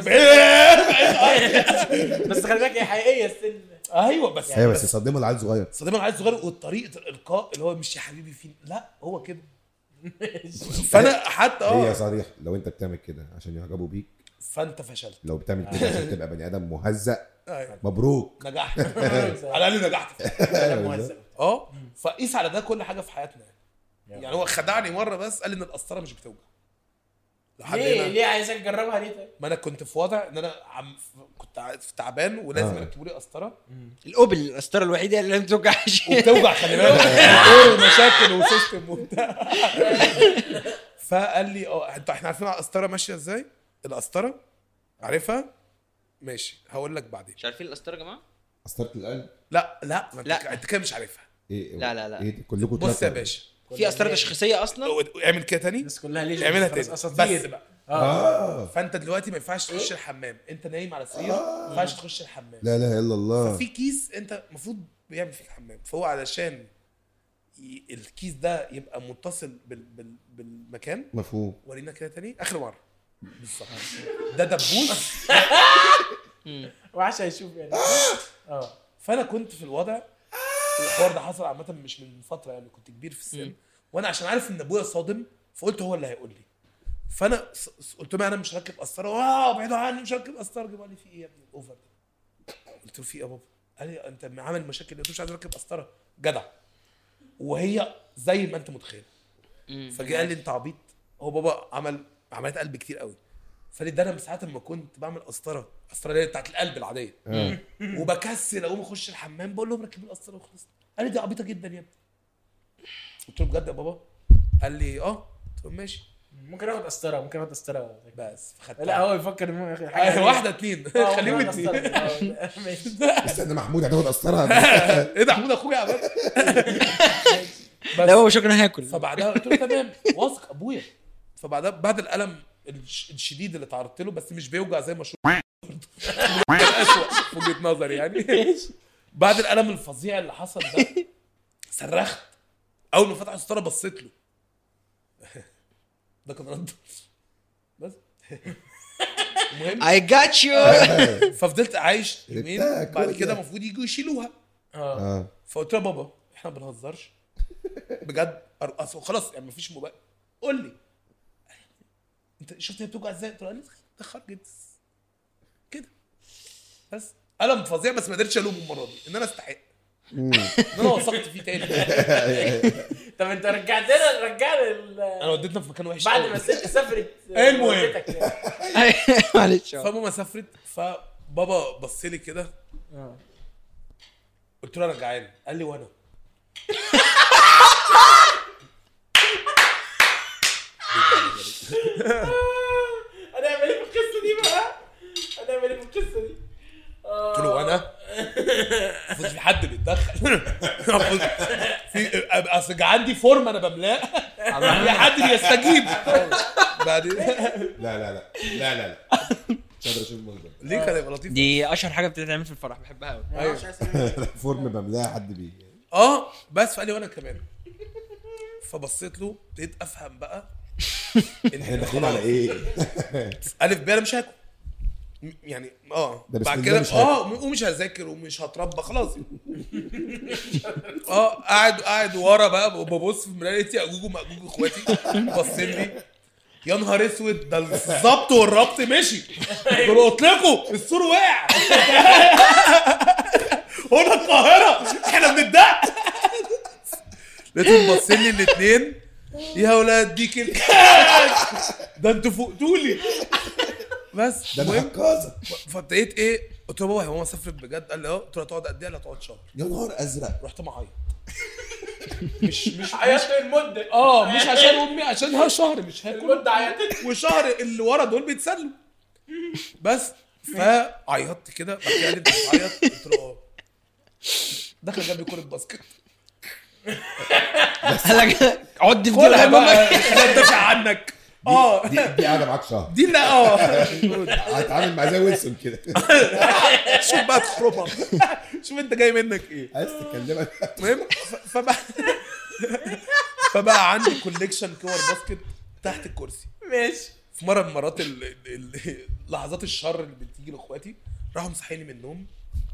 Speaker 1: بس خلي بالك هي حقيقيه السن
Speaker 3: ايوه بس
Speaker 2: ايوه بس صدمه العيل صغير
Speaker 3: صدمه العيل صغير وطريقه الالقاء اللي هو مش يا حبيبي فين لا هو كده فانا حتى
Speaker 2: هي صريح لو انت بتعمل كده عشان يعجبوا بيك
Speaker 3: فانت فشلت
Speaker 2: لو بتعمل كده عشان تبقى بني ادم مهزأ
Speaker 3: أيوة.
Speaker 2: مبروك
Speaker 3: نجحت على الاقل نجحت فقيس على ده كل حاجه في حياتنا يعني هو خدعني مره بس قال لي ان القسطره مش بتوجع
Speaker 1: ليه عايزك تجربها ليه طيب
Speaker 3: ما انا كنت في وضع ان انا كنت تعبان ولازم يركبوا لي قسطره
Speaker 4: القبل القسطره الوحيده اللي ما بتوجعش
Speaker 3: وبتوجع خلي بالك مشاكل وسيستم وبتاع فقال لي احنا عارفين القسطره ماشيه ازاي القسطره عارفها ماشي هقول لك بعدين
Speaker 4: مش عارفين القسطره يا جماعه
Speaker 2: قسطره القلب
Speaker 3: لا
Speaker 4: لا.
Speaker 3: انت كده مش عارفها
Speaker 2: ايه
Speaker 4: لا.
Speaker 2: ايه كلكم
Speaker 3: بص يا باشا
Speaker 4: في قسطره تشخيصيه اصلا
Speaker 3: اعمل كده تاني
Speaker 1: الناس كلها ليش
Speaker 3: اعملها تاني بس
Speaker 1: اساطير
Speaker 3: بقى فانت دلوقتي ما ينفعش تخش الحمام انت نايم على سرير ما ينفعش تخش الحمام
Speaker 2: لا اله الا الله
Speaker 3: ففي كيس انت المفروض بيعمل فيك حمام فهو علشان الكيس ده يبقى متصل بالمكان
Speaker 2: مفهوم
Speaker 3: ورينا كده تاني اخر مره بالظبط ده دبوس
Speaker 1: وعشان يشوف يعني
Speaker 3: فانا كنت في الوضع الحوار ده حصل عامه مش من فتره يعني كنت كبير في السن وانا عشان عارف ان ابويا صادم فقلت هو اللي هيقول لي فانا قلت له انا مش راكب قسطره ابعدوا عني مش راكب قسطره جابوا لي في ايه يا ابني الاوفر ده قلت له في ايه يا بابا قال لي انت عامل مشاكل انت مش عايز اركب قسطره جدع وهي زي ما انت متخيل فجاء قال لي انت عبيط هو بابا عمل عمليات قلب كتير قوي فلي ده انا من ساعه ما كنت بعمل قسطره اللي بتاعت القلب العاديه وبكسل اقوم اخش الحمام بقول لهم ركبوا القسطره وخلص قال لي دي عبيطه جدا يا ابني قلت له بجد يا بابا قال لي ماشي
Speaker 1: ممكن اخد قسطره
Speaker 3: بس فخدت
Speaker 1: لا هو يفكر حاجه
Speaker 3: واحده 2 خليهم 2
Speaker 1: ماشي.
Speaker 2: استنى محمود هتاخد قسطره
Speaker 3: ايه ده حمود اخويا يا عماد
Speaker 4: لا هو شكرا هاكل.
Speaker 3: فبعدها قلت له تمام واثق ابويا. فبعدها بعد الالم الشديد اللي تعرضت له بس مش بيوجع زي ما شو اسوء في وجهه نظري يعني. بعد الالم الفظيع اللي حصل ده صرخت. اول ما فتح الستاره بصيت له ده كان رد بس. المهم
Speaker 4: I got you.
Speaker 3: ففضلت عايش يومين.
Speaker 2: رتاك
Speaker 3: بعد
Speaker 2: كل
Speaker 3: كده
Speaker 2: ده.
Speaker 3: المفروض يجوا يشيلوها.
Speaker 2: اه
Speaker 3: فقلت له بابا احنا ما بنهزرش بجد اصل خلاص يعني مفيش موبايل. قول لي انت شفت هي بتوجع ازاي؟ قلت له دخل جدس كده بس. الم فظيع بس ما قدرتش الومه المره دي ان انا استحق ان انا وثقت فيه تاني.
Speaker 1: طب انت رجعنا
Speaker 3: انا وديتنا في مكان وحش
Speaker 1: بعد
Speaker 3: قوي.
Speaker 1: ما الست سافرت
Speaker 3: المهم.
Speaker 1: والدتك يعني.
Speaker 4: معلش.
Speaker 3: فماما سافرت فبابا بص لي كده قلت له انا جعان. قال لي وانا
Speaker 1: هنعمل ايه في القصه دي بقى؟ هنعمل ايه في القصه دي؟
Speaker 3: قلت له وانا المفروض في حد بيتدخل. في اصل عندي فورم انا بملاه في حد بيستجيب. بعدين
Speaker 2: لا مش قادر اشوف المنظر
Speaker 3: ليه كان يبقى لطيف.
Speaker 4: دي اشهر حاجه بتتعمل في الفرح بحبها قوي.
Speaker 1: ايوه
Speaker 2: فورم بملاها حد بيه
Speaker 3: بس فقال لي وانا كمان. فبصيت له ابتديت افهم بقى
Speaker 2: احنا داخلين على ايه؟
Speaker 3: الف ب انا مش هاكل يعني
Speaker 2: ده بسم
Speaker 3: بعد
Speaker 2: الله
Speaker 3: كده
Speaker 2: مش هاكل.
Speaker 3: ومش هذاكر ومش هتربى خلاص. قاعد ورا بقى ببص في مرايتي اجوج ومأجوج اخواتي باصين لي يا نهار اسود ده الظبط والربط مشي. قلت لكم السور وقع. هنا القاهره احنا بنتدق. لقيتهم باصين لي الاثنين يا ولاد دي كده ده انتوا فوقتولي بس.
Speaker 2: ده انا
Speaker 3: المهم
Speaker 2: حكازه
Speaker 3: فابتديت ايه قلت له بابا هو سافرت بجد؟ قال لي قلت له هتقعد قد ايه؟ قال لي هتقعد شهر.
Speaker 2: يا نهار ازرق
Speaker 3: رحت معيط مش
Speaker 1: عيطت المده
Speaker 3: مش عشان امي عشان ها شهر مش هاكل
Speaker 1: المده عيطت
Speaker 3: وشهر اللي ورا دول بيتسلوا بس. فعيطت كده بعد كده قال لي انت بتعيط؟ قلت له دخل جاب لي كوره باسكت.
Speaker 4: عد في
Speaker 3: خدها
Speaker 4: دي
Speaker 3: بقى انا ادافع عنك.
Speaker 2: دي قاعده معاك شهر
Speaker 3: دي لا
Speaker 2: هتعامل مع زي ويلسون كده
Speaker 3: شوف بقى تخربها. شوف انت جاي منك ايه.
Speaker 2: عايز تكلمك
Speaker 3: المهم فبقى عندي كوليكشن كور باسكت تحت الكرسي.
Speaker 1: ماشي.
Speaker 3: في مره من المرات لحظات الشر اللي بتيجي لاخواتي راحوا مصحيني من النوم.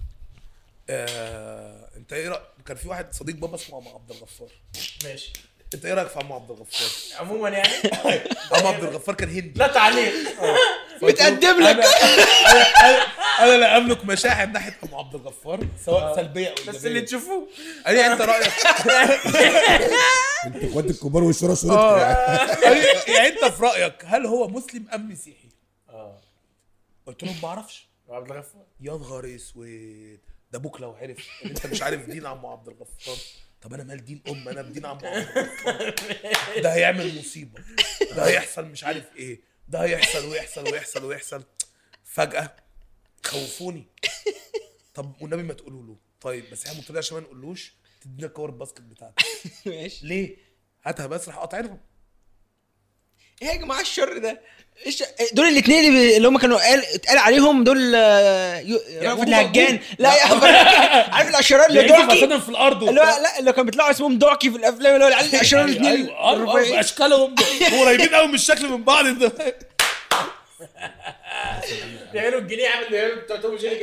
Speaker 3: انت ايه رايك؟ كان في واحد صديق بابا اسمه عم عبد الغفار.
Speaker 1: ماشي.
Speaker 3: انت ايه رايك في عم عبد الغفار؟
Speaker 1: عموما يعني
Speaker 3: عم عبد الغفار كان هندي.
Speaker 1: لا تعليق.
Speaker 4: بتقدم لك.
Speaker 3: انا لا املك مشاعر ناحيه عم عبد الغفار سواء سلبيه او ايجابيه
Speaker 1: بس اللي تشوفوه.
Speaker 3: قال لي انت رايك
Speaker 2: انت اخوات الكبار والشورى
Speaker 3: يعني انت في رايك هل هو مسلم ام مسيحي؟ قلت لهم ما اعرفش.
Speaker 1: عبد الغفار
Speaker 3: يا نهار اسود ده ابوك لو عرف ان انت مش عارف دين عم عبد الغفار. طب انا مال دين انا بدين عم عبد الغفار. ده هيعمل مصيبه ده هيحصل مش عارف ايه ده هيحصل ويحصل. فجاه خوفوني. طب والنبي ما تقولوا له. طيب بس احنا قلت له عشان ما نقولوش تدينا كور الباسكت بتاعتك.
Speaker 4: ماشي.
Speaker 3: ليه؟ هاتها بس راح قاطعينهم.
Speaker 4: ايه يا جماعه الشر ده؟ ايش دول الاثنين اللي هم كانوا اتقال عليهم دول رأفت الهجان؟ لا يا عارف الاشرار اللي دوكي
Speaker 3: فسدهم في الارض
Speaker 4: اللي لا اللي كانوا بيطلعوا اسمهم دوكي في الافلام اللي هو العيال الاشرار الاثنين
Speaker 3: ايوه اشكالهم قريبين قوي من الشكل من بعض.
Speaker 1: بيعملوا الجنيه عامل بيعملوا بتوع توم جيري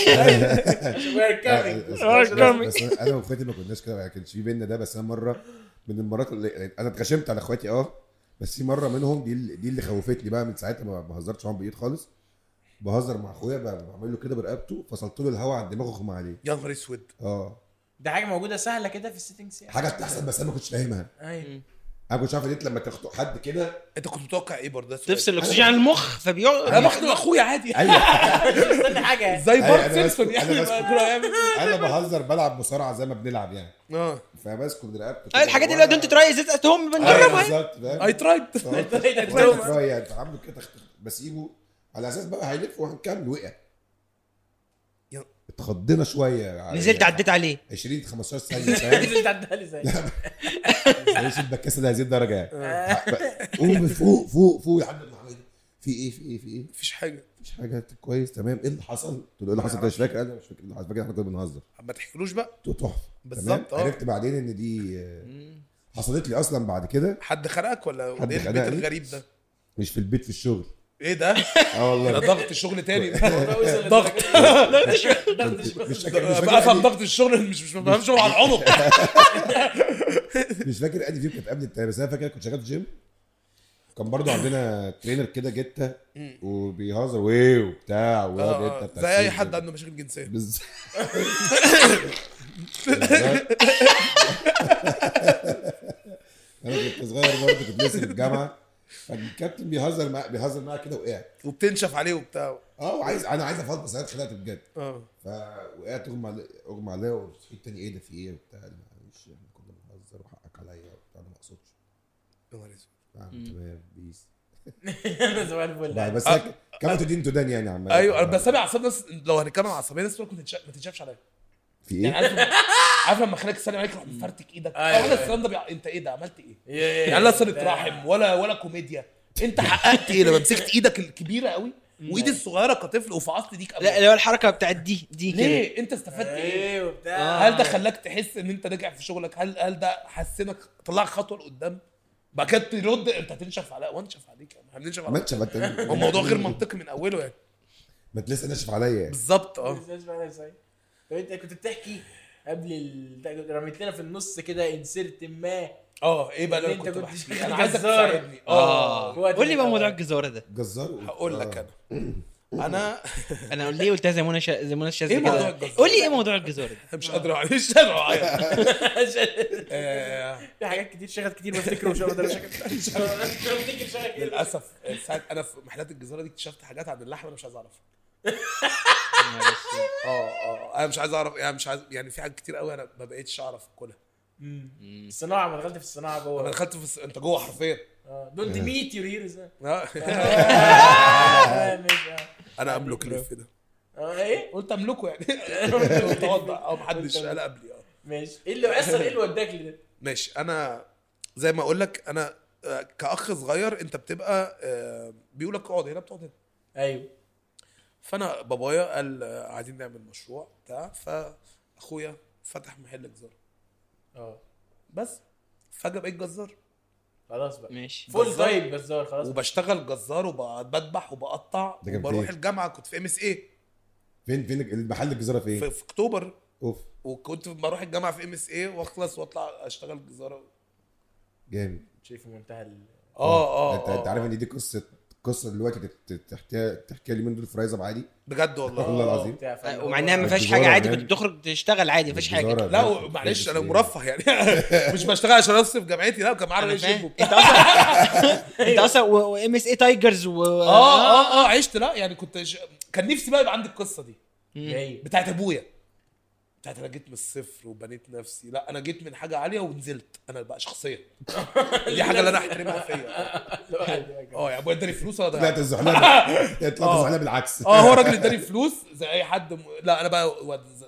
Speaker 2: بس انا واخواتي ما كناش كده ما كانش في بينا ده. بس انا مره من المرات اللي انا اتغشمت على اخواتي بس في مره منهم دي اللي خوفتني بقى. من ساعتها ما بهزرتش معاهم بايد خالص. بهزر مع اخويا بعمل له كده برقبته فصلت له الهواء عند دماغه اغمى عليه.
Speaker 3: يا نهار اسود.
Speaker 1: ده حاجه موجوده سهله كده في السيتنجز يعني.
Speaker 2: حاجه بتحصل بس انا ما كنتش فاهمها.
Speaker 1: ايوه
Speaker 2: انا كنت عارف ان انت لما تخطب حد كده
Speaker 3: انت كنت متوقع ايه برضه؟
Speaker 4: تفصل الاكسجين عن المخ فبيقعد
Speaker 3: انا باخد اخويا عادي
Speaker 2: ايوه
Speaker 1: استنى حاجه
Speaker 3: زي
Speaker 2: أيوة،
Speaker 3: بارت
Speaker 2: أنا
Speaker 3: سيمسون
Speaker 2: بسكت- أنا
Speaker 3: يعني
Speaker 2: بسكت.
Speaker 3: بقى يعمل
Speaker 2: انا بهزر بلعب مصارعه زي ما بنلعب يعني
Speaker 3: اه
Speaker 2: فماسكه من رقبته كده
Speaker 4: الحاجات اللي دونت تراي ات هوم بنجربها.
Speaker 2: بالظبط فاهم
Speaker 3: اي ترايد
Speaker 2: شويه عامل كده بسيبه على اساس بقى هيلف وهنكمل وقع
Speaker 3: يا-
Speaker 2: اتخضينا شويه
Speaker 4: نزلت عديت عليه
Speaker 2: 20 15 ثانيه فاهم
Speaker 1: نزلت عدها لي زي
Speaker 2: مش البكاسه لهذه الدرجه يعني قوم فوق فوق فوق يا عم في ايه
Speaker 3: مفيش حاجه
Speaker 2: مفيش حاجه كويس تمام ايه اللي حصل؟ قلت له ايه اللي حصل؟ انت مش فاكر؟ انا مش فاكر اللي حصل فاكر احنا كنا بنهزر
Speaker 3: ما تحكيلوش بقى
Speaker 2: قلت له تحفه
Speaker 3: بالظبط،
Speaker 2: تمام؟ عرفت بعدين ان دي حصلت لي اصلا بعد كده
Speaker 3: حد خنقك ولا
Speaker 2: حد
Speaker 3: ايه البيت
Speaker 2: خنقني.
Speaker 3: الغريب ده؟
Speaker 2: مش في البيت في الشغل
Speaker 3: ايه ده؟
Speaker 2: اه والله
Speaker 3: ده ضغط الشغل تاني
Speaker 1: ضغط
Speaker 2: مش فاكر
Speaker 3: بقى افهم ضغط الشغل مش بفهمش على العنق
Speaker 2: مش فاكر اني فيهم كانت قبل التاني بس انا فاكر كنت شغال في جيم كان برضو عندنا ترينر كده جته وبيهزر وبتاع ويقعد انت
Speaker 3: زي اي حد عنده مشاكل جنسيه
Speaker 2: بالظبط انا كنت صغير برضه كنت لسه في الجامعه فالكابتن بيهزر معايا كده وقعت
Speaker 3: وبتنشف عليه وبتاع
Speaker 2: انا عايز افضل بس انا اتخلقت بجد
Speaker 3: اه
Speaker 2: فوقعت اغمى عليا وصحيت تاني ايه ده في ايه وبتاع معلش احنا كنا بنهزر وحقك عليا وبتاع انا ما اقصدش
Speaker 3: يا نهار اسود.
Speaker 2: تمام بيس
Speaker 1: انا زمان الفل
Speaker 2: بس كما تدين تدان يعني عمال
Speaker 3: ايوه بس انا عصبي ناس لو هنتكلم عن عصبيه ناس تقول ما تنشفش عليا
Speaker 2: في
Speaker 3: يعني
Speaker 2: ايه؟
Speaker 3: عارف لما خليك السلام عليك روح مفرتك ايدك
Speaker 1: أيوة.
Speaker 3: انا السلام ده انت ايه ده عملت ايه؟ يعني لا صله رحم ولا كوميديا انت حققت ايه لما مسكت ايدك الكبيره قوي وايدي الصغيره كطفل وفعصت ديك
Speaker 4: لا اللي هو الحركه بتاعت دي كده.
Speaker 3: ليه انت استفدت ايه؟
Speaker 1: ايه وبتاع
Speaker 3: هل ده خلاك تحس ان انت ناجح في شغلك؟ هل ده حسنك طلعك خطوه لقدام؟ بعد كده ترد انت هتنشف عليا وانشف عليك يعني احنا بننشف
Speaker 2: ما
Speaker 3: عليك
Speaker 2: انت
Speaker 3: هو الموضوع غير منطقي من اوله يعني
Speaker 2: ما انت لسه ناشف عليا يعني
Speaker 3: بالظبط
Speaker 1: طب انت كنت بتحكي قبل رميت لنا في النص كده انسرت ما
Speaker 3: ايه بقى اللي
Speaker 1: انت
Speaker 3: انا كنت
Speaker 1: كنت
Speaker 3: بحكي انا عايزك
Speaker 1: جزار.
Speaker 3: تساعدني
Speaker 4: قول لي بقى موضوع الجزاره ده.
Speaker 2: جزار
Speaker 3: هقول لك انا
Speaker 4: انا ليه قلتها زي منى الشاذ
Speaker 3: ايه موضوع
Speaker 4: كده.
Speaker 3: الجزار؟
Speaker 4: قول لي ايه موضوع الجزاره ده.
Speaker 3: مش قادر اعيش مش قادر اعيط
Speaker 1: في حاجات كتير شغل كتير بفتكره ومش قادر بفتكر شغل كتير
Speaker 3: للاسف ساعات انا في محلات الجزاره دي اكتشفت حاجات عن اللحمه انا مش عايز اعرفها انا مش عايز اعرف يعني مش عايز يعني في حاجات كتير قوي انا ما بقتش اعرف اكلها
Speaker 1: الصناعه ما دخلت في الصناعه
Speaker 3: انا
Speaker 1: جوه
Speaker 3: دخلت في انت جوه حرفيا
Speaker 1: دونت ميت يور هيروز
Speaker 3: انا املك اللي ده
Speaker 1: ايه
Speaker 3: قلت املكه يعني متوضع او محدش قال قبلي
Speaker 1: ماشي ايه اللي اصلا ايه اللي وداك لده
Speaker 3: ماشي انا زي ما اقول لك انا كاخ صغير انت بتبقى بيقول لك اقعد هنا بتقعد هنا
Speaker 1: ايوه
Speaker 3: فانا بابايا قال عايزين نعمل مشروع بتاع فاخويا فتح محل جزار بس فجاه بقيت جزار
Speaker 1: خلاص بقى
Speaker 4: ماشي
Speaker 1: فول تايم جزار خلاص
Speaker 3: وبشتغل جزار وبذبح وبقطع
Speaker 2: ده كان
Speaker 3: وبروح
Speaker 2: فين؟
Speaker 3: الجامعه كنت في MSA
Speaker 2: فين المحل الجزاره فين؟
Speaker 3: في اكتوبر
Speaker 2: اوف
Speaker 3: وكنت بروح الجامعه في MSA واخلص واطلع اشتغل جزاره
Speaker 2: جامد
Speaker 1: شايف في منتهى
Speaker 2: انت عارف ان دي قصه دلوقتي تحكيها اليومين دول في رايز اب عادي
Speaker 3: بجد والله
Speaker 2: والله العظيم
Speaker 4: ومع انها ما فيهاش
Speaker 2: الجزارة
Speaker 4: حاجه عادي
Speaker 2: كمان.
Speaker 4: كنت تخرج تشتغل عادي ما فيهاش حاجه.
Speaker 2: الجزارة.
Speaker 3: لا معلش انا مرفه يعني مش بشتغل عشان اصرف جامعتي لا كان معانا
Speaker 4: انا
Speaker 3: جيم
Speaker 4: فاهم
Speaker 3: وبتاع.
Speaker 4: انت اصلا وام اس اي تايجرز
Speaker 3: عشت لا يعني كان نفسي بقى يبقى عندي القصه دي
Speaker 1: جاي
Speaker 3: بتاعت ابويا بتاعت انا جيت من الصفر وبنيت نفسي لا انا جيت من حاجه عاليه ونزلت انا بقى شخصيه دي حاجه اللي انا احترمها فيا يعني ابويا اداني فلوس انا
Speaker 2: طلعت الزحلقه بالعكس
Speaker 3: هو راجل اداني فلوس زي اي حد لا انا بقى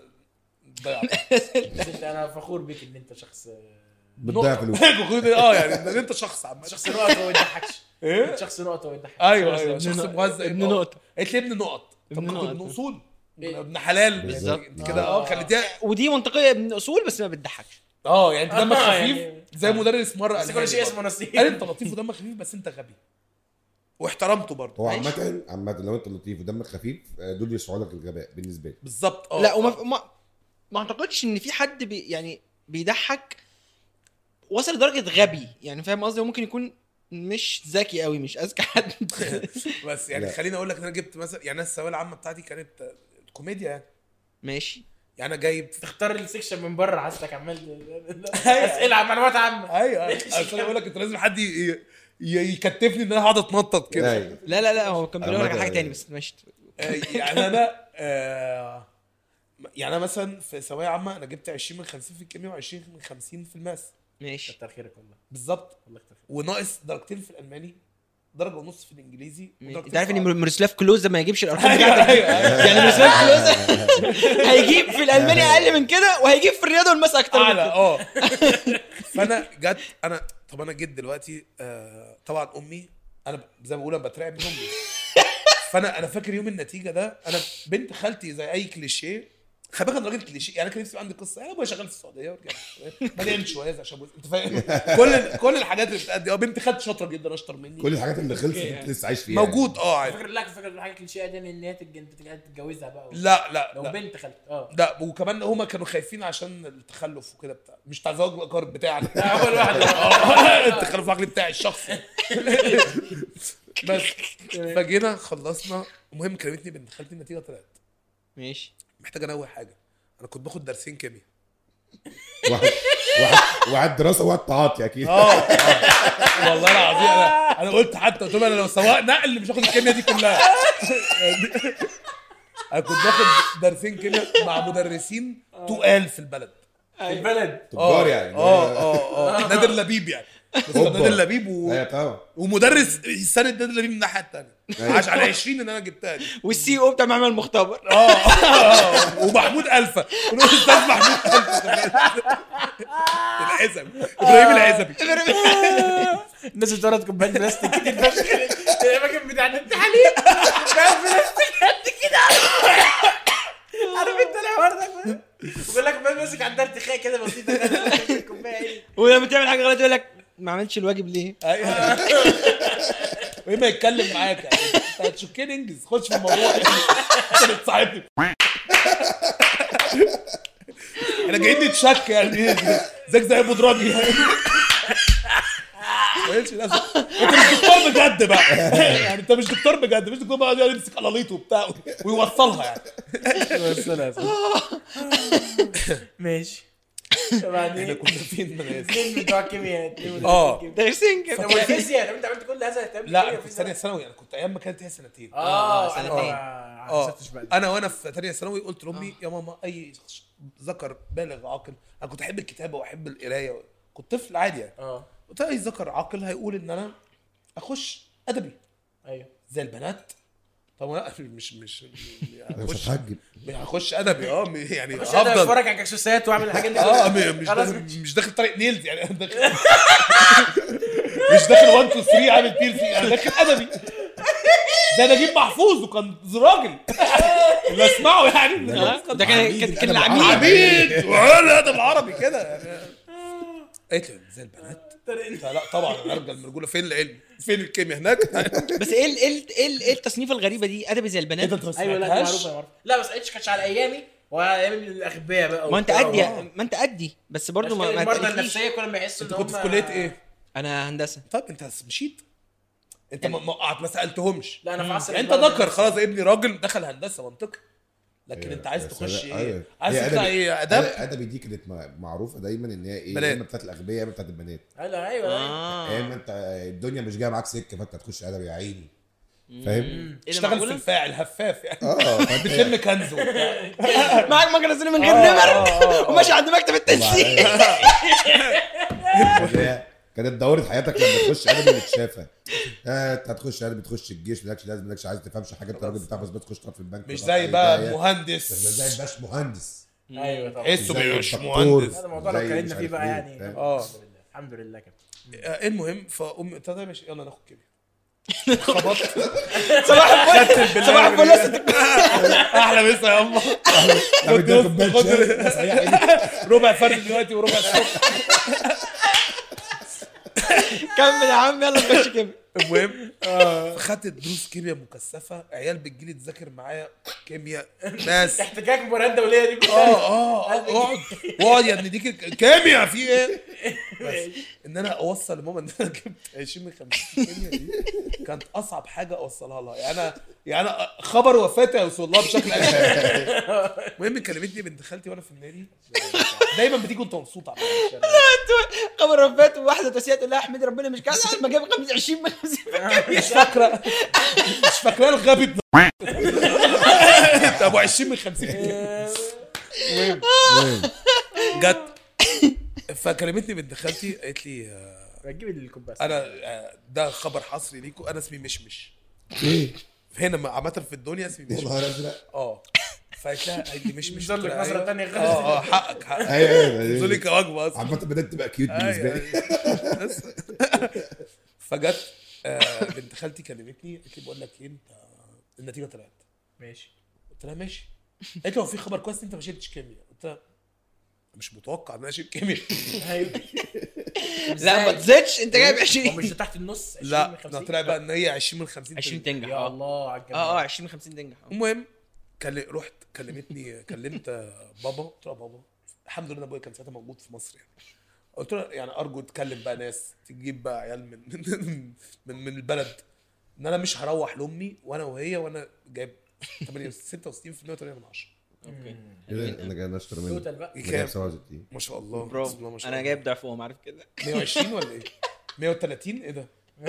Speaker 3: ضيعت
Speaker 1: بس انا فخور بيك ان انت شخص
Speaker 2: بتضيع فلوس
Speaker 3: يعني ان انت شخص عم
Speaker 1: شخص نقطه وما يضحكش
Speaker 3: ايه
Speaker 1: شخص نقطه وما يضحكش
Speaker 3: ايوه شخص مهزأ
Speaker 4: ابن نقطه
Speaker 3: قلت لي ابن نقط طب
Speaker 4: ابن
Speaker 3: كنت
Speaker 4: نقط.
Speaker 3: ابن اصول ابن حلال
Speaker 4: بالظبط.
Speaker 3: كده خليتيها
Speaker 4: ودي منطقيه من اصول بس ما بتضحكش.
Speaker 3: يعني انت دمك خفيف
Speaker 1: يعني-
Speaker 3: زي مدرس مره
Speaker 1: بس كل شيء اسمه نصيب
Speaker 3: قال انت لطيف ودمك خفيف بس انت غبي واحترمته برضه
Speaker 2: هو عامة لو انت لطيف ودمك خفيف دول يشرحوا لك الغباء بالنسبه لي
Speaker 3: بالظبط
Speaker 4: لا ما اعتقدش ان في حد يعني بيضحك وصل لدرجه غبي يعني فاهم قصدي. ممكن يكون مش ذكي قوي مش اذكى حد
Speaker 3: بس يعني
Speaker 2: لا.
Speaker 3: خليني اقول لك ان انا جبت مثلا يعني الثانويه العامه بتاعتي كانت كوميديا يعني
Speaker 4: ماشي
Speaker 3: يعني انا جايب
Speaker 1: تختار السكشن من بره، حاسسك عمال اسئله عن معلومات عامه.
Speaker 3: ايوه اصل انا بقول لك انت لازم حد يكتفني ان انا هقعد اتنطط كده.
Speaker 2: أيوة.
Speaker 4: لا هو كان بيقول لك
Speaker 2: عامة-
Speaker 4: حاجه تاني بس ماشي.
Speaker 3: يعني انا يعني انا مثلا في ثانويه عامه انا جبت 20 من 50 في الكيمياء و20 من 50 في الماس
Speaker 4: ماشي.
Speaker 1: كتر خيرك والله،
Speaker 3: بالظبط،
Speaker 1: والله كتر خيرك.
Speaker 3: وناقص درجتين في الالماني، درجه ونص في الانجليزي،
Speaker 4: انت عارف ان ميروسلاف كلوز ما يجيبش الارقام
Speaker 3: ايوه
Speaker 4: بتاعتك؟
Speaker 3: ايوه
Speaker 4: يعني ميروسلاف كلوز هيجيب في الالماني اقل من كده وهيجيب في الرياضه والماس اكتر من
Speaker 3: اعلى
Speaker 4: كده.
Speaker 3: فانا جت انا طب انا جيت دلوقتي طبعا امي انا زي ما بقول انا بترعب من امي. فانا فاكر يوم النتيجه ده، انا بنت خالتي زي اي كليشيه، خلي بالك انا راجل كليشيه، يعني كان نفسي عندي قصه، انا ابويا شغال في السعوديه ورجعت مليان شويه زي عشان انت فاهم كل الحاجات اللي بتأدي. بنت خالتي شاطره جدا اشطر مني،
Speaker 2: كل الحاجات اللي خلصت انت لسه عايش فيها
Speaker 3: موجود عادي.
Speaker 1: فاكر الحاجه الكليشيه دي ان هي تتجوزها بقى
Speaker 3: لا
Speaker 1: لو
Speaker 3: لا
Speaker 1: بنت خالتي
Speaker 3: لا، وكمان هما كانوا خايفين عشان التخلف وكده بتاع، مش بتاع زواج الاقارب بتاعنا
Speaker 1: اول واحده.
Speaker 3: التخلف العقلي بتاعي الشخصي. بس فجينا خلصنا، المهم كلمتني بنت خالتي النتيجه طلعت،
Speaker 4: ماش
Speaker 3: محتاج انوه حاجه، انا كنت باخد درسين كيمياء.
Speaker 2: واحد دراسه وواحد تعاطي اكيد.
Speaker 3: والله العظيم انا قلت حتى قلت لهم انا لو سواق نقل مش هاخد الكيمياء دي كلها. انا كنت باخد درسين كيمياء مع مدرسين تقال في البلد،
Speaker 1: البلد
Speaker 2: تجار يعني.
Speaker 3: نادر لبيب يعني، بس
Speaker 2: هوبا.
Speaker 3: نادر لبيب
Speaker 2: ايوه طبعا.
Speaker 3: ومدرس سند نادر لبيب من الناحيه الثانيه عشان على 20 ان انا جبتها دي.
Speaker 4: والسي او بتاع معمل مختبر.
Speaker 3: ومحمود الفا الاستاذ محمود الفا العزبي، ابراهيم العزبي.
Speaker 1: الناس بتورد كوبايات بلاستيك كتير فشخ الاماكن بتاعت التحاليل كوبايات بلاستيك قد كده. عارف انت الحوار ده؟ بيقول لك كوبايه ماسك عندها ارتخاء كده بسيطه الكوبايه.
Speaker 4: ولما تعمل حاجه غلط يقول لك ما عملتش الواجب ليه؟
Speaker 3: ايوه وما يتكلم معاك يعني انت هتشكين انجز خش في الموضوع يعني انت بتصاحبني. احنا جايين نتشك يعني زي ابو دراجي يعني. انت مش دكتور بجد بقى يعني، انت مش دكتور بجد، مش دكتور بقى يمسك قلاليته وبتاع ويوصلها يعني.
Speaker 1: ماشي.
Speaker 3: احنا
Speaker 1: بعدين
Speaker 3: كنا فين من
Speaker 1: اثنين بتوع كيمياء
Speaker 4: درسين كده.
Speaker 1: طب والفيزياء انت عملت كل هذا اهتمام
Speaker 3: لا في ثانيه ثانوي، انا كنت ايام ما كانت هي سنتين.
Speaker 4: سنتين.
Speaker 3: انا وانا في ثانيه ثانوي قلت لامي يا ماما اي ذكر بالغ عاقل، انا كنت احب الكتابه واحب القرايه، كنت طفل عادي يعني. قلت اي ذكر عاقل هيقول ان انا اخش ادبي
Speaker 1: ايوه
Speaker 3: زي البنات. طب لا مش
Speaker 2: هتحجب.
Speaker 3: هخش ادبي يعني
Speaker 1: مش قادر
Speaker 3: هفضل
Speaker 1: اتفرج على كشوسات واعمل الحاجات دي
Speaker 3: مش داخل طريق نيلز يعني، أنا داخل مش داخل 1 2 3 عامل بيرسي، انا داخل ادبي ده نجيب محفوظ وكان راجل اللي اسمعه يعني.
Speaker 4: ده كان العميد
Speaker 3: عميد والادب العربي كده يعني. قلت له زي البنات؟ لا طبعا ارجل المرجوله، فين العلم فين الكيمياء هناك.
Speaker 4: بس ايه التصنيف الغريبه دي؟ ادبي زي البنات.
Speaker 1: ايوه لا معروفه لا بس اتش كانش على ايامي وعلى ايام الاغبياء بقى.
Speaker 4: ما انت ادي بس برضو ما
Speaker 1: المرضى النفسيه كل ما يحسوا
Speaker 3: انت كنت في كليه ايه؟
Speaker 4: انا هندسه.
Speaker 3: طب انت مشيت انت ما سالتهمش.
Speaker 1: لا انا في عصر
Speaker 3: انت ذكر خلاص ابني راجل دخل هندسه منطقي، لكن انت عايز تخش ايه؟ عايز تطلع ايه؟ ادبي
Speaker 2: دي كانت معروفه دايما ان هي ايه،
Speaker 3: بنات.
Speaker 2: اما بتاعت الاغبياء يا اما بتاعت البنات.
Speaker 1: ايوه
Speaker 2: يا اما انت الدنيا مش جايه معاك سكه فانت هتخش ادبي يا عيني، فاهم؟
Speaker 3: اشتغل في الفاعل هفاف يعني
Speaker 2: فانت
Speaker 3: بتلم كنز
Speaker 4: معاك مجرسين من غير نمر وماشي عند مكتب التنسيق.
Speaker 2: كانت دورة حياتك لما تخش ادبي متشافه. انت هتخش ادبي تخش الجيش مالكش لازم، مالكش عايز تفهمش حاجه، انت راجل بتاع بس تخش تقعد في البنك
Speaker 3: مش زي بقى مهندس،
Speaker 2: زي الباش مهندس.
Speaker 1: ايوه طبعا
Speaker 3: حسه مش مهندس.
Speaker 1: هذا موضوع لو اتكلمنا فيه بقى يعني. الحمد لله كده.
Speaker 3: المهم فامي طب ماشي يلا ناخد كيمياء. خبطت
Speaker 4: صباح الفل صباح الفل.
Speaker 3: احلى مسا يا امه. ربع فرد دلوقتي وربع الصبح.
Speaker 4: كمل يا عم يلا نخش كيمياء.
Speaker 3: المهم خدت دروس كيمياء مكثفه، عيال بتجيلي تذاكر معايا كيمياء ناس
Speaker 1: احتكاك مباريات دوليه دي كلها.
Speaker 3: اقعد يا ابني دي كيمياء في ايه؟ بس ان انا اوصل لماما ان انا جبت 20 من 50 كيمياء دي كانت اصعب حاجه اوصلها لها. يعني انا خبر وفاتي اوصل لها بشكل المهم كلمتني بنت خالتي وانا في النادي دايما بتيجي وانت مبسوط على الشارع.
Speaker 4: خبر وفاته وواحده تسيئه تقول لها احمد ربنا مش كذا ما جاب 20 من 50
Speaker 3: مش فاكره الغبي ابو 20 من 50. جت فكلمتني بنت خالتي قالت لي
Speaker 1: هتجيب الكوباس
Speaker 3: انا ده خبر حصري ليكم انا اسمي مشمش هنا عامه في الدنيا اسمي مشمش.
Speaker 2: والله ازرق.
Speaker 3: فقالت لها قالت لي مشمش
Speaker 1: نزل لك نظره ثانيه
Speaker 3: حقك
Speaker 2: ايوه
Speaker 3: نزل لك وجبه اصلا
Speaker 2: عامه بدات تبقى كيوت بالنسبه لي.
Speaker 3: فجت بنت خالتي كلمتني قالت لي بقول لك ايه انت النتيجه طلعت
Speaker 1: ماشي.
Speaker 3: قلت لها ماشي. قالت لي هو في خبر كويس انت ما شلتش كيمياء. قلت لها مش متوقع ان انا اشيل كيمياء.
Speaker 1: ايوه
Speaker 4: لا ما تزيدش انت جايب 20
Speaker 1: مش تحت النص 20
Speaker 3: لا
Speaker 1: من 50
Speaker 3: انا طلع بقى ان هي 20 من 50
Speaker 4: 20 تنجح.
Speaker 1: يا الله على الجمال.
Speaker 4: 20 من 50 تنجح.
Speaker 3: المهم رحت كلمت بابا. قلت له بابا الحمد لله ابويا كان ساعتها موجود في مصر يعني. قلت له يعني ارجو تكلم بقى ناس تجيب بقى عيال من البلد ان انا مش هروح لامي وانا جايب 66% و8 من 10.
Speaker 4: اوكي
Speaker 2: انا جاي اشتري منه
Speaker 1: توتال بقى
Speaker 2: جايب 67.
Speaker 3: ما شاء الله
Speaker 4: برافو.
Speaker 3: بسم الله ما شاء
Speaker 4: انا
Speaker 3: الله.
Speaker 4: جايب ضعفهم عارف كده.
Speaker 3: 120 ولا ايه 130 ايه ده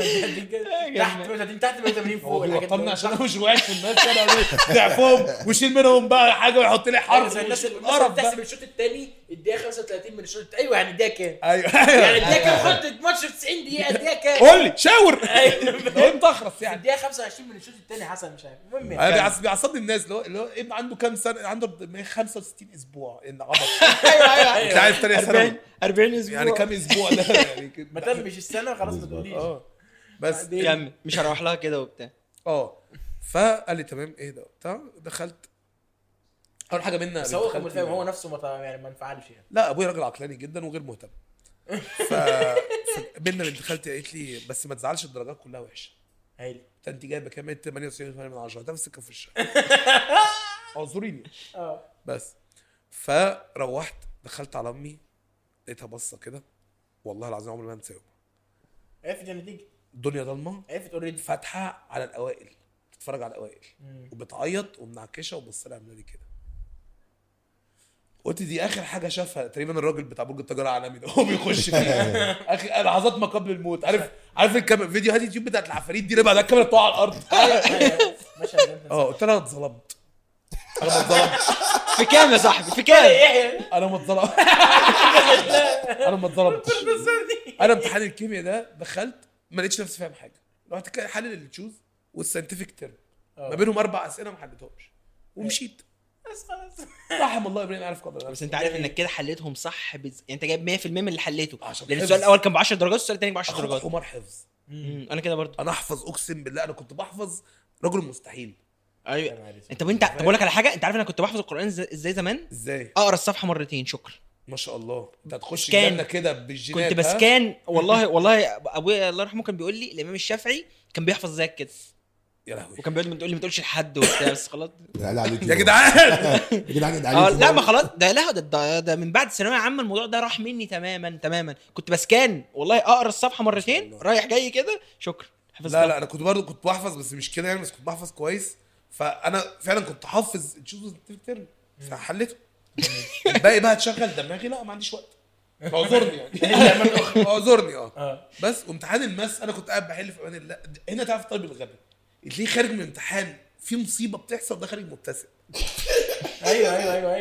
Speaker 1: تحت 180 فوق
Speaker 3: بيوطمني عشان انا مش واعي في الناس انا ضعفهم ويشيل منهم بقى حاجه ويحط لي حرف.
Speaker 1: الناس
Speaker 3: القرف ده
Speaker 1: بتحسب الشوط الثاني الدقيقه 35 من الشوط. ايوه يعني الدقيقه كام؟
Speaker 3: ايوه
Speaker 1: يعني الدقيقه كام؟ خد الماتش في 90 دقيقه الدقيقه كام؟
Speaker 3: قول لي شاور
Speaker 1: ايوه
Speaker 3: انت اخرس يعني.
Speaker 1: الدقيقه 25 من الشوط الثاني حسن مش عارف. المهم
Speaker 3: انا بيعصبني الناس اللي هو ابن عنده كام سنه عنده 65 اسبوع ان عبط.
Speaker 4: ايوه
Speaker 3: انت عارف تاني سنه
Speaker 4: 40 اسبوع
Speaker 3: يعني كام اسبوع ده يعني كده.
Speaker 1: ما تمش السنه خلاص ما تقوليش.
Speaker 3: بس
Speaker 4: كمل مش هروح لها كده وبتاع.
Speaker 3: فقال لي تمام ايه ده وبتاع. دخلت اول حاجه منا
Speaker 1: بس هو كان فاهم هو نفسه ما انفعلش يعني.
Speaker 3: لا ابويا راجل عقلاني جدا وغير مهتم. بينا بنت خالتي قالت لي بس ما تزعلش الدرجات كلها وحشه.
Speaker 1: هايل.
Speaker 3: انت جايبه كام؟ 98 من 10 ده بس في الشهر. اعذريني. بس فروحت دخلت على امي لقيتها بصه كده والله العظيم عمري ما انسى يومها.
Speaker 1: عرفت النتيجه؟
Speaker 3: الدنيا ضلمه
Speaker 1: عرفت اوريدي
Speaker 3: فاتحه على الاوائل تتفرج على الاوائل وبتعيط ومنعكشه وبص لها عامله لي كده. قلت دي اخر حاجه شافها تقريبا الراجل بتاع برج التجاره العالمي ده هو بيخش فيها اخر لحظات ما قبل الموت. عارف فيديوهات يوتيوب بتاعت العفاريت دي بقى الكاميرا بتقع على الارض. قلت لها اتظلمت. انا ما اتظلمتش.
Speaker 4: في كام يا صاحبي في كام؟
Speaker 3: انا ما اتظلمتش. انا ما اتظلمتش. انا امتحان الكيمياء ده دخلت ما لقيتش نفسي فاهم حاجه. رحت حلل التشوز والساينتفك تيرم ما بينهم 4 اسئله ما حليتهمش ومشيت.
Speaker 1: بس خلاص
Speaker 3: رحم الله ابراهيم عارف قدر.
Speaker 4: بس انت عارف انك كده حليتهم صح يعني انت جايب 100% من اللي حليته.
Speaker 3: عشان
Speaker 4: لان
Speaker 3: حفظ.
Speaker 4: السؤال الاول كان ب 10 درجات والسؤال الثاني ب 10 درجات.
Speaker 3: حمار حفظ.
Speaker 4: انا كده برضه.
Speaker 3: انا احفظ اقسم بالله انا كنت بحفظ رجل مستحيل.
Speaker 4: ايوه انت طب اقول لك على حاجه. انت عارف انا كنت بحفظ القران ازاي زمان؟
Speaker 3: ازاي؟
Speaker 4: اقرا الصفحه مرتين شكرا.
Speaker 3: ما شاء الله انت هتخش
Speaker 4: كان-
Speaker 3: الجنه كده بالجينات.
Speaker 4: كنت بسكان والله ابويا الله يرحمه كان بيقول لي الامام الشافعي كان بيحفظ زيك كده
Speaker 3: يا لهوي
Speaker 4: وكان بيقول لي ما تقولش لحد وبتاع بس خلاص.
Speaker 2: لا على اليوتيوب
Speaker 3: يا جدعان.
Speaker 2: يا جدعان ده
Speaker 4: لا ما خلاص ده من بعد الثانويه العامه الموضوع ده راح مني تماما. كنت بسكان والله اقرا الصفحه مرتين رايح جاي كده شكرا حفظتها.
Speaker 3: لا انا كنت برضه كنت بحفظ بس مش كده يعني بس كنت بحفظ كويس. فانا فعلا كنت حافظ تشوز الترم فحليته. الباقي بقى تشغل دماغي لا ما عنديش وقت. اعذرني يعني اعذرني بس وامتحان الماس انا كنت قاعد بحل في امان الله. هنا تعرف الطالب الغبي تلاقيه خارج من امتحان في مصيبه بتحصل ده خارج مبتسم.
Speaker 1: ايوه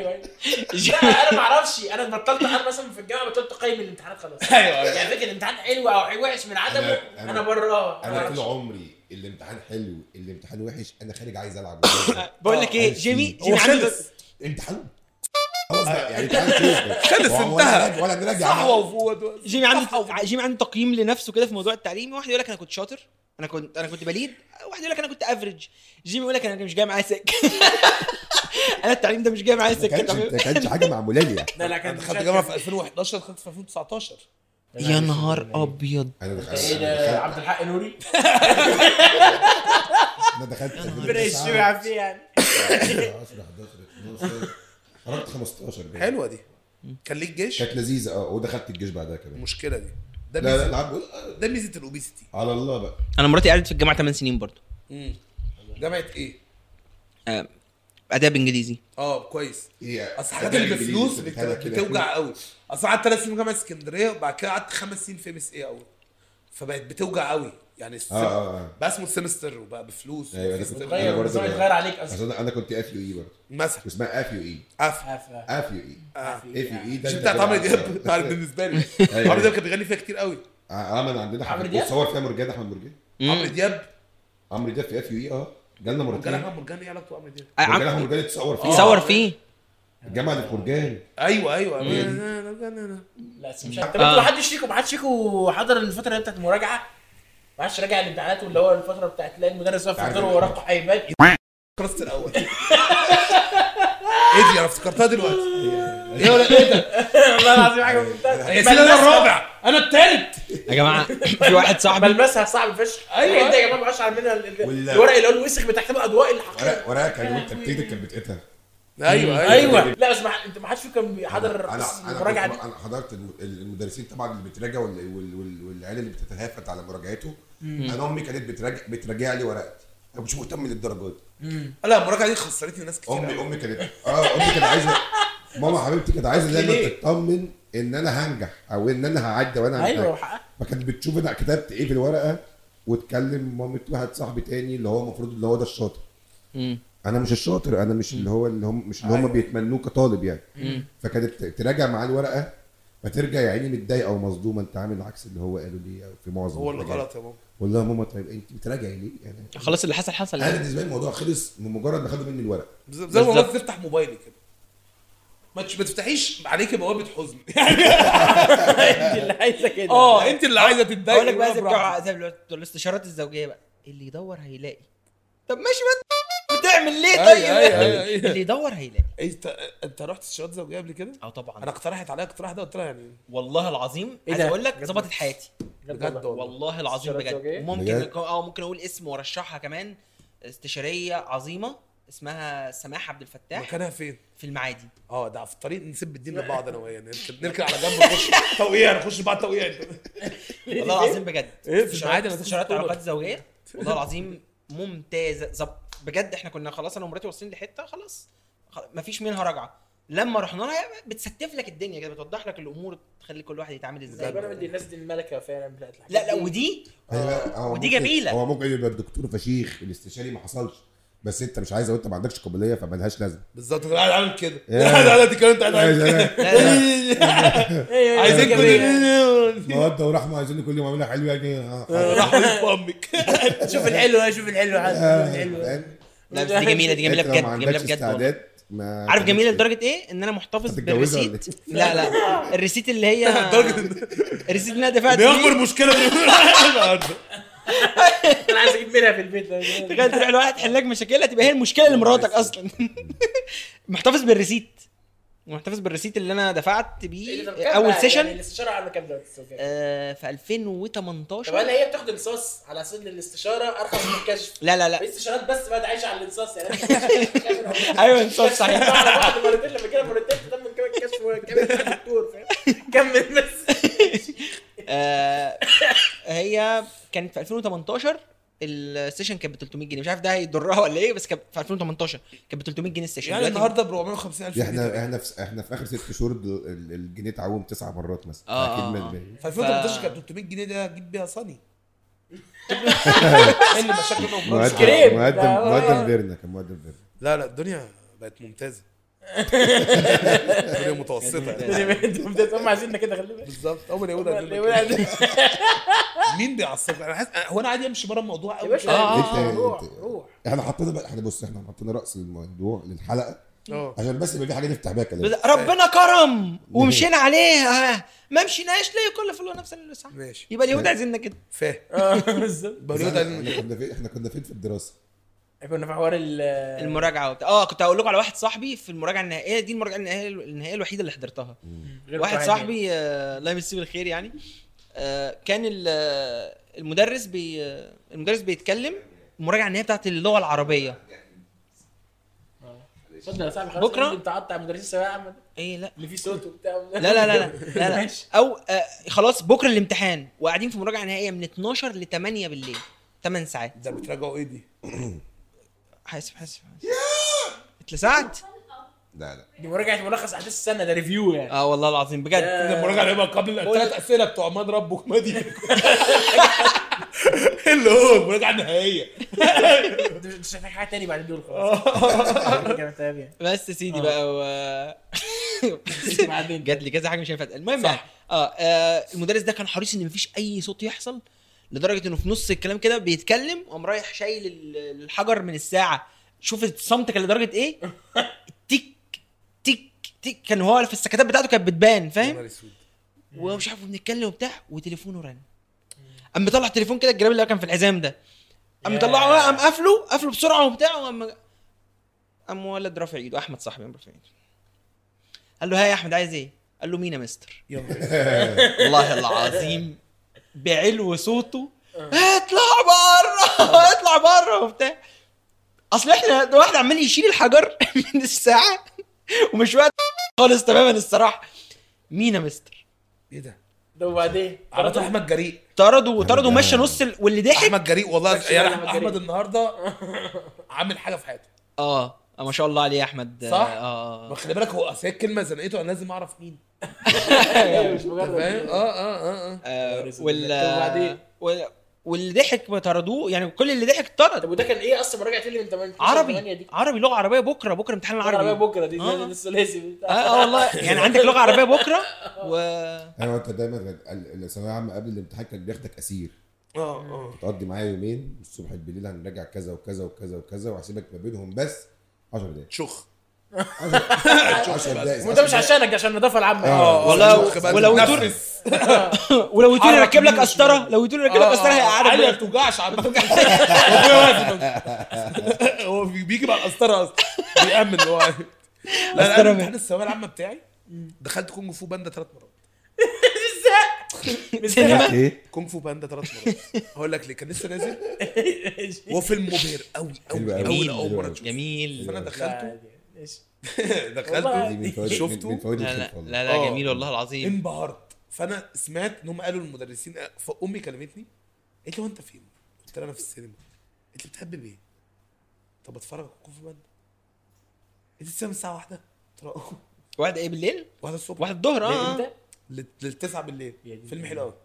Speaker 1: انا ما اعرفش. انا بطلت انا مثلا في الجامعه بطلت اقيم الامتحانات خلاص.
Speaker 3: ايوه
Speaker 1: يعني فكره الامتحان حلو او وحش من عدمه انا براه.
Speaker 2: انا طول عمري الامتحان حلو الامتحان وحش انا خارج عايز العب.
Speaker 4: بقول لك ايه جيمي عنده
Speaker 3: خلص
Speaker 2: امتحان خلاص بقى يعني تعال
Speaker 3: خلص انتهى
Speaker 2: ولا نراجع
Speaker 3: صحوه وفوت.
Speaker 4: جيمي عنده تقييم لنفسه كده في موضوع التعليم. واحد يقول لك انا كنت شاطر انا كنت بليد. واحد يقول لك انا كنت افريج. جيمي يقول لك انا مش جاي معايا سكه. انا التعليم ده مش جاي معايا سكه.
Speaker 2: ما كانش حاجه معموله لي.
Speaker 1: لا كان
Speaker 3: دخلت جامعه في 2011 دخلت في 2019.
Speaker 4: يا نهار ابيض.
Speaker 2: انا دخلت
Speaker 1: ايه ده عبد الحق نوري
Speaker 2: انا دخلت
Speaker 1: فريش فيه يعني
Speaker 2: 10 11 12 خرجت 15
Speaker 3: حلوه دي. كان ليك جيش؟
Speaker 2: كانت لذيذه ودخلت الجيش بعدها كمان.
Speaker 3: المشكله دي ده
Speaker 2: لا
Speaker 3: ميزه
Speaker 2: لا
Speaker 3: ده ميزه الاوبيستي
Speaker 2: على الله بقى.
Speaker 4: انا مراتي قعدت في الجامعه 8 سنين برضو.
Speaker 3: جامعه ايه؟
Speaker 4: اداب انجليزي.
Speaker 3: كويس.
Speaker 2: ايه
Speaker 3: اصل الحاجات اللي بفلوس بتوجع قوي. اصل قعدت 3 سنين في جامعه اسكندريه وبعد كده قعدت 5 سنين في MSA اول، فبقت بتوجع قوي يعني. بقى اسمه سيمستر وبقى بفلوس.
Speaker 2: ايوه
Speaker 1: انا برضه غير عليك
Speaker 2: اصلا. انا كنت FUE برضه
Speaker 3: مثلا،
Speaker 2: اسمها FUE. FUE ده
Speaker 3: مش بتاعت عمرو دياب بالنسبه لي. عمرو دياب كان بيغني فيها كتير قوي.
Speaker 2: من عندنا حد صور فيها مرجان، احمد مرجان. عمرو دياب في FUE جالنا مرتين.
Speaker 3: احمد مرجان ايه علاقته بعمرو دياب؟
Speaker 2: احمد مرجان
Speaker 4: يتصور فيه
Speaker 2: الجامعه اللي في مرجان.
Speaker 3: ايوه
Speaker 1: لا مش انت ما حدش فيكم حضر الفتره اللي بتاعت المراجعه، ما عادش راجع الامتحانات، واللي هو الفتره بتاعت تلاقي المدرس واقف يفطر ووراه قحيبات
Speaker 3: كلاس الاول. ايه دي؟ انا افتكرتها دلوقتي. ايه ولا ايه ده؟
Speaker 1: والله العظيم حاجه ممتازه.
Speaker 3: يا سيدي انا الرابع انا الثالث
Speaker 4: يا جماعه. في واحد صاحبي
Speaker 1: ملمسها صعب فشخ.
Speaker 3: ايوه
Speaker 1: انت يا جماعه ما اشعر منها الورق اللي هو الوسخ بتاع كتاب الاضواء اللي حقيقي
Speaker 2: ورقه كان وانت بتكتب كانت بتقتها.
Speaker 3: ايوه
Speaker 1: لا بس ما حدش فيكم كان بيحضر المراجعه دي.
Speaker 2: انا حضرت المدرسين طبعا اللي بتراجع والعيال اللي بتتهافت على مراجعته. انا امي كانت بتراجع لي ورقتي، انا مش مهتم للدرجات.
Speaker 3: لا المراجعه دي خسرتني ناس كتير.
Speaker 2: امي كانت امي كانت عايزه، ماما حبيبتي كانت عايزه دايما تطمن ان انا هنجح او ان انا هعدي وانا
Speaker 1: ايوه
Speaker 2: فكانت بتشوف انا كتبت ايه في الورقه وتكلم مامه واحد صاحبي تاني اللي هو المفروض اللي هو ده الشاطر. انا مش الشاطر، انا مش اللي هم بيتمنوه كطالب يعني. فكانت تراجع معاه الورقه فترجع يا عيني متضايقه او مصدومه، انت عامل عكس اللي هو قالوا لي في معظم
Speaker 3: هو اللي غلط يا ماما.
Speaker 2: والله يا ماما طيب انت بتراجعي ليه يعني؟
Speaker 4: خلاص اللي حصل
Speaker 2: انا بالنسبه لي الموضوع خلص من مجرد ما خدوا مني الورق.
Speaker 3: زي ما تفتح موبايلي كده ما تفتحيش عليك بوابه حزن.
Speaker 1: انت اللي عايزه كده.
Speaker 3: انت اللي عايزه تتضايقي.
Speaker 4: اقول لك بقى زي الاستشارات الزوجيه بقى، اللي يدور هيلاقي. طب ماشي ما بتعمل ليه طيب؟ اللي يدور هيلاقي.
Speaker 3: انت رحت استشارات زوجيه قبل كده؟
Speaker 4: طبعا.
Speaker 3: انا اقترحت عليا اقتراح ده قلت لها يعني
Speaker 4: والله العظيم عايز اقول لك ظبطت حياتي
Speaker 3: بجد
Speaker 4: والله العظيم بجد. ممكن اقول اسم وارشحها كمان. استشاريه عظيمه اسمها سماح عبد الفتاح.
Speaker 3: مكانها فين؟
Speaker 4: في المعادي.
Speaker 3: ده في الطريق نسيب الدين لبعض انا وياه، نركن على جنب نخش توقيع، نخش بعد توقيع.
Speaker 4: والله العظيم بجد.
Speaker 3: في المعادي
Speaker 4: استشارات علاقات زوجيه والله العظيم ممتازه بجد. احنا كنا خلاص انا ومراتي واصلين لحته خلاص مفيش منها رجعه. لما رحنا لها بتستف لك الدنيا كده، بتوضح لك الامور، تخلي كل واحد يتعامل ازاي.
Speaker 1: انا بدي الناس دي الملكه فعلا.
Speaker 4: لا ودي جميله.
Speaker 2: هو ممكن يبقى الدكتور فشيخ الاستشاري ما حصلش، بس انت مش عايزه وانت ما عندكش قابليه فمالهاش لازمه.
Speaker 3: بالظبط انا قاعد عامل كده. لا دي كلام انت عايزين كل
Speaker 2: مواد ورحمه، عايزين كل يوم اعملها حلوه يعني.
Speaker 3: رحمه امك.
Speaker 1: شوف الحلو
Speaker 4: لا بس دي جميله بجد. جميله بجد. عارف جميله لدرجه ايه؟ ان انا محتفظ بالريسيت. لا الريسيت اللي هي الريسيت اللي انا دفعت
Speaker 3: دي اكبر مشكله
Speaker 1: انا عايز اجيب منها في البيت.
Speaker 4: تخيل تروح لواحد حلاك مشاكلها تبقى هي المشكله لمراتك اصلا. محتفظ بالريسيت اللي انا دفعت بيه اول سيشن.
Speaker 1: الاستشاره على كام دلوقتي؟
Speaker 4: في 2018.
Speaker 1: طب هي بتاخد انصاص على اساس ان الاستشاره ارخص من الكشف.
Speaker 4: لا
Speaker 1: الاستشارات بس بقى عايشه على الانصاص يعني.
Speaker 4: ايوه انصاص صحيح.
Speaker 1: على بعض مرتين لما كده مرتين تم كام الكشف وكام الدكتور فاهم. كمل بس.
Speaker 4: هي كانت في 2018 السيشن كانت ب 300 جنيه. مش عارف ده هيضرها ولا ايه، بس كانت في 2018 كانت ب 300 جنيه السيشن.
Speaker 3: يعني النهارده ب 450,000.
Speaker 2: احنا في اخر 6 شهور الجنيه اتعوم 9 مرات مثلا.
Speaker 3: اكيد في 2018 كانت 300 جنيه ده اجيب بيها صني. اللي مشاكلهم
Speaker 2: مقدم فيرنا كان مقدم فيرنا.
Speaker 3: لا الدنيا بقت ممتازه. الدنيا متوسطه.
Speaker 1: هم عايزيننا كده خلي بالك.
Speaker 3: بالظبط. اول يهود مين بيعصب؟ انا حاسس هو انا عادي امشي بره الموضوع قوي.
Speaker 1: روح.
Speaker 2: احنا حطينا راس الموضوع للحلقه عشان بس يبقى في حاجه نفتح بيها كلام.
Speaker 4: ربنا كرم ومشينا عليها، ما مشيناش ليه كل فلوس نفس الوسع.
Speaker 3: ماشي.
Speaker 4: يبقى اليهود عايزيننا كده.
Speaker 3: فاهم.
Speaker 1: بالظبط.
Speaker 2: احنا كنا فين في الدراسه؟
Speaker 1: كنا في حوار
Speaker 4: المراجعه كنت هقول لكم على واحد صاحبي في المراجعه النهائيه دي. المراجعه النهائيه الوحيده اللي حضرتها. واحد صاحبي الله يمسيه بالخير يعني. كان المدرس بيتكلم المراجعه النهائيه بتاعت اللغه العربيه.
Speaker 1: اتفضل يا صاحبي خلاص.
Speaker 4: بكرة؟
Speaker 1: انت قطع مدرسين الثانويه العامه
Speaker 4: ايه لا
Speaker 1: اللي فيه صوت وبتاع.
Speaker 4: لا لا لا لا لا, لا.
Speaker 1: ماشي.
Speaker 4: او خلاص بكره الامتحان وقاعدين في مراجعه نهائيه من 12 ل 8 بالليل 8 ساعات.
Speaker 3: ده بتراجعوا ايه دي؟
Speaker 4: حاسب اتلسعت.
Speaker 2: لا
Speaker 1: دي مراجعه ملخص احداث السنه، ده ريفيو يعني.
Speaker 4: والله العظيم بجد.
Speaker 3: المراجعه اللي هيبقى قبل الثلاث اسئله بتوع من ربك ما دي اللي هو المراجعه النهائيه.
Speaker 1: انت مش محتاج حاجه تاني بعد دول خلاص. كده تمام يعني.
Speaker 4: بس يا سيدي بقى
Speaker 1: بعدين
Speaker 4: جات لي كذا حاجه مش هينفع. المهم يعني المدرس ده كان حريص ان مفيش اي صوت يحصل، لدرجه انه في نص الكلام كده بيتكلم وقام رايح شايل الحجر من الساعه. شوف الصمت كان لدرجه ايه. تيك تيك تيك، كان هو في السكتات بتاعته كانت بتبان فاهم، ومش عارف بنتكلم وبتاع، وتليفونه رن. قام مطلع تليفون كده الجراب اللي كان في الحزام ده، قام مطلعه، قام قفله بسرعه وبتاع، قام ولد رافع ايده، احمد صاحبي قام رافع ايده، قال له ها يا احمد عايز ايه؟ قال له مين يا مستر؟ والله العظيم بعلو صوته اطلع بره وبتاع. اصل احنا واحد عمال يشيل الحجر من الساعه ومش وقت خالص تماما الصراحه. مين يا مستر؟
Speaker 3: ايه ده؟
Speaker 1: وبعدين
Speaker 3: عرفت احمد جريء
Speaker 4: طردوا مشى نص واللي ضحك
Speaker 3: احمد جريء والله يعني
Speaker 1: أحمد
Speaker 3: احمد
Speaker 1: جريء.
Speaker 3: النهارده عامل حاجه في حياته.
Speaker 4: ما شاء الله عليه يا احمد.
Speaker 3: صح؟ ما خلي بالك هو اصل الكلمه زنقته، انا لازم اعرف مين.
Speaker 1: مش مجرد
Speaker 3: فاهم؟
Speaker 1: وبعدين
Speaker 4: واللي ضحك ما طردوه يعني، كل اللي ضحك طرد.
Speaker 1: طب وده كان ايه اصلا مراجعه اللي من 8
Speaker 4: عربي لغه عربيه بكره امتحان العربي
Speaker 1: بكره دي الثلاثي
Speaker 4: بتاع والله يعني عندك لغه عربيه بكره
Speaker 2: ايوه انت دايما الثانويه العامه قبل الامتحان كان بياخدك اسير. تقضي معايا يومين الصبح بالليل هنراجع كذا وكذا وكذا وكذا وهسيبك ما بينهم بس 10 دقايق
Speaker 3: شخ
Speaker 2: 10 دقايق.
Speaker 1: وده مش عشانك، عشان النظافه العامه.
Speaker 4: والله ولو يطول يركب لك قسطره، هيقعدك
Speaker 3: ما بتوجعش هو بيجي مع القسطره اصلا بيأمن هو. لا امتحان الثانويه العامه بتاعي دخلت كونغ فو باندا 3 مرات.
Speaker 2: ايه
Speaker 3: كونغ فو باندا 3 مرات. هقول لك ليه، كان لسه نازل هو فيلم مبهر قوي اول مره تشوفه.
Speaker 4: جميل.
Speaker 3: فانا دخلته شفته.
Speaker 4: لا جميل والله العظيم،
Speaker 3: انبهرت. فانا سمعت ان هم قالوا للمدرسين، فامي كلمتني قالت لي هو انت فين؟ قلت لها انا في السينما. قالت لي بتحب ايه؟ طب اتفرج على كونغ فو باندا. قالت لي السينما الساعه 1. قلت لها
Speaker 4: واحد ايه بالليل؟
Speaker 3: 1 الصبح
Speaker 4: 1 الظهر.
Speaker 3: لل9 بالليل. فيلم حلو قوي.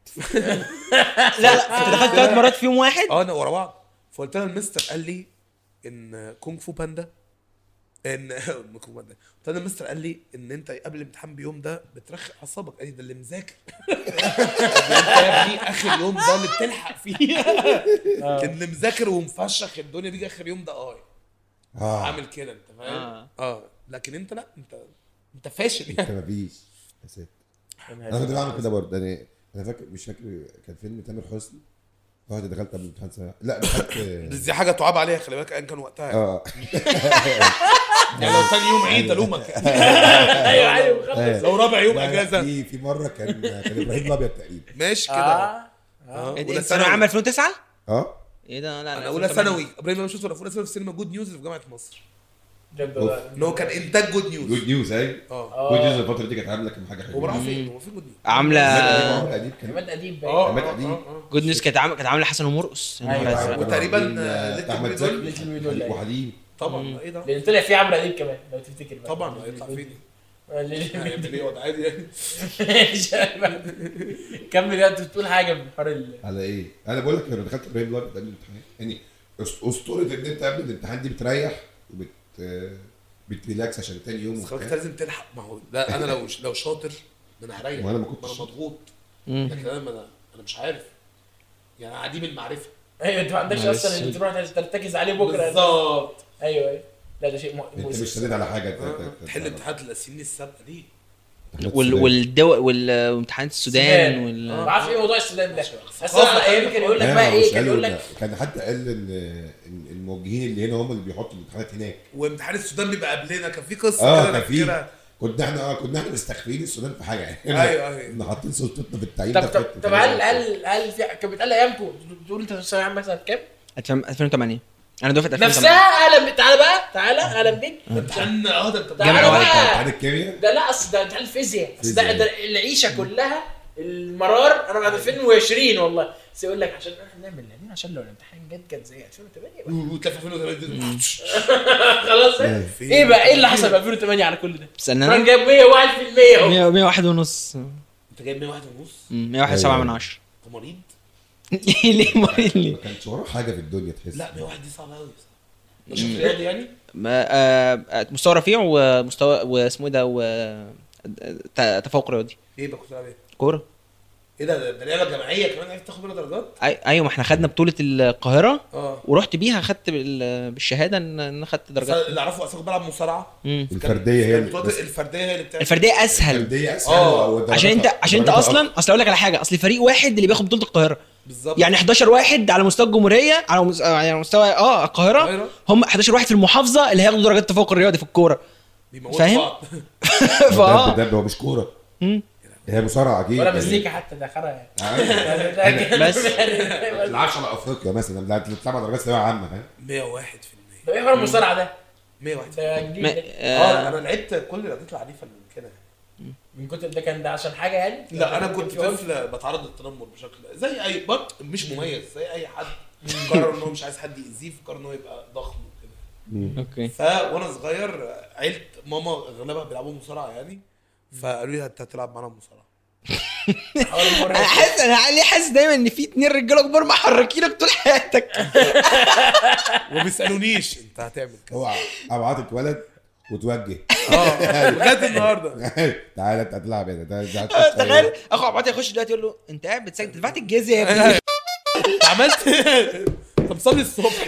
Speaker 4: لا انت دخلت 3 مرات في يوم واحد؟
Speaker 3: انا ورا بعض. فقلت لها المستر قال لي ان كونغ فو باندا قلت له المستر قال لي ان انت قبل الامتحان بيوم ده بترخي اعصابك. قال لي ده اللي مذاكر. انت يا ابني اخر يوم ده اللي بتلحق فيه. كان اللي مذاكر ومفشخ الدنيا بيجي اخر يوم ده عامل كده انت فاهم. لكن انت لا، انت فاشل يعني.
Speaker 2: انت مفيش يا ست. انا كنت بعمل كده برضه. انا فاكر مش فاكر كان فيلم تامر حسني واحد دخلت قبل الامتحان سنه. لا دخلت
Speaker 3: دي حاجه تعاب عليها خلي بالك، كان وقتها يعني لو تاني يوم عيد الومك.
Speaker 1: ايوه
Speaker 3: لو رابع يوم اجازه.
Speaker 2: في مره كان ابراهيم الابيض تقريبا
Speaker 3: ماشي كده.
Speaker 4: انت ثانوي عام 2009؟
Speaker 3: ايه ده؟ لا انا اولى ثانوي. ابراهيم شفته في اولى ثانوي في سينما جود نيوز في جامعه مصر. ان هو كان انتاج جود نيوز.
Speaker 2: ايوه جود نيوز الفتره دي كانت عامله كام حاجه حلوه.
Speaker 3: وراح فين؟ هو في جود نيوز
Speaker 4: عامله
Speaker 1: عماد اديب.
Speaker 4: جود نيوز كانت عامله حسن ومرقص
Speaker 3: وتقريبا
Speaker 2: احمد زكي وحليم
Speaker 3: طبعا. ايه ده؟
Speaker 1: اللي طلع فيه عمرو اديب كمان لو تفتكر.
Speaker 3: طبعا هيطلع فين؟ ليه وضع عادي يعني.
Speaker 1: كمل يا انت بتقول حاجه من حوار
Speaker 2: على ايه؟ انا بقول لك انا دخلت ابراهيم الابيض قبل الامتحان يعني اسطوره ان انت قبل الامتحان دي بتريح بتريلاكس عشان تاني يوم.
Speaker 3: بس انت لازم تلحق. ما هو ده انا لو شاطر انا هريح.
Speaker 2: وانا ما كنتش
Speaker 3: مضغوط. لكن انا مش عارف يعني عديم المعرفه.
Speaker 1: ايوه انت ما عندكش اصلا اللي تروح ترتكز عليه بكره.
Speaker 3: بالظبط.
Speaker 1: ايوه لا ده شيء
Speaker 2: انت مش سديد على حاجه.
Speaker 3: تحل امتحانات السنين السابقه دي
Speaker 4: والامتحانات السودان
Speaker 1: ما اعرفش ايه موضوع السودان ده. اصلا ايام كان يقول لك بقى ايه، كان يقول لك
Speaker 2: كان حتى قال ان الموجهين اللي هنا هم اللي بيحطوا الامتحانات هناك.
Speaker 3: وامتحان السودان بيبقى قبلنا. كان في قصه كده
Speaker 2: كان كنا احنا مستخفين السودان في حاجه يعني.
Speaker 3: ايوه
Speaker 2: كنا حاطين سلطتنا في التعيين
Speaker 1: ده. طب هل في كان بيتقال ايامكم بتقول انت في الثانويه العامه مثلا كام؟
Speaker 4: 2008. انا دفعه 2008
Speaker 1: نفسها. تعالى بقى، تعالى اهلا بيك.
Speaker 3: امتحان ده
Speaker 1: تعالى بقى.
Speaker 2: امتحان الكيمياء
Speaker 1: ده لا اصل ده امتحان الفيزياء، ده العيشه كلها المرار. انا بعد 2020 والله بس يقول لك عشان احنا نعمل لانين عشان لو الامتحان كانت زي 2008
Speaker 3: وتلف 2008
Speaker 1: خلاص. ايه بقى ايه اللي حصل في 2008 على كل ده؟
Speaker 4: استنى
Speaker 1: فرانك جايب 101% اهو.
Speaker 4: 101 ونص.
Speaker 3: انت جايب 101 ونص
Speaker 4: 101 7 من 10.
Speaker 3: انت مريض.
Speaker 4: ليه مريض ليه؟
Speaker 2: ما كانش وراه حاجه في الدنيا تحس.
Speaker 3: لا 101 دي صعبه قوي. مش رياضي يعني.
Speaker 4: مستوى رفيع ومستوى واسمه ده تفوق رياضي.
Speaker 3: ايه بقى كنت بتلعب ايه؟
Speaker 4: كوره.
Speaker 3: ايه ده لعبه جماعيه كمان عرفت تاخد منها درجات؟
Speaker 4: ايوه، ما احنا خدنا بطوله القاهره
Speaker 3: اه
Speaker 4: ورحت بيها، خدت بالشهاده ان خدت درجات.
Speaker 3: اللي اعرفه اصلا بلعب مصارعه.
Speaker 2: الفرديه هي
Speaker 3: الفرديه هي اللي بتاعت
Speaker 4: الفرديه اسهل.
Speaker 2: الفرديه اسهل.
Speaker 4: عشان انت اصلا اقول لك على حاجه، اصل فريق واحد اللي بياخد بطوله القاهره
Speaker 3: بالظبط.
Speaker 4: يعني 11 واحد على مستوى الجمهوريه، على مستوى القاهره هم 11 واحد في المحافظه اللي هياخدوا درجات التفوق الرياضي في الكوره.
Speaker 3: فاهم؟
Speaker 2: ده هو مش كوره، هي مصارعه اكيد
Speaker 1: ولا مزيكا حتى ده خرا يعني.
Speaker 4: بس
Speaker 2: العشرة على افريقيا مثلا بتلعب درجات ثانويه عامه.
Speaker 3: 101%.
Speaker 1: ده ايه حوار المصارعه ده؟
Speaker 3: 101.
Speaker 1: ده جديد ده.
Speaker 3: انا لعبت كل الرياضات العنيفه اللي ممكنه.
Speaker 1: من كتر ده كان ده عشان حاجه يعني؟
Speaker 3: لا انا كنت طفل بتعرض للتنمر بشكل زي اي مش مميز زي اي حد قرر ان هو مش عايز حد يأذيه، فقرر ان هو يبقى ضخم وكده.
Speaker 4: اوكي.
Speaker 3: وانا صغير عيلة ماما اغلبها بيلعبوا مصارعه يعني، فقالوا لي انت هتلعب معانا مصارعه.
Speaker 4: انا حاسس دايما ان في 2 رجاله كبار محركينك طول حياتك
Speaker 3: وما بيسالونيش انت هتعمل كده.
Speaker 2: هو ابعتك ولد وتوجه
Speaker 3: بجد النهارده
Speaker 2: تعالى انت هتلعب هنا.
Speaker 4: تخيل اخو عباطي يخش دلوقتي يقول له انت قاعد بتسجل دفعت الجزيه يا ابني.
Speaker 3: عملت طب صلي الصبح.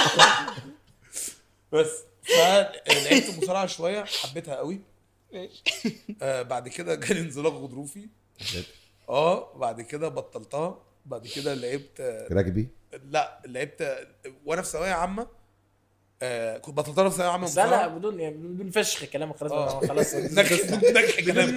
Speaker 3: بس فلعبت المصارعه شويه حبيتها قوي. بعد كده جالي انزلاق غضروفي. بعد كده بطلتها. بعد كده لعبت
Speaker 2: رجبي.
Speaker 3: لا لعبت وانا في ثانويه عامه. كنت بطلتها في ثانويه عامه.
Speaker 1: لا بدون فشخ كلامك خلاص
Speaker 3: نجح كلامك.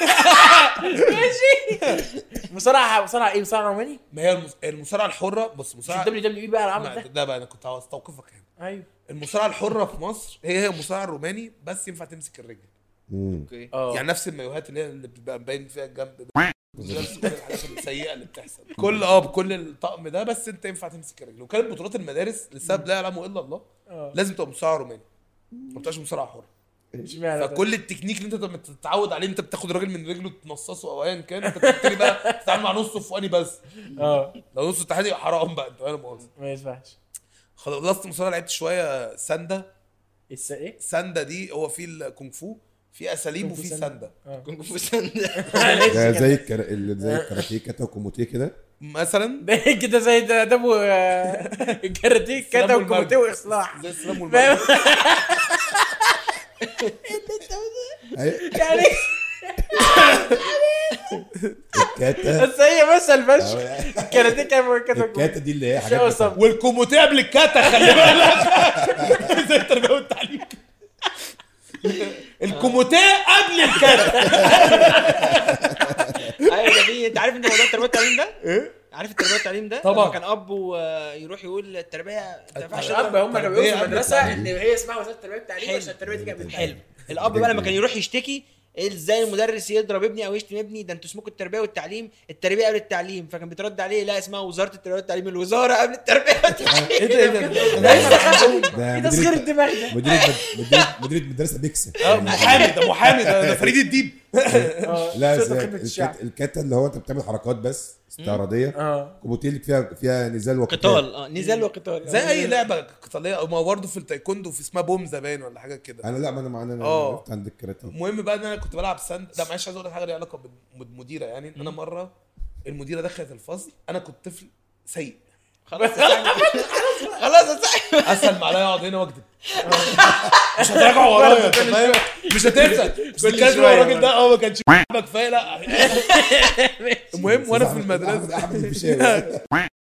Speaker 1: ماشي. مصارعه ايه؟ مصارعه روماني؟
Speaker 3: ما هي المصارعه الحره. بص مصارعه
Speaker 1: WWE بقى العمل
Speaker 3: ده بقى انا كنت هستوقفك هنا.
Speaker 1: ايوه
Speaker 3: المصارعه الحره في مصر هي المصارعه الروماني بس ينفع تمسك الرجل.
Speaker 4: اوكي.
Speaker 3: يعني نفس المايوهات اللي بتبقى مبين فيها الجنب ده، نفس الحاجات السيئه اللي بتحصل بكل الطقم ده، بس انت ينفع تمسك الرجل. وكانت بطولات المدارس لسبب لا يعلمه الا الله لازم تبقى مصارعه روماني، ما بتبقاش مصارعه حره. فكل التكنيك اللي انت بتتعود عليه انت بتاخد الراجل من رجله تنصصه او ايا كان، انت بتبتدي بقى تتعامل مع نصه فوقاني بس. لو نصه تحتي حرام بقى انت. انا
Speaker 1: ما ينفعش.
Speaker 3: خلصت مصارعه. لعبت شويه ساندا.
Speaker 1: ايه
Speaker 3: ساندا دي هو في الكونغ فو في اساليب وفي ساندا.
Speaker 4: كونغ فو ساندا
Speaker 2: ده زي الكاراتيه كاتا وكوموتيه كده
Speaker 3: مثلا.
Speaker 1: ده كده زي ده ابو الكاراتيه كده وكوموتيه واصلاح
Speaker 3: زي السلام والمرض
Speaker 1: يعني.
Speaker 2: الكاتا.
Speaker 1: بس هي مثل فشخ. الكاراتيه كده
Speaker 2: الكاتا دي اللي هي حاجات
Speaker 3: والكوموتيه قبل الكاتا خلي بالك. زي التربيه والتعليم. الكوموتيه قبل الكاتا.
Speaker 4: ايوه ده في. انت عارف انت موضوع التربيه والتعليم ده؟
Speaker 3: ايه؟
Speaker 4: عارف التربيه والتعليم ده؟
Speaker 3: طبعا.
Speaker 4: كان اب ويروح يقول التربيه ما ينفعش.
Speaker 1: الاب هم كانوا بيقولوا في المدرسه ان هي اسمها وزاره التربيه والتعليم عشان التربيه دي جنب
Speaker 4: حلو. الاب بقى لما كان يروح يشتكي ازاي المدرس يضرب ابني او يشتم ابني، ده انتوا اسمكم التربيه والتعليم، التربيه قبل التعليم. فكان بيترد عليه لا اسمها وزاره التربيه والتعليم، الوزاره قبل التربيه والتعليم.
Speaker 3: ايه
Speaker 1: ده تصغير الدماغ ده.
Speaker 2: مدير مدرسه بيكسل.
Speaker 3: محامي ده فريد الديب.
Speaker 2: لا الكاتا اللي هو انت بتعمل حركات بس استعراضيه. كوموتيه اللي فيها نزال
Speaker 4: وقتال. نزال وقتال
Speaker 3: زي اي لعبه قتاليه. او ما برضه في التايكوندو في اسمها بوم زباين ولا حاجه كده.
Speaker 2: انا لا ما انا معانا انا عند الكاراتيه.
Speaker 3: المهم بقى ان انا كنت بلعب ساند. ده معلش عايز اقول لك حاجه ليها علاقه بالمديره. يعني انا مره المديره دخلت الفصل انا كنت طفل سيء.
Speaker 4: خلاص
Speaker 3: اسهل عليا اقعد هنا واكذب. مش هتراجع ورايا فاهم. مش هتنسى كل شويه الراجل ده ما كانش كفايه. لا المهم وانا في المدرسه
Speaker 2: احمد الفيشاوي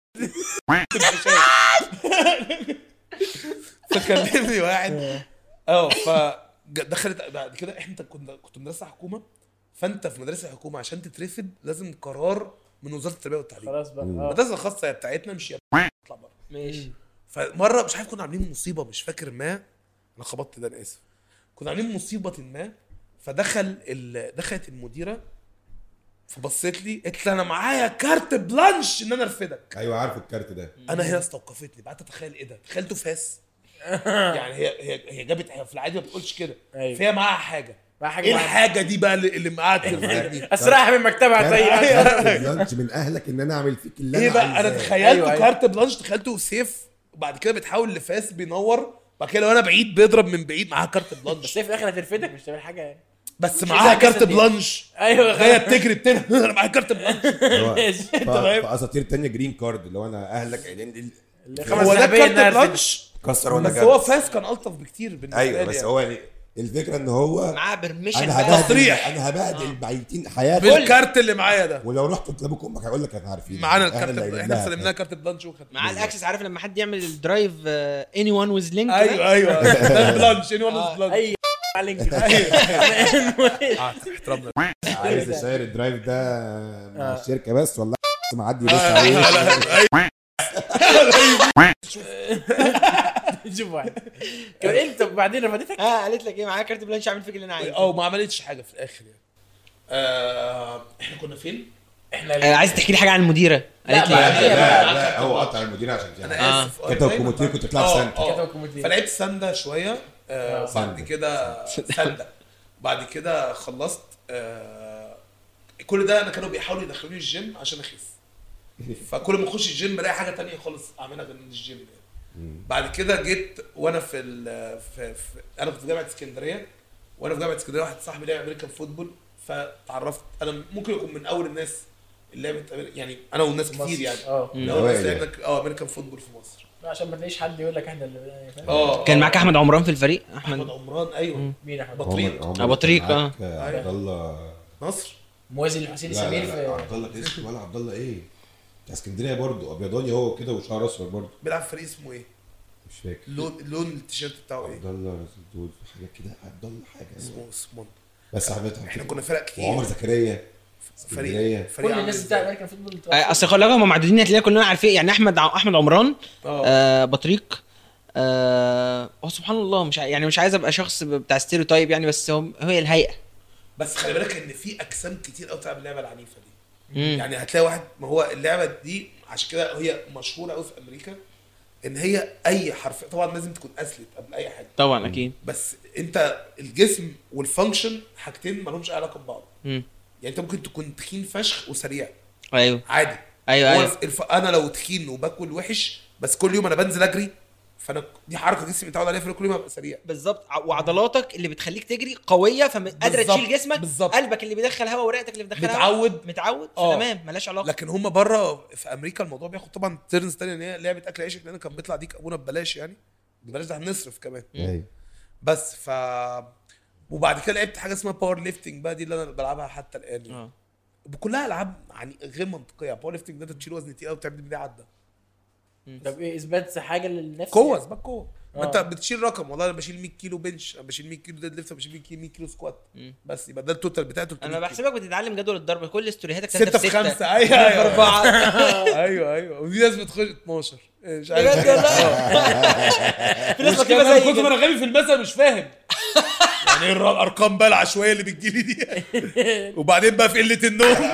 Speaker 3: فكلمني واحد فدخلت بعد كده. احنا كنت مدرسه حكومه، فانت في مدرسه حكومه عشان تترفد لازم قرار من وزاره التربيه والتعليم.
Speaker 1: خلاص بقى
Speaker 3: المدرسه الخاصه بتاعتنا مش اطلع بره.
Speaker 4: ماشي.
Speaker 3: فمره مش عارف كنا عاملين مصيبه مش فاكر ما انا خبطت ده انا اسف كنا عاملين مصيبه ما دخلت المديره فبصيت لي قالت لي انا معايا كارت بلانش ان انا ارفدك.
Speaker 2: ايوه عارف الكارت ده.
Speaker 3: انا هنا استوقفتني بقى اتخيل ايه ده تخيلته فاس يعني هي جابت في العادي ما بتقولش كده
Speaker 1: أيوة.
Speaker 3: فهي معاها حاجه
Speaker 1: معاها
Speaker 3: ايه
Speaker 1: معاها.
Speaker 3: الحاجه دي بقى اللي معاها ترفدني
Speaker 1: اسرعها من مكتبها زي
Speaker 2: كارت بلانش من اهلك ان انا اعمل فيك اللي
Speaker 3: ايه
Speaker 2: انا
Speaker 3: بقى انا
Speaker 2: عايزاه.
Speaker 3: تخيلته
Speaker 1: أيوة.
Speaker 3: كارت بلانش تخيلته سيف وبعد كده بتحول لفاس بينور بعد كده لو انا بعيد بيضرب من بعيد معاها كارت بلانش
Speaker 1: بس هي في الاخر هترفدك مش تعمل حاجه يعني.
Speaker 3: بس
Speaker 1: مش
Speaker 3: معاها
Speaker 1: زي
Speaker 3: كارت
Speaker 1: كاسة دي.
Speaker 3: بلانش
Speaker 1: ايوه
Speaker 3: هي بتجري انا معايا كارت بلانش
Speaker 2: هو-
Speaker 1: ماشي.
Speaker 2: في اساطير تانية جرين كارد اللي هو انا اهلك عينين دي
Speaker 1: خمس
Speaker 3: هو ده
Speaker 1: ذهبية إنها
Speaker 3: كارت
Speaker 1: رفدت.
Speaker 3: بلانش
Speaker 2: كسر وانا
Speaker 3: بس
Speaker 2: جنب.
Speaker 3: هو فاس كان الطف بكتير بالنسبه لي
Speaker 2: ايوه بس
Speaker 3: يعني.
Speaker 2: هو يعني الفكره ان هو
Speaker 4: معاه برميشن
Speaker 2: انا
Speaker 4: بقى.
Speaker 2: هبهدل
Speaker 3: تصريح.
Speaker 2: انا هبهدل بعيدين حياتي
Speaker 3: بالكارت اللي معايا ده
Speaker 2: ولو رحت قلت لابوك امك هيقول لك احنا عارفين
Speaker 3: معانا
Speaker 2: إحنا
Speaker 3: الكارت
Speaker 2: اللي قايلين
Speaker 3: احنا
Speaker 2: لها.
Speaker 3: سلمناها كارت بلانش وخدنا
Speaker 4: مع الاكسس عارف لما حد يعمل الدرايف اني وان ويز لينك
Speaker 3: ايوه ده بلانش اني وان بلانش
Speaker 1: اي عليك
Speaker 3: احترامنا
Speaker 2: عايز اشير الدرايف ده مع الشركه بس والله معدي بس عليه
Speaker 1: شوف واحد انت بعدين رفدتك.
Speaker 4: قالت لك ايه معايا كارت بلانش اعمل فيك اللي انا عايزه.
Speaker 3: او ما عملتش حاجه في الاخر يعني احنا كنا فين
Speaker 1: احنا
Speaker 4: عايز تحكي لي حاجه عن المديره قالت لي
Speaker 1: لا،
Speaker 4: إيه؟
Speaker 2: لا هو قطع المدير عشان كده
Speaker 3: انا اسف
Speaker 2: كنت وكوموتير كنت بتلعب سانتا
Speaker 1: كده وكوموتير.
Speaker 3: فلعبت ساندا شويه بعد
Speaker 2: ساندا.
Speaker 3: كده ساندا بعد كده خلصت كل ده انا كانوا بيحاولوا يدخلوني الجيم عشان اخس فكل ما اخش الجيم بلاقي حاجه تانية خالص اعملها غير الجيم يعني. بعد كده جيت وانا في انا كنت في جامعه اسكندريه وانا في جامعه اسكندريه واحد صاحبي لعب امريكان فوتبول فتعرفت انا ممكن اكون من اول الناس اللي لعبت يعني انا والناس كتير يعني من اول الناس
Speaker 2: أوائل
Speaker 3: لعبنا امريكان فوتبول في مصر
Speaker 1: عشان ما تلاقيش حد يقول لك احنا اللي
Speaker 4: كان معاك احمد عمران في الفريق
Speaker 3: احمد عمران ايوه
Speaker 1: مين احمد
Speaker 3: بطريق
Speaker 4: أبو طريق،
Speaker 2: عبد الله
Speaker 3: مصر
Speaker 1: موازي لحسين
Speaker 2: لا
Speaker 1: السمير
Speaker 2: لا
Speaker 1: في
Speaker 2: عبد الله اسمه ولا عبد الله ايه بتاع اسكندريه برضه ابيضاني هو كده وشعر اصفر برضه
Speaker 3: بيلعب في فريق اسمه ايه
Speaker 2: مش فاكر
Speaker 3: لون التيشيرت بتاعه ايه
Speaker 2: عبد الله دول في حاجه كده عبد الله حاجه
Speaker 3: اسمه
Speaker 2: بس
Speaker 3: احنا كنا فرق كتير
Speaker 2: وعمر زكريا اسكندرية.
Speaker 1: كل الناس بتاع امريكان فوتبول
Speaker 4: اصل خلي بالك هم معدودين هتلاقي كلنا عارفين يعني احمد عمران بطريق هو سبحان الله مش عايز ابقى شخص بتاع ستيريوتايب يعني بس هي الهيئه
Speaker 3: بس خلي بالك ان في اجسام كتير قوي بتلعب اللعبه العنيفه دي يعني هتلاقي واحد ما هو اللعبه دي عشان كده هي مشهوره قوي في امريكا ان هي اي حرف طبعا لازم تكون اسلت قبل اي حاجه
Speaker 4: طبعا اكيد
Speaker 3: بس انت الجسم والفانكشن حاجتين ما لهمش اي علاقه ببعض يعني انت ممكن تكون تخين فشخ وسريع
Speaker 4: ايوه
Speaker 3: عادي
Speaker 4: ايوه
Speaker 3: انا لو تخين وباكل وحش بس كل يوم انا بنزل اجري فانا دي حركه جسمي متعود عليها فكل يوم ابقى سريع
Speaker 4: بالظبط وعضلاتك اللي بتخليك تجري قويه فقادره تشيل جسمك
Speaker 3: بالظبط.
Speaker 4: قلبك اللي بيدخل هواء ورئتك اللي بتدخل هواء متعود تمام مالهاش علاقه
Speaker 3: لكن هم بره في امريكا الموضوع بياخد طبعا تيرنز تانية ان هي لعبه اكل عيشك لان كان بيطلع ديك ابونا ببلاش يعني ببلاش ده هنصرف كمان
Speaker 2: ايوه
Speaker 3: بس وبعد كده لعبت حاجه اسمها باور ليفتنج بقى دي اللي انا بلعبها حتى الان يعني. كلها العاب يعني غير منطقيه باور ليفتنج ده تشيل وزن تقيل وبتعمل بيه عده
Speaker 1: طب ايه اثبات حاجه للنفس
Speaker 3: قوه اثبات قوه ما انت بتشيل رقم والله انا بشيل 100 كيلو بنش انا بشيل 100 كيلو ديد ليفت بشيل 100 كيلو سكوات بس يبقى ده التوتال بتاعته
Speaker 4: انا بحسبك بتتعلم جدول الضرب كل استوريهاتك
Speaker 3: 6 في 5 ايوه
Speaker 4: 4
Speaker 3: ايوه ودي ناس بتخش 12 مش عارف
Speaker 4: بجد والله في ناس لطيفه زي
Speaker 3: كنت
Speaker 4: كده
Speaker 3: انا غبي في المثل مش فاهم يعني الارقام بقى العشوائيه اللي بتجيلي دي وبعدين بقى في قله النوم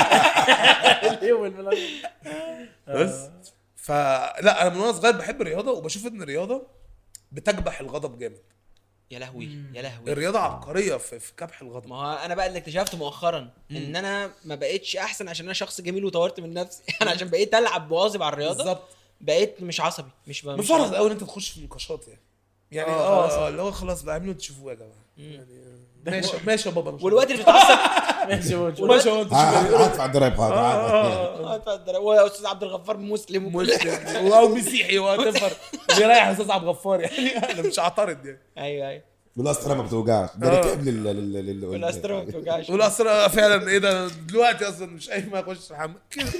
Speaker 3: بس فلا انا من وانا صغير بحب الرياضه وبشوف ان الرياضه بتكبح الغضب جامد
Speaker 4: يا لهوي يا لهوي
Speaker 3: الرياضه عبقريه في كبح الغضب
Speaker 4: ما هو انا بقى اللي اكتشفته مؤخرا ان انا ما بقتش احسن عشان انا شخص جميل وطورت من نفسي انا عشان بقيت العب بواظب على الرياضه
Speaker 3: بالظبط
Speaker 4: بقيت مش عصبي مش
Speaker 3: مفرط قوي ان انت تخش في نقاشات يعني اللي هو خلاص بقى اعملوا تشوفوه يا جماعه يعني ماشي يا بابا
Speaker 4: والوقت اللي بتعصب
Speaker 3: ماشي يا بابا
Speaker 2: هدفع الضرايب حاضر
Speaker 4: واستاذ عبد الغفار مسلم
Speaker 3: او مسيحي وهتفر بيريح استاذ عبد الغفار يعني انا مش هعترض يعني
Speaker 4: ايوه
Speaker 2: والاسطره ما بتوجعش ده ركب
Speaker 4: والاسطره ما بتوجعش
Speaker 3: والاسطره فعلا ايه ده دلوقتي اصلا مش اي ما اخش الحمام كده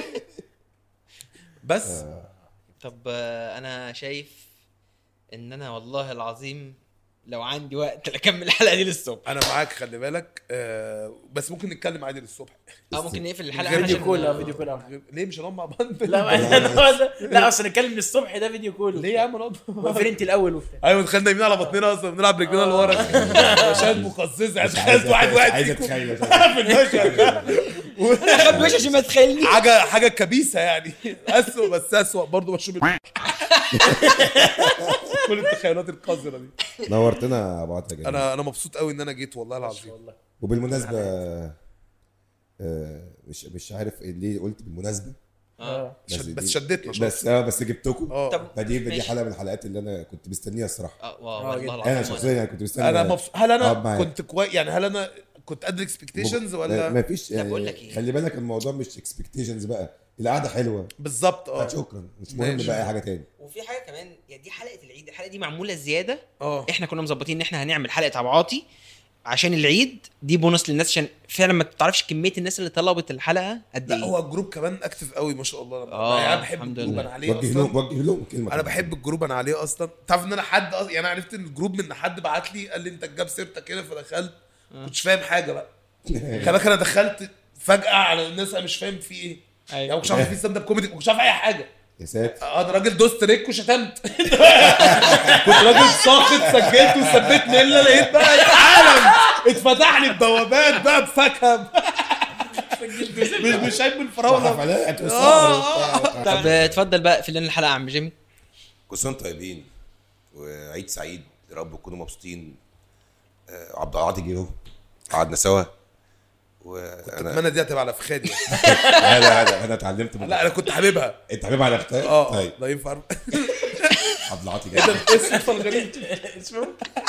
Speaker 3: بس
Speaker 4: طب انا شايف ان انا والله العظيم لو عندي وقت اكمل الحلقه دي للصبح.
Speaker 3: انا معاك خلي بالك بس ممكن نتكلم عادي للصبح.
Speaker 4: ممكن نقفل الحلقه
Speaker 3: غير
Speaker 1: فيديو كول. فيديو كول.
Speaker 3: ليه مش هنقعد مع بعض؟
Speaker 1: لا اصلا نتكلم الصبح ده فيديو كول.
Speaker 3: ليه يا عم نقعد؟
Speaker 1: وقفل انت الاول وبتاع.
Speaker 3: ايوه دخلنا نايمين على بطننا اصلا بنلعب رجلنا لورا عشان مقززه عايز واحد
Speaker 2: عايز اتخيل
Speaker 3: في المشهد
Speaker 4: مش عشان ما تخيلني
Speaker 3: حاجه كبيسه يعني. اسوء بس اسوء برضه مشروب كل التخيلات القذره دي.
Speaker 2: نورتنا يا ابو عطا.
Speaker 3: انا مبسوط قوي ان انا جيت والله العظيم.
Speaker 2: وبالمناسبه مش عارف ليه قلت بالمناسبه
Speaker 3: بس شدتنا
Speaker 2: بس جبتكم. فدي حلقه من الحلقات اللي انا كنت مستنيها الصراحه.
Speaker 4: انا
Speaker 2: شخصيا يعني كنت مستني.
Speaker 3: انا هل انا كنت كويس يعني؟ هل انا كنت قد اكسبكتيشنز ولا
Speaker 2: ما فيش؟
Speaker 4: بقول لك ايه،
Speaker 2: خلي بالك الموضوع مش اكسبكتيشنز بقى، القعده حلوه
Speaker 3: بالظبط.
Speaker 2: شكرا، مش مهم بقى اي حاجه تاني.
Speaker 4: وفي حاجه كمان يعني دي حلقه العيد، الحلقه دي معموله زياده. احنا كنا مظبطين ان احنا هنعمل حلقه ابو عاطي عشان العيد، دي بونص للناس عشان فعلا ما تعرفش كميه الناس اللي طلبت الحلقه قد ايه.
Speaker 3: لا هو الجروب كمان اكتف قوي ما شاء الله. انا بحب الجروب انا عليه
Speaker 2: وجه لهم كلمه.
Speaker 3: انا بحب الجروب انا عليه اصلا. تعرف ان انا حد يعني انا عرفت ان الجروب من حد بعت لي قال لي انت جاب سيرتك كده فدخلت كنتش فاهم حاجه بقى. خلاك انا دخلت فجاه على الناس انا مش فاهم في ايه. يعني مش عارف في ستاند اب كوميدي، مش عارف اي حاجه.
Speaker 2: يا ساتر
Speaker 3: انا راجل دوست ريك وشتمت. كنت راجل ساخط سجلت وثبت الا لقيت بقى العالم اتفتح لي البوابات بقى بفاكهه. مش عيب بالفراوله.
Speaker 4: طب اتفضل بقى في لنا الحلقه يا عم جيمي.
Speaker 6: كل سنه وانتم طيبين وعيد سعيد يا رب تكونوا مبسوطين. عبد العاطي جه قعدنا سوا
Speaker 3: وانا اتمنى دي هتبقى على فخادي.
Speaker 2: لا انا اتعلمت
Speaker 3: لا انا كنت حبيبها.
Speaker 2: انت حبيبها على فخادي.
Speaker 3: طيب لا ينفع.
Speaker 2: عبد العاطي
Speaker 3: ده الاسم الغريب اسمه.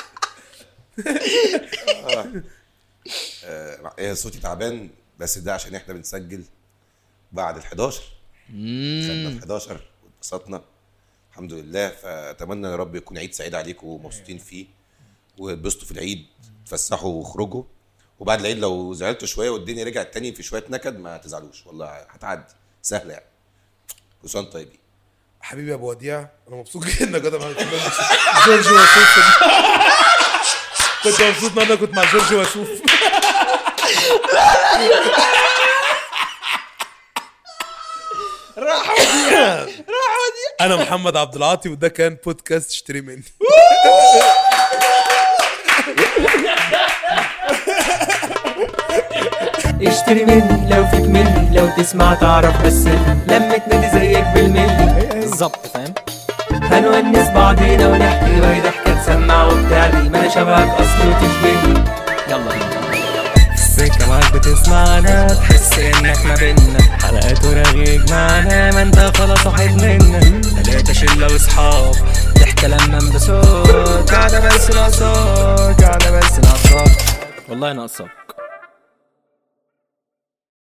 Speaker 6: صوتي تعبان بس ده عشان احنا بنسجل بعد ال11. خدنا ال11 واتبسطنا الحمد لله. فاتمنى يا رب يكون عيد سعيد عليكم ومبسوطين فيه وتبسطوا في العيد، تفسحوا وخرجوا. وبعد العيد لو زعلتوا شويه والدنيا رجعت تاني في شويه نكد ما تزعلوش والله هتعدي سهله يعني. كل سنه وانتم طيبين.
Speaker 3: حبيبي يا ابو وديع انا مبسوط جدا كده مع جورج وسوف. كنت مبسوط ان انا كنت مع جورج وسوف.
Speaker 4: راح
Speaker 3: انا محمد عبد العاطي وده كان بودكاست اشتري مني.
Speaker 5: اشتري مني لو فيك مني، لو تسمع تعرف بس لمة نادي زيك بالملي بالظبط فاهم. هنونس بعضينا ونحكي وهي ضحكة تسمع وبتعلي، ما انا شبهك اصلي وتشبهني. يلا السكة معاك بتسمعنا تحس انك ما بينا حلقات ورغيك معنا، ما انت خلاص واحد منا. 3 شلة واصحاب ضحكة لما انبسوط، قاعدة بس ناقصاك والله ناقصاك.